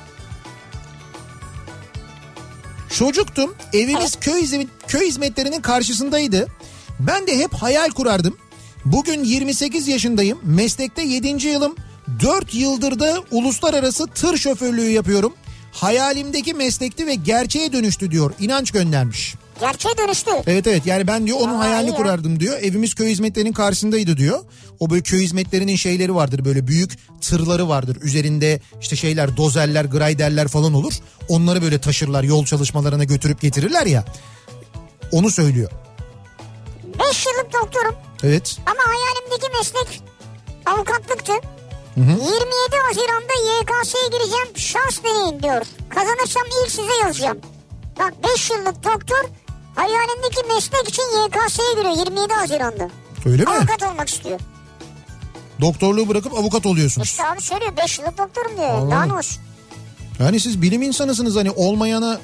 Çocuktum, evimiz evet. köy, hizmet, köy hizmetlerinin karşısındaydı. Ben de hep hayal kurardım. Bugün yirmi sekiz yaşındayım, meslekte yedinci yılım. dört yıldır da uluslararası tır şoförlüğü yapıyorum. Hayalimdeki meslekti ve gerçeğe dönüştü diyor. İnanç göndermiş. Gerçeğe dönüştü. Evet evet, yani ben diyor onun Aa, hayalini kurardım diyor. Evimiz köy hizmetlerinin karşısındaydı diyor. O böyle köy hizmetlerinin şeyleri vardır, böyle büyük tırları vardır. Üzerinde işte şeyler, dozerler, grayderler falan olur. Onları böyle taşırlar, yol çalışmalarına götürüp getirirler ya. Onu söylüyor. beş yıllık doktorum. Evet. Ama hayalimdeki meslek avukatlıktı. Hı hı. yirmi yedi Haziran'da Y K S'ye gireceğim, şans deneyin diyor. Kazanırsam ilk size yazacağım. Bak, beş yıllık doktor hayalindeki meslek için Y K S'ye giriyor yirmi yedi Haziran'da. Öyle mi? Avukat olmak istiyor. Doktorluğu bırakıp avukat oluyorsunuz. İşte abi söylüyor, beş yıllık doktorum diyor. Allah. Daha ne olsun? Yani siz bilim insanısınız, hani olmayana...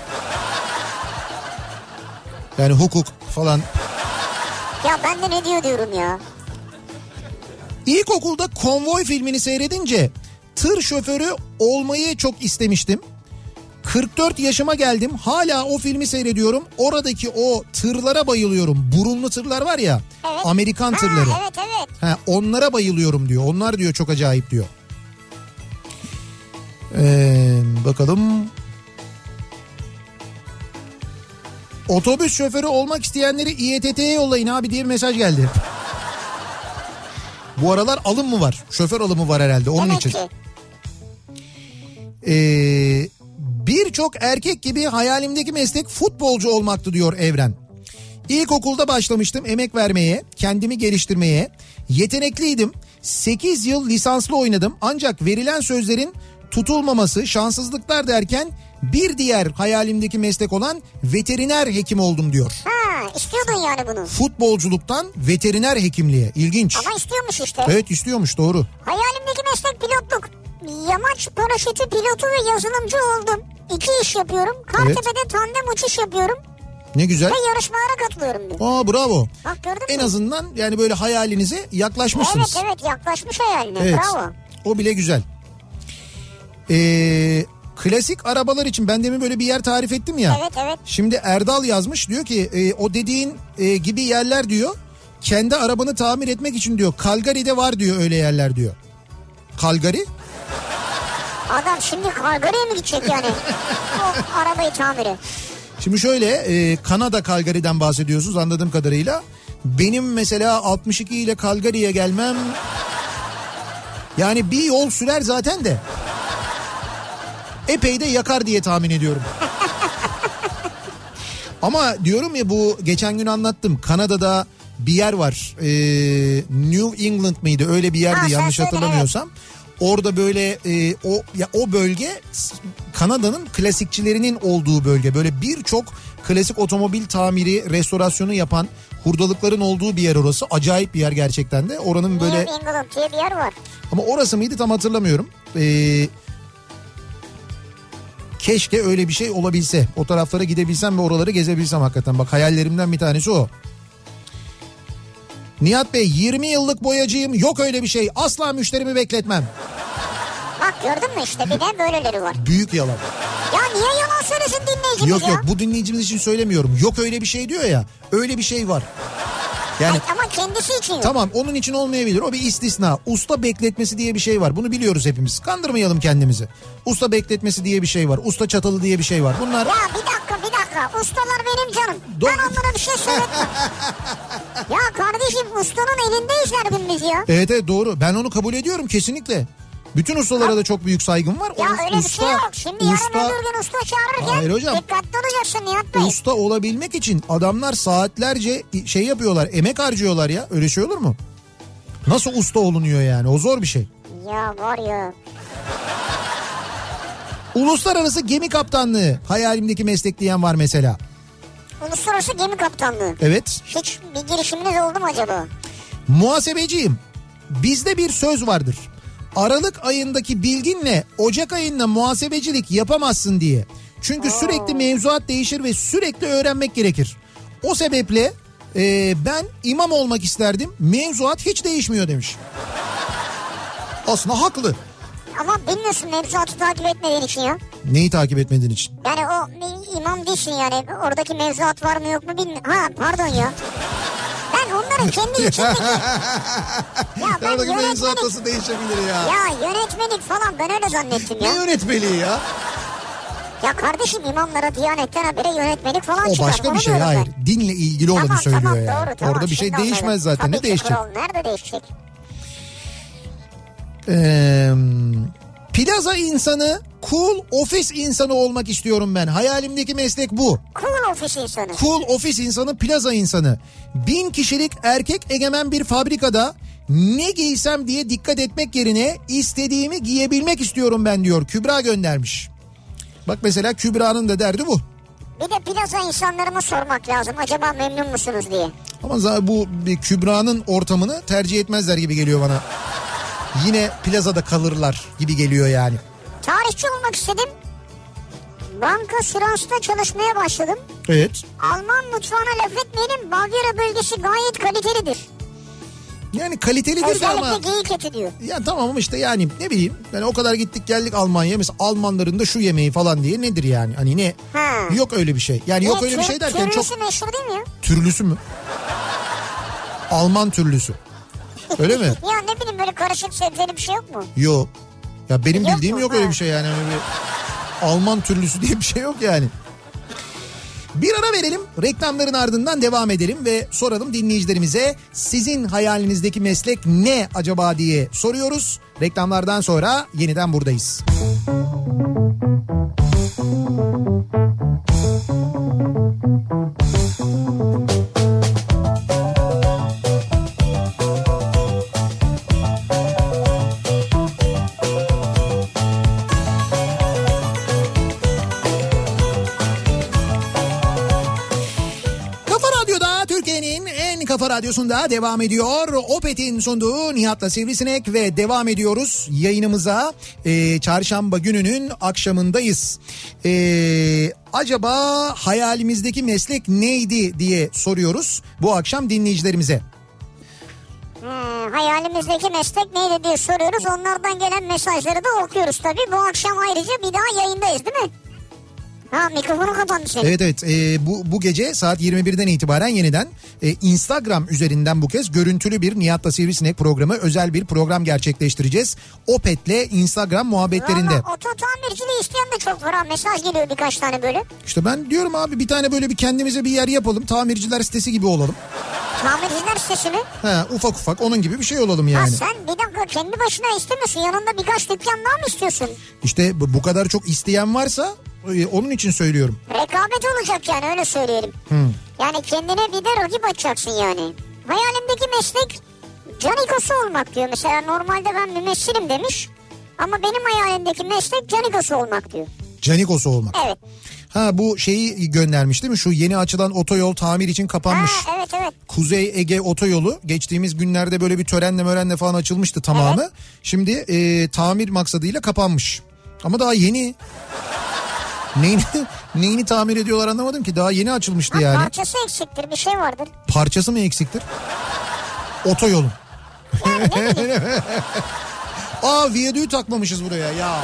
Yani hukuk falan. Ya ben de ne diyor diyorum ya. İlkokulda Konvoy filmini seyredince tır şoförü olmayı çok istemiştim. kırk dört yaşıma geldim, hala o filmi seyrediyorum. Oradaki o tırlara bayılıyorum. Burunlu tırlar var ya, evet. Amerikan ha, tırları. Evet evet. Ha, onlara bayılıyorum diyor. Onlar diyor çok acayip diyor. Ee, bakalım. Otobüs şoförü olmak isteyenleri İ E T T'ye yollayın abi diye bir mesaj geldi. Bu aralar alım mı var? Şoför alımı var herhalde onun Demek için. Ki. Ee, bir birçok erkek gibi hayalimdeki meslek futbolcu olmaktı diyor Evren. İlkokulda başlamıştım emek vermeye, kendimi geliştirmeye. Yetenekliydim. sekiz yıl lisanslı oynadım ancak verilen sözlerin tutulmaması, şanssızlıklar derken bir diğer hayalimdeki meslek olan veteriner hekim oldum diyor. Ha, istiyordun yani bunu. Futbolculuktan veteriner hekimliğe. İlginç. Ama istiyormuş işte. Evet, istiyormuş, doğru. Hayalimdeki meslek pilotluk. Yamaç paraşütü pilotu ve yazılımcı oldum. İki iş yapıyorum. Kartepe'de evet. tandem uçuş yapıyorum. Ne güzel. Ve yarışmalara katılıyorum diyor. Aa, bravo. Bak gördün en mü? azından yani böyle hayalinize yaklaşmışsınız. Evet evet, yaklaşmış hayaline. Evet. Bravo. O bile güzel. Eee... Klasik arabalar için ben demin böyle bir yer tarif ettim ya. Evet evet. Şimdi Erdal yazmış, diyor ki e, o dediğin e, gibi yerler diyor. Kendi arabanı tamir etmek için diyor. Calgary'de var diyor öyle yerler diyor. Calgary? Adam şimdi Calgary'e mi gidecek yani? O arabayı tamiri. Şimdi şöyle e, Kanada Calgary'den bahsediyorsunuz anladığım kadarıyla. Benim mesela altmış iki ile Calgary'ye gelmem yani bir yol sürer zaten de. Epey de yakar diye tahmin ediyorum. Ama diyorum ya, bu geçen gün anlattım. Kanada'da bir yer var. Ee, New England mıydı? Öyle bir yerdi ha, yanlış hatırlamıyorsam. Evet. Orada böyle e, o ya o bölge Kanada'nın klasikçilerinin olduğu bölge. Böyle birçok klasik otomobil tamiri, restorasyonu yapan hurdalıkların olduğu bir yer orası. Acayip bir yer gerçekten de. Oranın böyle New England diye bir yer var. Ama orası mıydı tam hatırlamıyorum. Eee Keşke öyle bir şey olabilse. O taraflara gidebilsem ve oraları gezebilsem hakikaten. Bak hayallerimden bir tanesi o. Nihat Bey, yirmi yıllık boyacıyım. Yok öyle bir şey. Asla müşterimi bekletmem. Bak gördün mü işte, bir de böyleleri var. Büyük yalan. Ya niye yalan söylesin dinleyicimiz yok, ya? Yok yok, bu dinleyicimiz için söylemiyorum. Yok öyle bir şey diyor ya. Öyle bir şey var. Yani, Ay, ama kendisi için yok. Tamam, onun için olmayabilir. O bir istisna. Usta bekletmesi diye bir şey var. Bunu biliyoruz hepimiz. Kandırmayalım kendimizi. Usta bekletmesi diye bir şey var. Usta çatalı diye bir şey var. Bunlar... Ya bir dakika bir dakika. Ustalar benim canım. Do- ben onlara bir şey söyletmem. Ya kardeşim, ustanın elindeyiz her gün biz ya. Evet evet, doğru. Ben onu kabul ediyorum kesinlikle. Bütün ustalara ha. da çok büyük saygım var. Ya o, öyle usta, bir şey yok. Şimdi usta, yarın öbür gün usta çağırırken hayır hocam, dikkatli olacaksın Nihat Bey. Usta olabilmek için adamlar saatlerce şey yapıyorlar. Emek harcıyorlar ya. Öyle şey olur mu? Nasıl usta olunuyor yani? O zor bir şey. Ya var ya. Uluslararası gemi kaptanlığı hayalimdeki meslek diyen var mesela. Uluslararası gemi kaptanlığı. Evet. Hiç bir girişiminiz oldu mu acaba? Muhasebeciyim. Bizde bir söz vardır. Aralık ayındaki bilginle Ocak ayında muhasebecilik yapamazsın diye. Çünkü Oo. sürekli mevzuat değişir ve sürekli öğrenmek gerekir. O sebeple e, ben imam olmak isterdim. Mevzuat hiç değişmiyor demiş. Aslında haklı. Ama bilmiyorsun mevzuatı takip etmediğin için ya. Neyi takip etmediğin için? Yani o imam değilsin yani. Oradaki mevzuat var mı yok mu bilmiyorum. Ha pardon ya. Ben onların kendi içindeki... ya ben Oradaki yönetmelik... mevzuat nasıl değişebilir ya? Ya yönetmelik falan, ben öyle zannettim ya. Ne yönetmeliği ya? Ya kardeşim, imamlara Diyanet'ten habire yönetmelik falan o çıkar. O başka bir şey, hayır. Ben. Dinle ilgili olanı tamam, söylüyor tamam, ya. Doğru, tamam, orada bir şey Şimdi değişmez anladım. zaten. Tabii ne değişecek? Kural, nerede değişecek? Ee, plaza insanı, cool ofis insanı olmak istiyorum ben. Hayalimdeki meslek bu. Cool ofis insanı. Cool ofis insanı, plaza insanı. Bin kişilik erkek egemen bir fabrikada ne giysem diye dikkat etmek yerine istediğimi giyebilmek istiyorum ben diyor. Kübra göndermiş. Bak mesela Kübra'nın da derdi bu. Bir de plaza insanlarıma sormak lazım. Acaba memnun musunuz diye. Ama zaten bu Kübra'nın ortamını tercih etmezler gibi geliyor bana. Yine plazada kalırlar gibi geliyor yani. Tarihçi olmak istedim. Banka Surans'ta çalışmaya başladım. Evet. Alman mutfağına laf etmeyelim. Bavyera bölgesi gayet kalitelidir. Yani kalitelidir özellikle ama. Özellikle geyik eti diyor. Ya tamam ama işte yani ne bileyim. Yani o kadar gittik geldik Almanya'ya. Mesela Almanların da şu yemeği falan diye nedir yani? Hani ne? Ha. Yok öyle bir şey. Yani ne, yok öyle tür, bir şey derken türlüsü çok. Türlüsü meşhur değil mi ya? Türlüsü mü? Alman türlüsü. Öyle mi? Ya ne bileyim, böyle karışık sebzeli bir şey yok mu? Yok. Ya benim yok bildiğim mu? yok Ha. öyle bir şey yani. Öyle bir Alman türlüsü diye bir şey yok yani. Bir ara verelim, reklamların ardından devam edelim ve soralım dinleyicilerimize, sizin hayalinizdeki meslek ne acaba diye soruyoruz. Reklamlardan sonra yeniden buradayız. Kafa Radyosu'nda devam ediyor. Opet'in sunduğu Nihat'la Sivrisinek ve devam ediyoruz yayınımıza. Ee, çarşamba gününün akşamındayız. Ee, acaba hayalimizdeki meslek neydi diye soruyoruz bu akşam dinleyicilerimize. Hmm, hayalimizdeki meslek neydi diye soruyoruz. Onlardan gelen mesajları da okuyoruz tabii. Bu akşam ayrıca bir daha yayındayız değil mi? Ha, mikrofonu kapandı senin. Evet evet e, bu, bu gece saat yirmi birden itibaren yeniden e, Instagram üzerinden bu kez görüntülü bir Nihat'la Sivrisinek programı, özel bir program gerçekleştireceğiz. Opet'le Instagram muhabbetlerinde. Valla oto tamirciliği isteyen de çok var ha, mesaj geliyor birkaç tane böyle. İşte ben diyorum abi bir tane böyle bir kendimize bir yer yapalım, tamirciler sitesi gibi olalım. Tamirciler sitesi mi? He, ufak ufak onun gibi bir şey olalım yani. Ha, sen bir dakika kendi başına istemiyorsun, yanında birkaç dükkan daha mı istiyorsun? İşte bu, bu kadar çok isteyen varsa e, onun için söylüyorum. Rekabet olacak yani, öyle söyleyelim. Hmm. Yani kendine bir de rakip açacaksın yani. Hayalimdeki meslek canikosu olmak diyor. Mesela normalde ben mümessilim demiş. Ama benim hayalimdeki meslek canikosu olmak diyor. Canikosu olmak. Evet. Ha, bu şeyi göndermiş değil mi? Şu yeni açılan otoyol tamir için kapanmış. Ha, evet evet. Kuzey Ege otoyolu geçtiğimiz günlerde böyle bir törenle mörenle falan açılmıştı tamamı. Evet. Şimdi e, tamir maksadıyla kapanmış. Ama daha yeni. Neyini, neyini tamir ediyorlar anlamadım ki. Daha yeni açılmıştı Ha, yani. parçası eksiktir, bir şey vardır. Parçası mı eksiktir? Otoyolun. Yani ne bileyim. Aa, viyadüğü takmamışız buraya ya.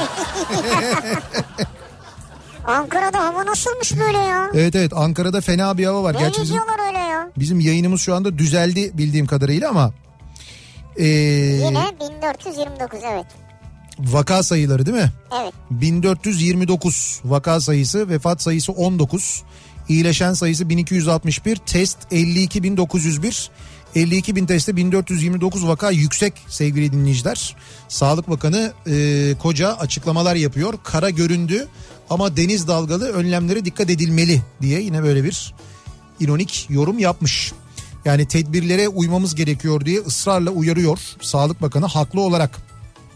Ankara'da hava nasılmış böyle ya? Evet evet, Ankara'da fena bir hava var. Ne Gerçi bizim, diyorlar öyle ya? bizim yayınımız şu anda düzeldi bildiğim kadarıyla ama. E, Yine bin dört yüz yirmi dokuz, evet. Vaka sayıları değil mi? Evet. bin dört yüz yirmi dokuz vaka sayısı, vefat sayısı on dokuz, iyileşen sayısı bin iki yüz altmış bir, test elli iki bin dokuz yüz bir, elli iki bin testte bin dört yüz yirmi dokuz vaka yüksek sevgili dinleyiciler. Sağlık Bakanı e, koca açıklamalar yapıyor. Kara göründü ama deniz dalgalı, önlemlere dikkat edilmeli diye yine böyle bir ironik yorum yapmış. Yani tedbirlere uymamız gerekiyor diye ısrarla uyarıyor Sağlık Bakanı, haklı olarak.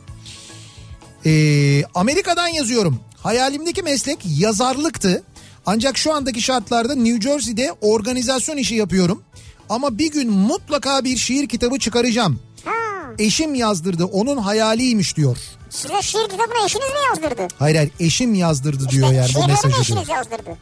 Ee, Amerika'dan yazıyorum. Hayalimdeki meslek yazarlıktı. Ancak şu andaki şartlarda New Jersey'de organizasyon işi yapıyorum. Ama bir gün mutlaka bir şiir kitabı çıkaracağım. Ha. Eşim yazdırdı, onun hayaliymiş diyor. Size şiir kitabını eşiniz mi yazdırdı? Hayır hayır, eşim yazdırdı diyor İşte yani bu şiirleri mi mesajı eşiniz diyor. yazdırdı?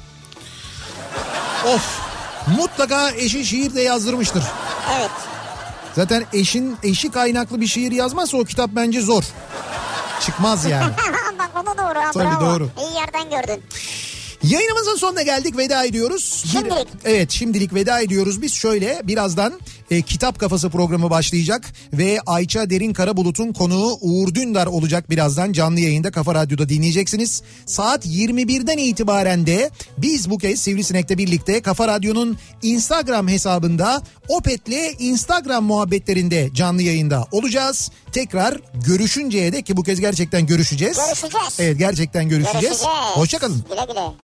Of, mutlaka eşi şiir de yazdırmıştır. Evet. Zaten eşin eşi kaynaklı bir şiir yazmazsa o kitap bence zor. Çıkmaz yani. Bak o da doğru. Ha, Tabii bravo. doğru. İyi yerden gördün. Yayınımızın sonuna geldik, veda ediyoruz. Şimdilik. Bir, evet şimdilik veda ediyoruz. Biz şöyle birazdan e, Kitap Kafası programı başlayacak ve Ayça Derin Karabulut'un konuğu Uğur Dündar olacak birazdan canlı yayında Kafa Radyo'da dinleyeceksiniz. Saat yirmi birden itibaren de biz bu kez Sivrisinek'le birlikte Kafa Radyo'nun Instagram hesabında Opet'le Instagram muhabbetlerinde canlı yayında olacağız. Tekrar görüşünceye dek, ki bu kez gerçekten görüşeceğiz. Görüşeceğiz. Evet, gerçekten görüşeceğiz. Görüşeceğiz. Hoşça kalın. Güle güle.